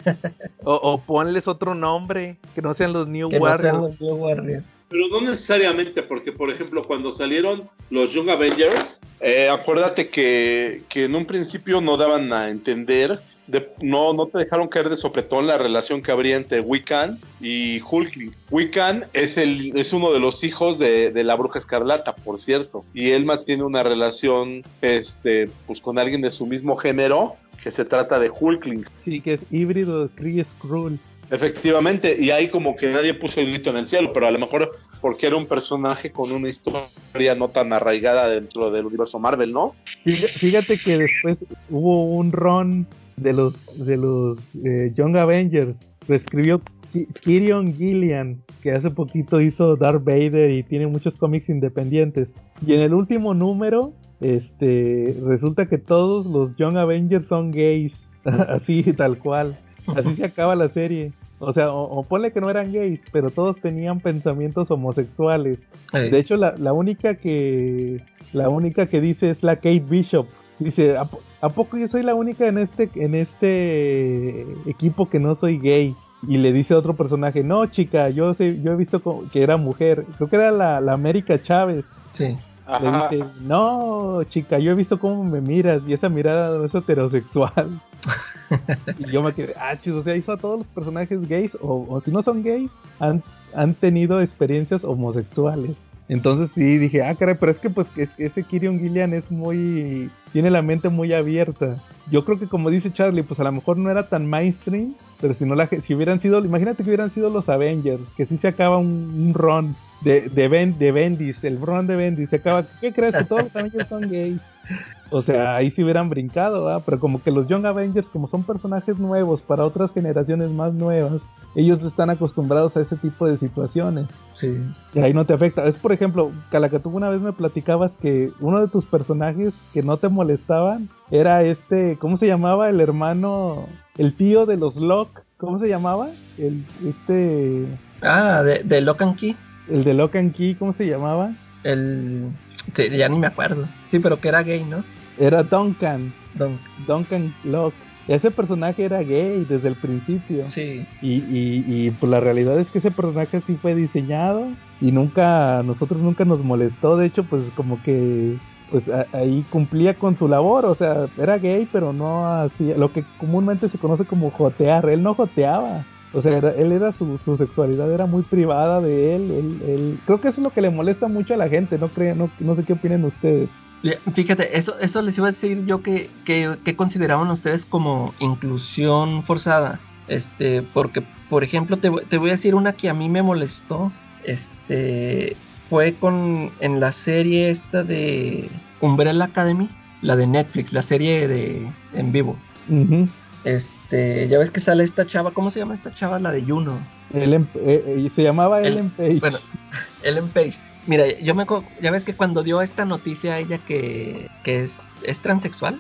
o ponles otro nombre, que no sean los New Warriors. No sean los New Warriors. Pero no necesariamente, porque por ejemplo, cuando salieron los Young Avengers, acuérdate que en un principio no daban a entender, no te dejaron caer de sopetón la relación que habría entre Wiccan y Hulkling. Wiccan es uno de los hijos de la Bruja Escarlata, por cierto, y él mantiene una relación pues con alguien de su mismo género, que se trata de Hulkling. Sí, que es híbrido de Kree Skrull. Efectivamente, y ahí como que nadie puso el grito en el cielo, pero a lo mejor porque era un personaje con una historia no tan arraigada dentro del universo Marvel, ¿no? Fíjate que después hubo un run de los Young Avengers, lo escribió Kieron Gillian, que hace poquito hizo Darth Vader y tiene muchos cómics independientes. Y en el último número, resulta que todos los Young Avengers son gays, así tal cual. Así se acaba la serie. O sea, o ponle que no eran gays, pero todos tenían pensamientos homosexuales. Hey. De hecho, la única que dice es la Kate Bishop. Dice, ¿a poco yo soy la única en este equipo que no soy gay? Y le dice a otro personaje, no chica, yo he visto que era mujer. Creo que era la América Chávez. Sí. Le dice, no chica, yo he visto cómo me miras y esa mirada no es heterosexual. Y yo me quedé, o sea, hizo a todos los personajes gays, o si no son gays, han tenido experiencias homosexuales. Entonces sí, dije, caray, pero es que pues ese Kieron Gillian tiene la mente muy abierta. Yo creo que como dice Charlie, pues a lo mejor no era tan mainstream, pero si hubieran sido, imagínate que hubieran sido los Avengers, que sí se acaba un run de Bendis, el run de Bendis, se acaba, ¿qué crees? Que todos los Avengers son gays. O sea, ahí sí hubieran brincado, ¿verdad? Pero como que los Young Avengers, como son personajes nuevos para otras generaciones más nuevas, ellos están acostumbrados a ese tipo de situaciones. Sí. Y ahí no te afecta. Es por ejemplo, Calacatú, una vez me platicabas que uno de tus personajes que no te molestaban era ¿cómo se llamaba? El hermano, el tío de los Locke, ¿cómo se llamaba? De Lock and Key. El de Lock and Key, ¿cómo se llamaba? Ya ni me acuerdo. Sí, pero que era gay, ¿no? Era Duncan Locke. Ese personaje era gay desde el principio. Sí. Y pues la realidad es que ese personaje sí fue diseñado y nosotros nunca nos molestó. De hecho, pues como que pues ahí cumplía con su labor. O sea, era gay, pero no hacía lo que comúnmente se conoce como jotear. Él no joteaba. O sea, su sexualidad era muy privada de él. Creo que eso es lo que le molesta mucho a la gente. No sé qué opinan ustedes. Fíjate, eso les iba a decir yo que consideraban ustedes como inclusión forzada. Porque, por ejemplo, te voy a decir una que a mí me molestó. Fue en la serie esta de Umbrella Academy, la de Netflix, la serie en vivo. Uh-huh. Ya ves que sale esta chava, ¿cómo se llama esta chava? La de Juno. Se llamaba Ellen Page. Bueno, Ellen Page. Mira, yo me acuerdo, ya ves que cuando dio esta noticia a ella que es transexual.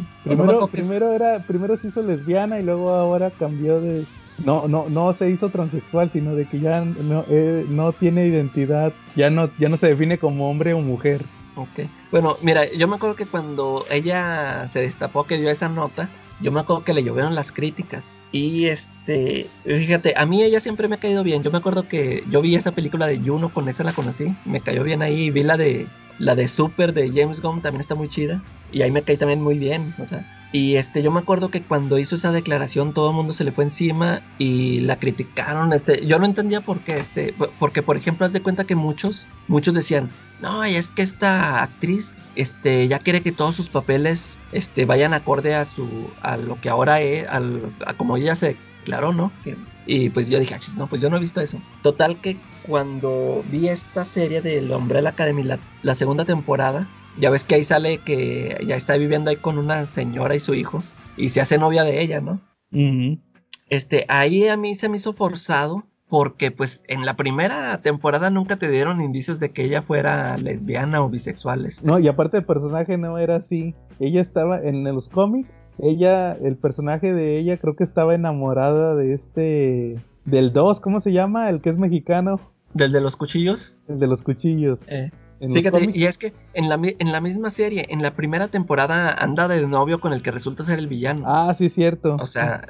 Primero se hizo lesbiana y luego ahora cambió de... No se hizo transexual, sino de que ya no tiene identidad, ya no se define como hombre o mujer. Ok. Bueno, mira, yo me acuerdo que cuando ella se destapó que dio esa nota, yo me acuerdo que le llovieron las críticas. Y fíjate, a mí ella siempre me ha caído bien. Yo me acuerdo que yo vi esa película de Juno, con esa la conocí. Me cayó bien ahí. Vi la de Super de James Gunn, también está muy chida. Y ahí me caí también muy bien. O sea, y yo me acuerdo que cuando hizo esa declaración todo el mundo se le fue encima y la criticaron. Yo no entendía por qué. Porque, por ejemplo, haz de cuenta que muchos decían, no, y es que esta actriz ya quiere que todos sus papeles vayan acorde a lo que ahora es, a como ella se declaró, ¿no? Y pues yo dije, no, pues yo no he visto eso. Total que cuando vi esta serie de Umbrella Academy, la segunda temporada, ya ves que ahí sale que ya está viviendo ahí con una señora y su hijo y se hace novia de ella, ¿no? Uh-huh. Ahí a mí se me hizo forzado porque pues en la primera temporada nunca te dieron indicios de que ella fuera lesbiana o bisexual. No, y aparte el personaje no era así. Ella estaba en los cómics, el personaje de ella creo que estaba enamorada de del 2, ¿cómo se llama? El que es mexicano. ¿Del de los cuchillos? El de los cuchillos. Fíjate, y es que en la misma serie, en la primera temporada anda de novio con el que resulta ser el villano. Ah, sí, cierto. O sea,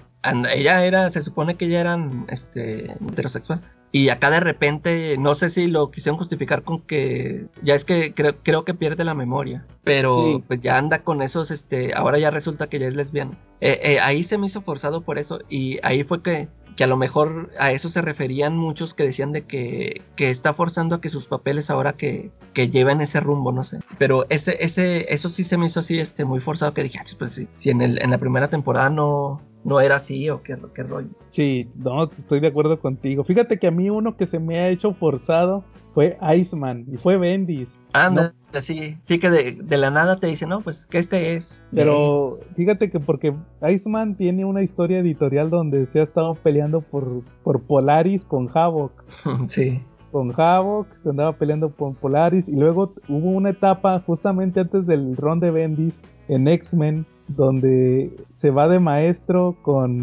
se supone que ella eran heterosexual. Y acá de repente, no sé si lo quisieron justificar con que, ya es que creo que pierde la memoria. Pero sí, pues ya anda con esos, ahora ya resulta que ya es lesbiana. Ahí se me hizo forzado por eso, y ahí fue que a lo mejor a eso se referían muchos que decían de que está forzando a que sus papeles ahora que lleven ese rumbo, no sé. Pero eso sí se me hizo así, muy forzado, que dije, pues sí, si en la primera temporada no era así, o qué rollo. Sí, no, estoy de acuerdo contigo. Fíjate que a mí uno que se me ha hecho forzado fue Iceman, y fue Bendis. Anda, ¿no? Sí que de la nada te dicen, no, pues que es. Pero fíjate que porque Iceman tiene una historia editorial donde se ha estado peleando por Polaris con Havok. Sí. Con Havok, se andaba peleando por Polaris, y luego hubo una etapa justamente antes del run de Bendis en X-Men, donde se va de maestro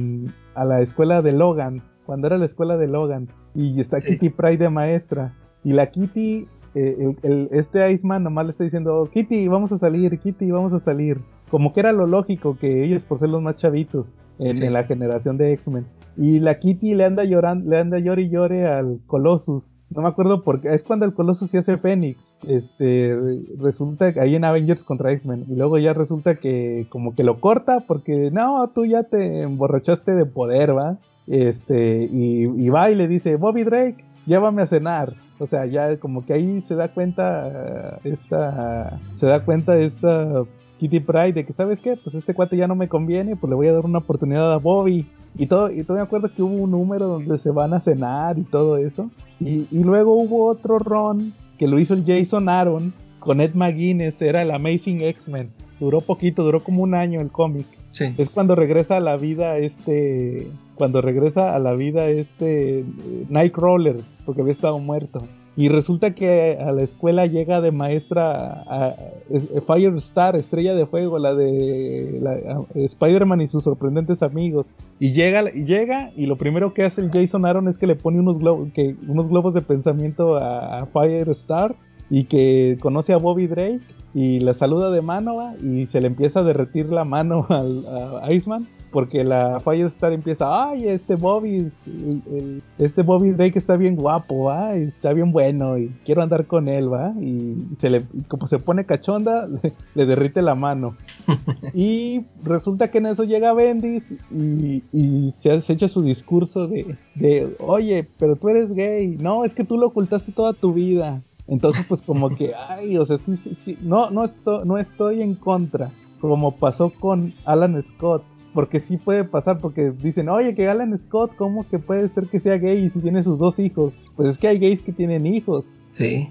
a la escuela de Logan, cuando era la escuela de Logan, y está sí. Kitty Pryde de maestra, y la Kitty, Iceman nomás le está diciendo, Kitty, vamos a salir, como que era lo lógico que ellos, por ser los más chavitos en la generación de X-Men, y la Kitty le anda llore al Colossus. No me acuerdo porque es cuando el Colossus se hace Fénix. Resulta que ahí en Avengers contra X-Men, y luego ya resulta que como que lo corta porque no, tú ya te emborrachaste de poder, ¿va? Y va y le dice, Bobby Drake, llévame a cenar. O sea, ya como que ahí se da cuenta esta Kitty Pryde de que, ¿sabes qué? Pues este cuate ya no me conviene, pues le voy a dar una oportunidad a Bobby. Y todo me acuerdo que hubo un número donde se van a cenar y todo eso. Y luego hubo otro run que lo hizo el Jason Aaron con Ed McGuinness, era el Amazing X-Men. Duró poquito, duró como un año el cómic. Sí. Es cuando regresa a la vida Nightcrawler, porque había estado muerto. Y resulta que a la escuela llega de maestra a Firestar, Estrella de Fuego, la de Spider-Man y sus sorprendentes amigos. Y llega y lo primero que hace el Jason Aaron es que le pone unos globos de pensamiento a Firestar, y que conoce a Bobby Drake y la saluda de mano, ¿va? Y se le empieza a derretir la mano a Iceman, porque la Firestar empieza, ay, este Bobby Drake está bien guapo, ¿va? Y está bien bueno y quiero andar con él, ¿va? Y como se pone cachonda, le derrite la mano. Y resulta que en eso llega Bendis y se echa su discurso de oye, pero tú eres gay, no, es que tú lo ocultaste toda tu vida. Entonces pues como que, ay, o sea, sí, no estoy en contra, como pasó con Alan Scott, porque sí puede pasar, porque dicen, oye, que Alan Scott, ¿cómo que puede ser que sea gay si tiene sus 2 hijos? Pues es que hay gays que tienen hijos. Sí.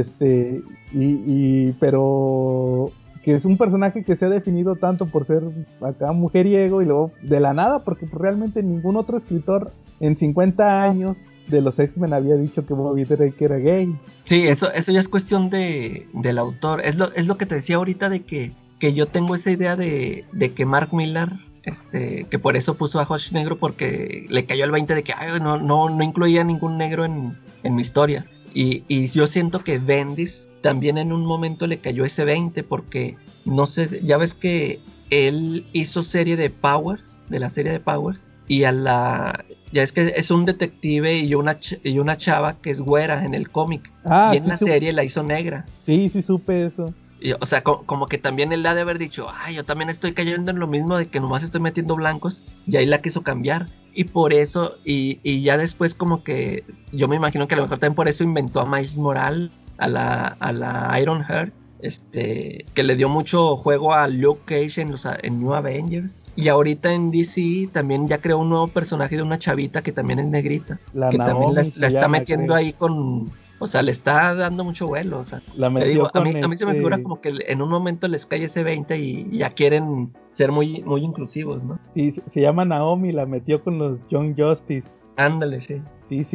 Pero que es un personaje que se ha definido tanto por ser acá mujeriego y luego de la nada, porque realmente ningún otro escritor en 50 años de los X-Men había dicho que Bobby Drake era gay. Sí, eso ya es cuestión del autor. Es lo que te decía ahorita de que yo tengo esa idea de que Mark Millar, que por eso puso a Hush negro, porque le cayó el 20 de que no incluía ningún negro en mi historia. Y yo siento que Bendis también en un momento le cayó ese 20, porque no sé, ya ves que él hizo serie de Powers, de la serie de Powers, y ya es que es un detective y una chava que es güera en el cómic, y en sí, la serie la hizo negra. Sí, supe eso. Y, o sea, como que también él ha de haber dicho, yo también estoy cayendo en lo mismo de que nomás estoy metiendo blancos, y ahí la quiso cambiar. Y por eso, y ya después como que, yo me imagino que a lo mejor también por eso inventó a Miles Morales, a la Ironheart, que le dio mucho juego a Luke Cage en New Avengers. Y ahorita en DC también ya creó un nuevo personaje de una chavita que también es negrita, que también la está metiendo ahí con... O sea, le está dando mucho vuelo, o sea, a mí se me figura como que en un momento les cae ese 20 y ya quieren ser muy, muy inclusivos, ¿no? Sí, se llama Naomi, la metió con los Young Justice. Ándale, sí. Sí,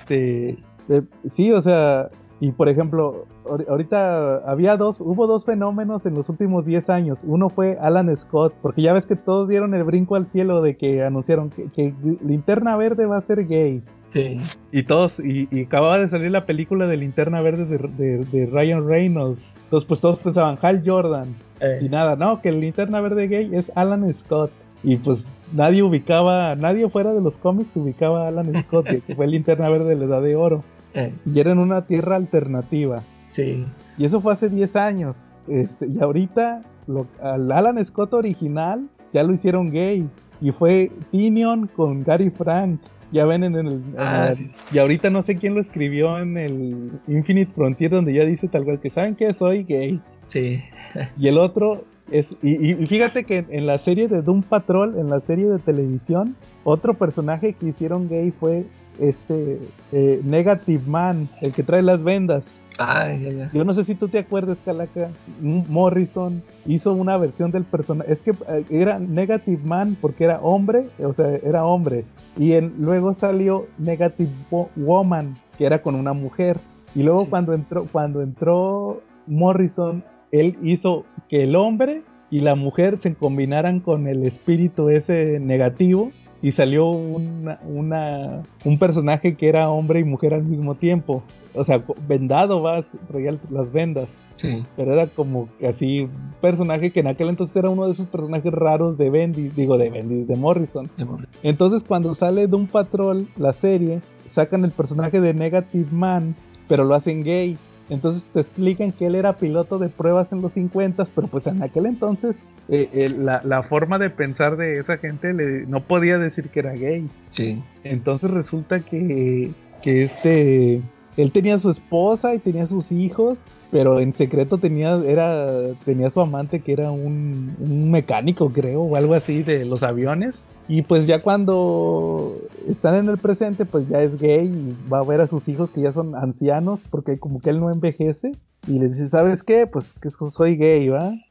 sí, o sea, y por ejemplo, ahorita hubo 2 fenómenos en los últimos 10 años. Uno fue Alan Scott, porque ya ves que todos dieron el brinco al cielo de que anunciaron que Linterna Verde va a ser gay. Sí. Y acababa de salir la película de Linterna Verde de Ryan Reynolds. Entonces pues todos pensaban Hal Jordan. Y nada, no, que el Linterna Verde gay es Alan Scott. Y pues nadie fuera de los cómics ubicaba a Alan Scott, que fue el Linterna Verde de la Edad de Oro. Y era en una tierra alternativa. Sí. Y eso fue hace 10 años. Y ahorita al Alan Scott original ya lo gay. Y fue Tinion con Gary Frank. Ya ven sí. Y ahorita no sé quién lo escribió en el Infinite Frontier, donde ya dice tal cual que saben que soy gay. Sí. Y el otro es, y fíjate que en la serie de Doom Patrol, en la serie de televisión, otro personaje que hicieron gay fue Negative Man, el que trae las vendas. Ya. Yo no sé si tú te acuerdas, Calaca, Morrison hizo una versión del personaje, es que era Negative Man porque era hombre, y luego salió Negative Woman, que era con una mujer, y luego sí. cuando entró Morrison, él hizo que el hombre y la mujer se combinaran con el espíritu ese negativo, y salió un personaje que era hombre y mujer al mismo tiempo. O sea, vendado, traía las vendas. Sí. Pero era como así un personaje que en aquel entonces era uno de esos personajes raros de Morrison. Entonces cuando sale Doom Patrol, la serie, sacan el personaje de Negative Man, pero lo hacen gay. Entonces te explican que él era piloto de pruebas en los 50, pero pues en aquel entonces la forma de pensar de esa gente no podía decir que era gay. Sí. Entonces resulta que él tenía su esposa y tenía sus hijos, pero en secreto tenía su amante que era un mecánico, creo, o algo así de los aviones. Y pues ya cuando están en el presente, pues ya es gay y va a ver a sus hijos que ya son ancianos, porque como que él no envejece, y le dice, ¿sabes qué? Pues que soy gay, ¿va?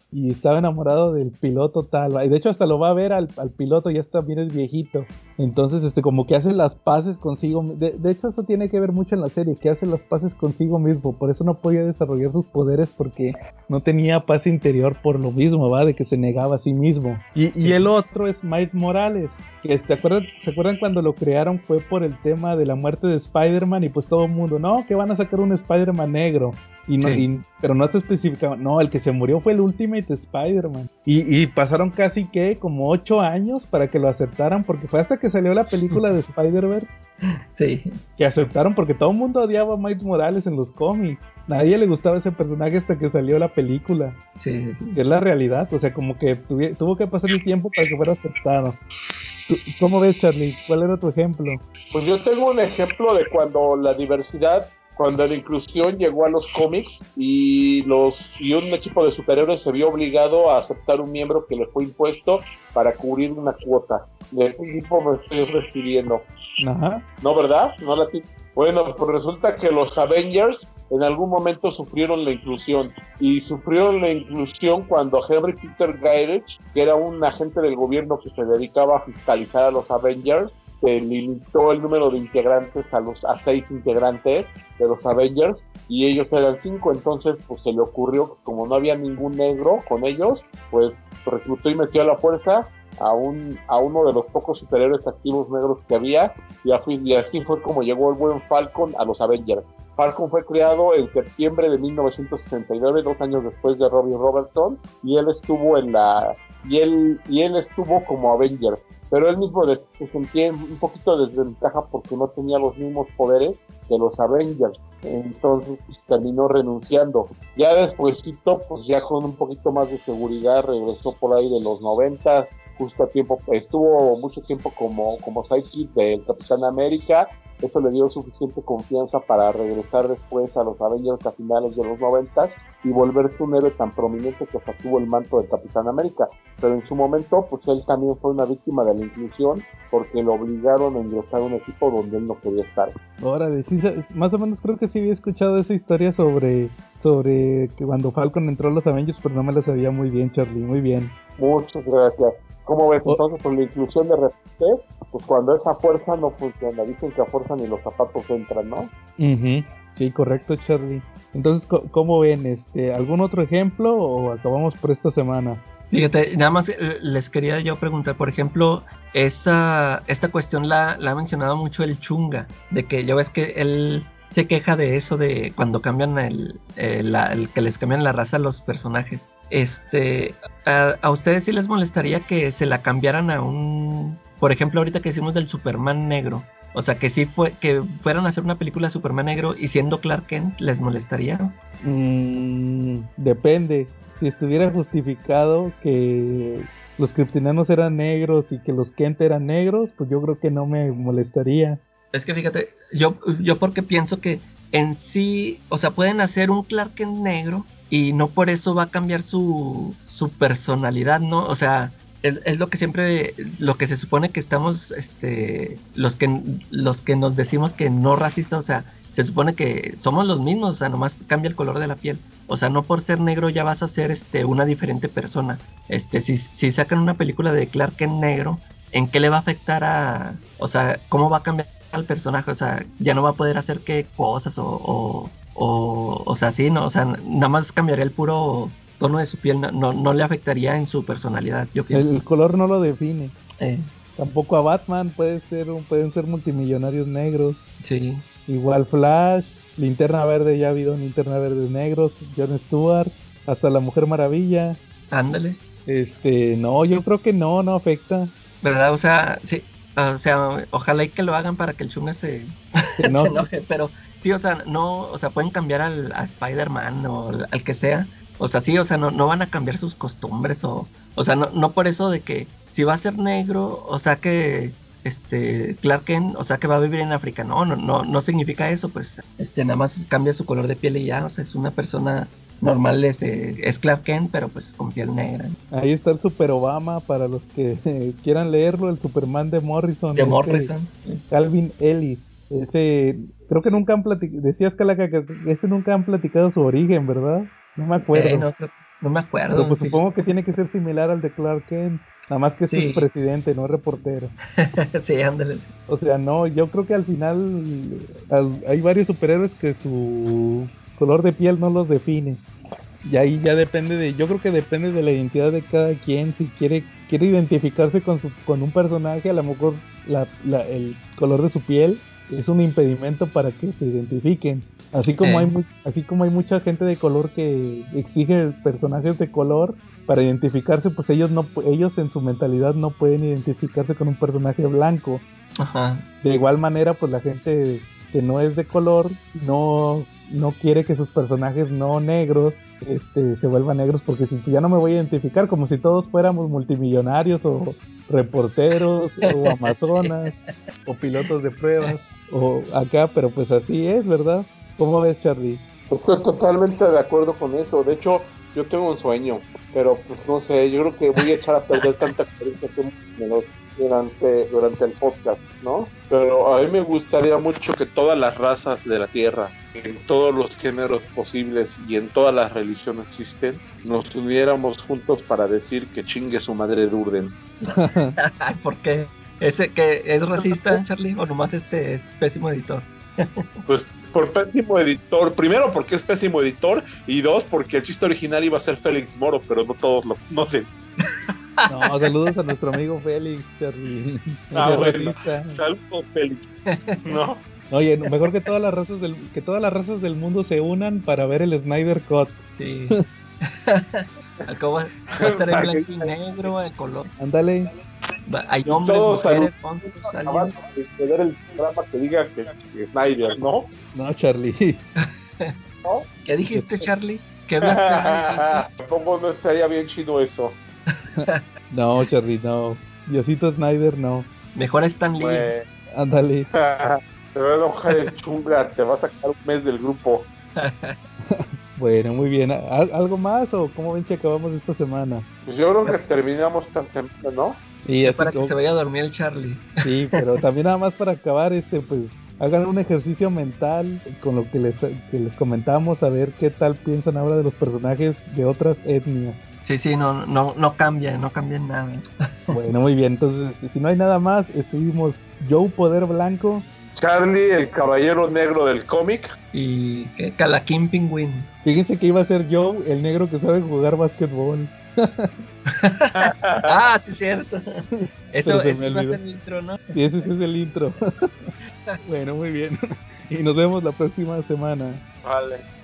y estaba enamorado del piloto tal, y de hecho hasta lo va a ver al piloto, ya también es viejito, entonces como que hace las paces consigo, de hecho eso tiene que ver mucho en la serie, que hace las paces consigo mismo, por eso no podía desarrollar sus poderes, porque no tenía paz interior por lo mismo, ¿va? De que se negaba a sí mismo, y el otro es Miles Morales, que ¿se acuerdan cuando lo crearon? Fue por el tema de la muerte de Spider-Man, y pues todo el mundo, no, que van a sacar un Spider-Man negro, pero no se especificaba, no, el que se murió fue el Ultimate Spider-Man, y pasaron casi que como 8 años para que lo aceptaran, porque fue hasta que salió la película de Spider-Verse que aceptaron, porque todo el mundo odiaba a Miles Morales en los cómics, nadie le gustaba ese personaje hasta que salió la película, que es la realidad, o sea, como que tuvo que pasar el tiempo para que fuera aceptado. ¿Cómo ves, Charlie? ¿Cuál era tu ejemplo? Pues yo tengo un ejemplo de cuando la inclusión llegó a los cómics y un equipo de superhéroes se vio obligado a aceptar un miembro que le fue impuesto para cubrir una cuota. ¿De qué tipo me estoy refiriendo? Ajá. ¿No, verdad? ¿No la Bueno, pues resulta que los Avengers en algún momento sufrieron la inclusión, y sufrieron la inclusión cuando Henry Peter Gaerich, que era un agente del gobierno que se dedicaba a fiscalizar a los Avengers, se limitó el número de integrantes a 6 integrantes de los Avengers, y ellos eran 5, entonces pues se le ocurrió que como no había ningún negro con ellos, pues reclutó y metió a la fuerza a uno de los pocos superhéroes activos negros que había, y así fue como llegó el buen Falcon a los Avengers. Falcon fue creado en septiembre de 1969, 2 años después de Robbie Robertson, y él estuvo estuvo como Avenger, pero él mismo se sentía un poquito de desventaja porque no tenía los mismos poderes que los Avengers, entonces pues, terminó renunciando. Ya despuésito, pues ya con un poquito más de seguridad, regresó por ahí de los 90s, justo a tiempo, estuvo mucho tiempo como sidekick del Capitán América. Eso le dio suficiente confianza para regresar después a los Avengers a finales de los 90s y volverse un héroe tan prominente que hasta tuvo el manto del Capitán América. Pero en su momento, pues él también fue una víctima de la inclusión porque lo obligaron a ingresar a un equipo donde él no quería estar. Órale, sí, más o menos creo que sí había escuchado esa historia sobre que cuando Falcon entró a los Avengers, pero no me la sabía muy bien, Charlie, muy bien. Muchas gracias. ¿Cómo ves? Entonces, por la inclusión de repente, pues cuando esa fuerza no funciona, dicen que a fuerza ni los zapatos entran, ¿no? Uh-huh. Sí, correcto, Charlie. Entonces, ¿cómo ven? ¿Algún otro ejemplo o acabamos por esta semana? Fíjate, nada más les quería yo preguntar, por ejemplo, esta cuestión la ha mencionado mucho el Chunga, de que ya ves que él se queja de eso, de cuando cambian que les cambian la raza a los personajes. ¿A ustedes sí les molestaría que se la cambiaran a por ejemplo, ahorita que decimos del Superman negro? O sea, que que fueran a hacer una película de Superman negro y siendo Clark Kent, ¿les molestaría? Depende. Si estuviera justificado que los kryptonianos eran negros y que los Kent eran negros, pues yo creo que no me molestaría. Es que fíjate, yo porque pienso que en sí, o sea, pueden hacer un Clark Kent negro y no por eso va a cambiar su personalidad, ¿no? O sea, es lo que se supone que estamos, los que nos decimos que no racistas, o sea, se supone que somos los mismos, o sea, nomás cambia el color de la piel. O sea, no por ser negro ya vas a ser una diferente persona. Si sacan una película de Clark Kent negro, ¿en qué le va a afectar o sea, cómo va a cambiar al personaje? O sea, ya no va a poder hacer qué cosas o sea, sí, no, o sea, nada más cambiaría el puro tono de su piel, no le afectaría en su personalidad, yo pienso. El color no lo define. Tampoco a Batman, pueden ser multimillonarios negros. Sí. Igual Flash, Linterna Verde, ya ha habido Linterna Verde negros, Jon Stewart, hasta la Mujer Maravilla. Ándale. No, yo creo que no afecta. ¿Verdad? O sea, sí, o sea, ojalá y que lo hagan para que el Chunga se enoje, pero sí, o sea, no, o sea, pueden cambiar a Spider-Man o al que sea. O sea, sí, o sea, no van a cambiar sus costumbres o sea, no por eso de que si va a ser negro, o sea que Clark Kent, o sea que va a vivir en África, no significa eso, pues nada más cambia su color de piel y ya, o sea, es una persona normal, es Clark Kent, pero pues con piel negra. Ahí está el Super Obama para los que quieran leerlo, el Superman de Morrison. De Morrison. Calvin Ellis. Creo que nunca han platicado, decías Calaca que nunca han platicado su origen, ¿verdad? No me acuerdo. No me acuerdo. Pero pues sí. supongo que tiene que ser similar al de Clark Kent. Nada más que Sí. es presidente, no reportero. Sí, ándale. O sea, no, yo creo que al final hay varios superhéroes que su color de piel no los define. Y ahí ya depende yo creo que depende de la identidad de cada quien. Si quiere identificarse con un personaje, a lo mejor el color de su piel es un impedimento para que se identifiquen. Así como hay mucha gente de color que exige personajes de color para identificarse, pues ellos en su mentalidad no pueden identificarse con un personaje blanco. Ajá. De igual manera, pues la gente que no es de color no quiere que sus personajes no negros se vuelvan negros, porque si ya no me voy a identificar, como si todos fuéramos multimillonarios o reporteros o amazonas o pilotos de pruebas o acá, pero pues así es, ¿verdad? ¿Cómo ves, Charlie? Estoy totalmente de acuerdo con eso. De hecho, yo tengo un sueño, pero pues no sé, yo creo que voy a echar a perder tanta experiencia durante el podcast, ¿no? Pero a mí me gustaría mucho que todas las razas de la Tierra, en todos los géneros posibles y en todas las religiones existen, nos uniéramos juntos para decir que chingue su madre Durden. ¿Por qué? ¿Ese que es racista, Charlie? ¿O nomás es pésimo editor? Pues por pésimo editor, primero porque es pésimo editor y dos porque el chiste original iba a ser Félix Moro, pero no todos lo conocen. No, saludos a nuestro amigo Félix, Charlie. Bueno, saludos Félix. No. Oye, mejor que todas las razas del mundo se unan para ver el Snyder Cut. Sí. Al cabo va a estar en blanco y negro, el color. Ándale. Hay hombres, todos mujeres, hombres, aliens. De ver el programa que diga que Snyder, ¿no? No, Charlie. ¿No? ¿Qué dijiste, Charlie? ¿Qué blasfemia dijiste? Supongo no estaría bien chido eso. No, Charlie, no. Diosito Snyder, no. Mejor Stan Lee. Pues, Ándale. te voy a enojar el chunga, te va a sacar un mes del grupo. Bueno, muy bien. ¿Algo más o cómo ven si acabamos esta semana? Pues yo creo que terminamos esta semana, ¿no? Y así Para que se vaya a dormir el Charlie. Sí, pero también nada más para acabar, pues hagan un ejercicio mental con lo que les comentamos, a ver qué tal piensan ahora de los personajes de otras etnias. Sí, no cambia nada. Bueno, muy bien, entonces si no hay nada más, estuvimos Joe Poder Blanco, Charlie, el caballero negro del cómic. Y Calaquín Pingüín. Fíjense que iba a ser Joe, el negro que sabe jugar básquetbol. Ah, sí, cierto. Eso Pero se me iba a olvidó. ser el intro, ¿no? Y ese es el intro. Bueno, muy bien. Y nos vemos la próxima semana. Vale.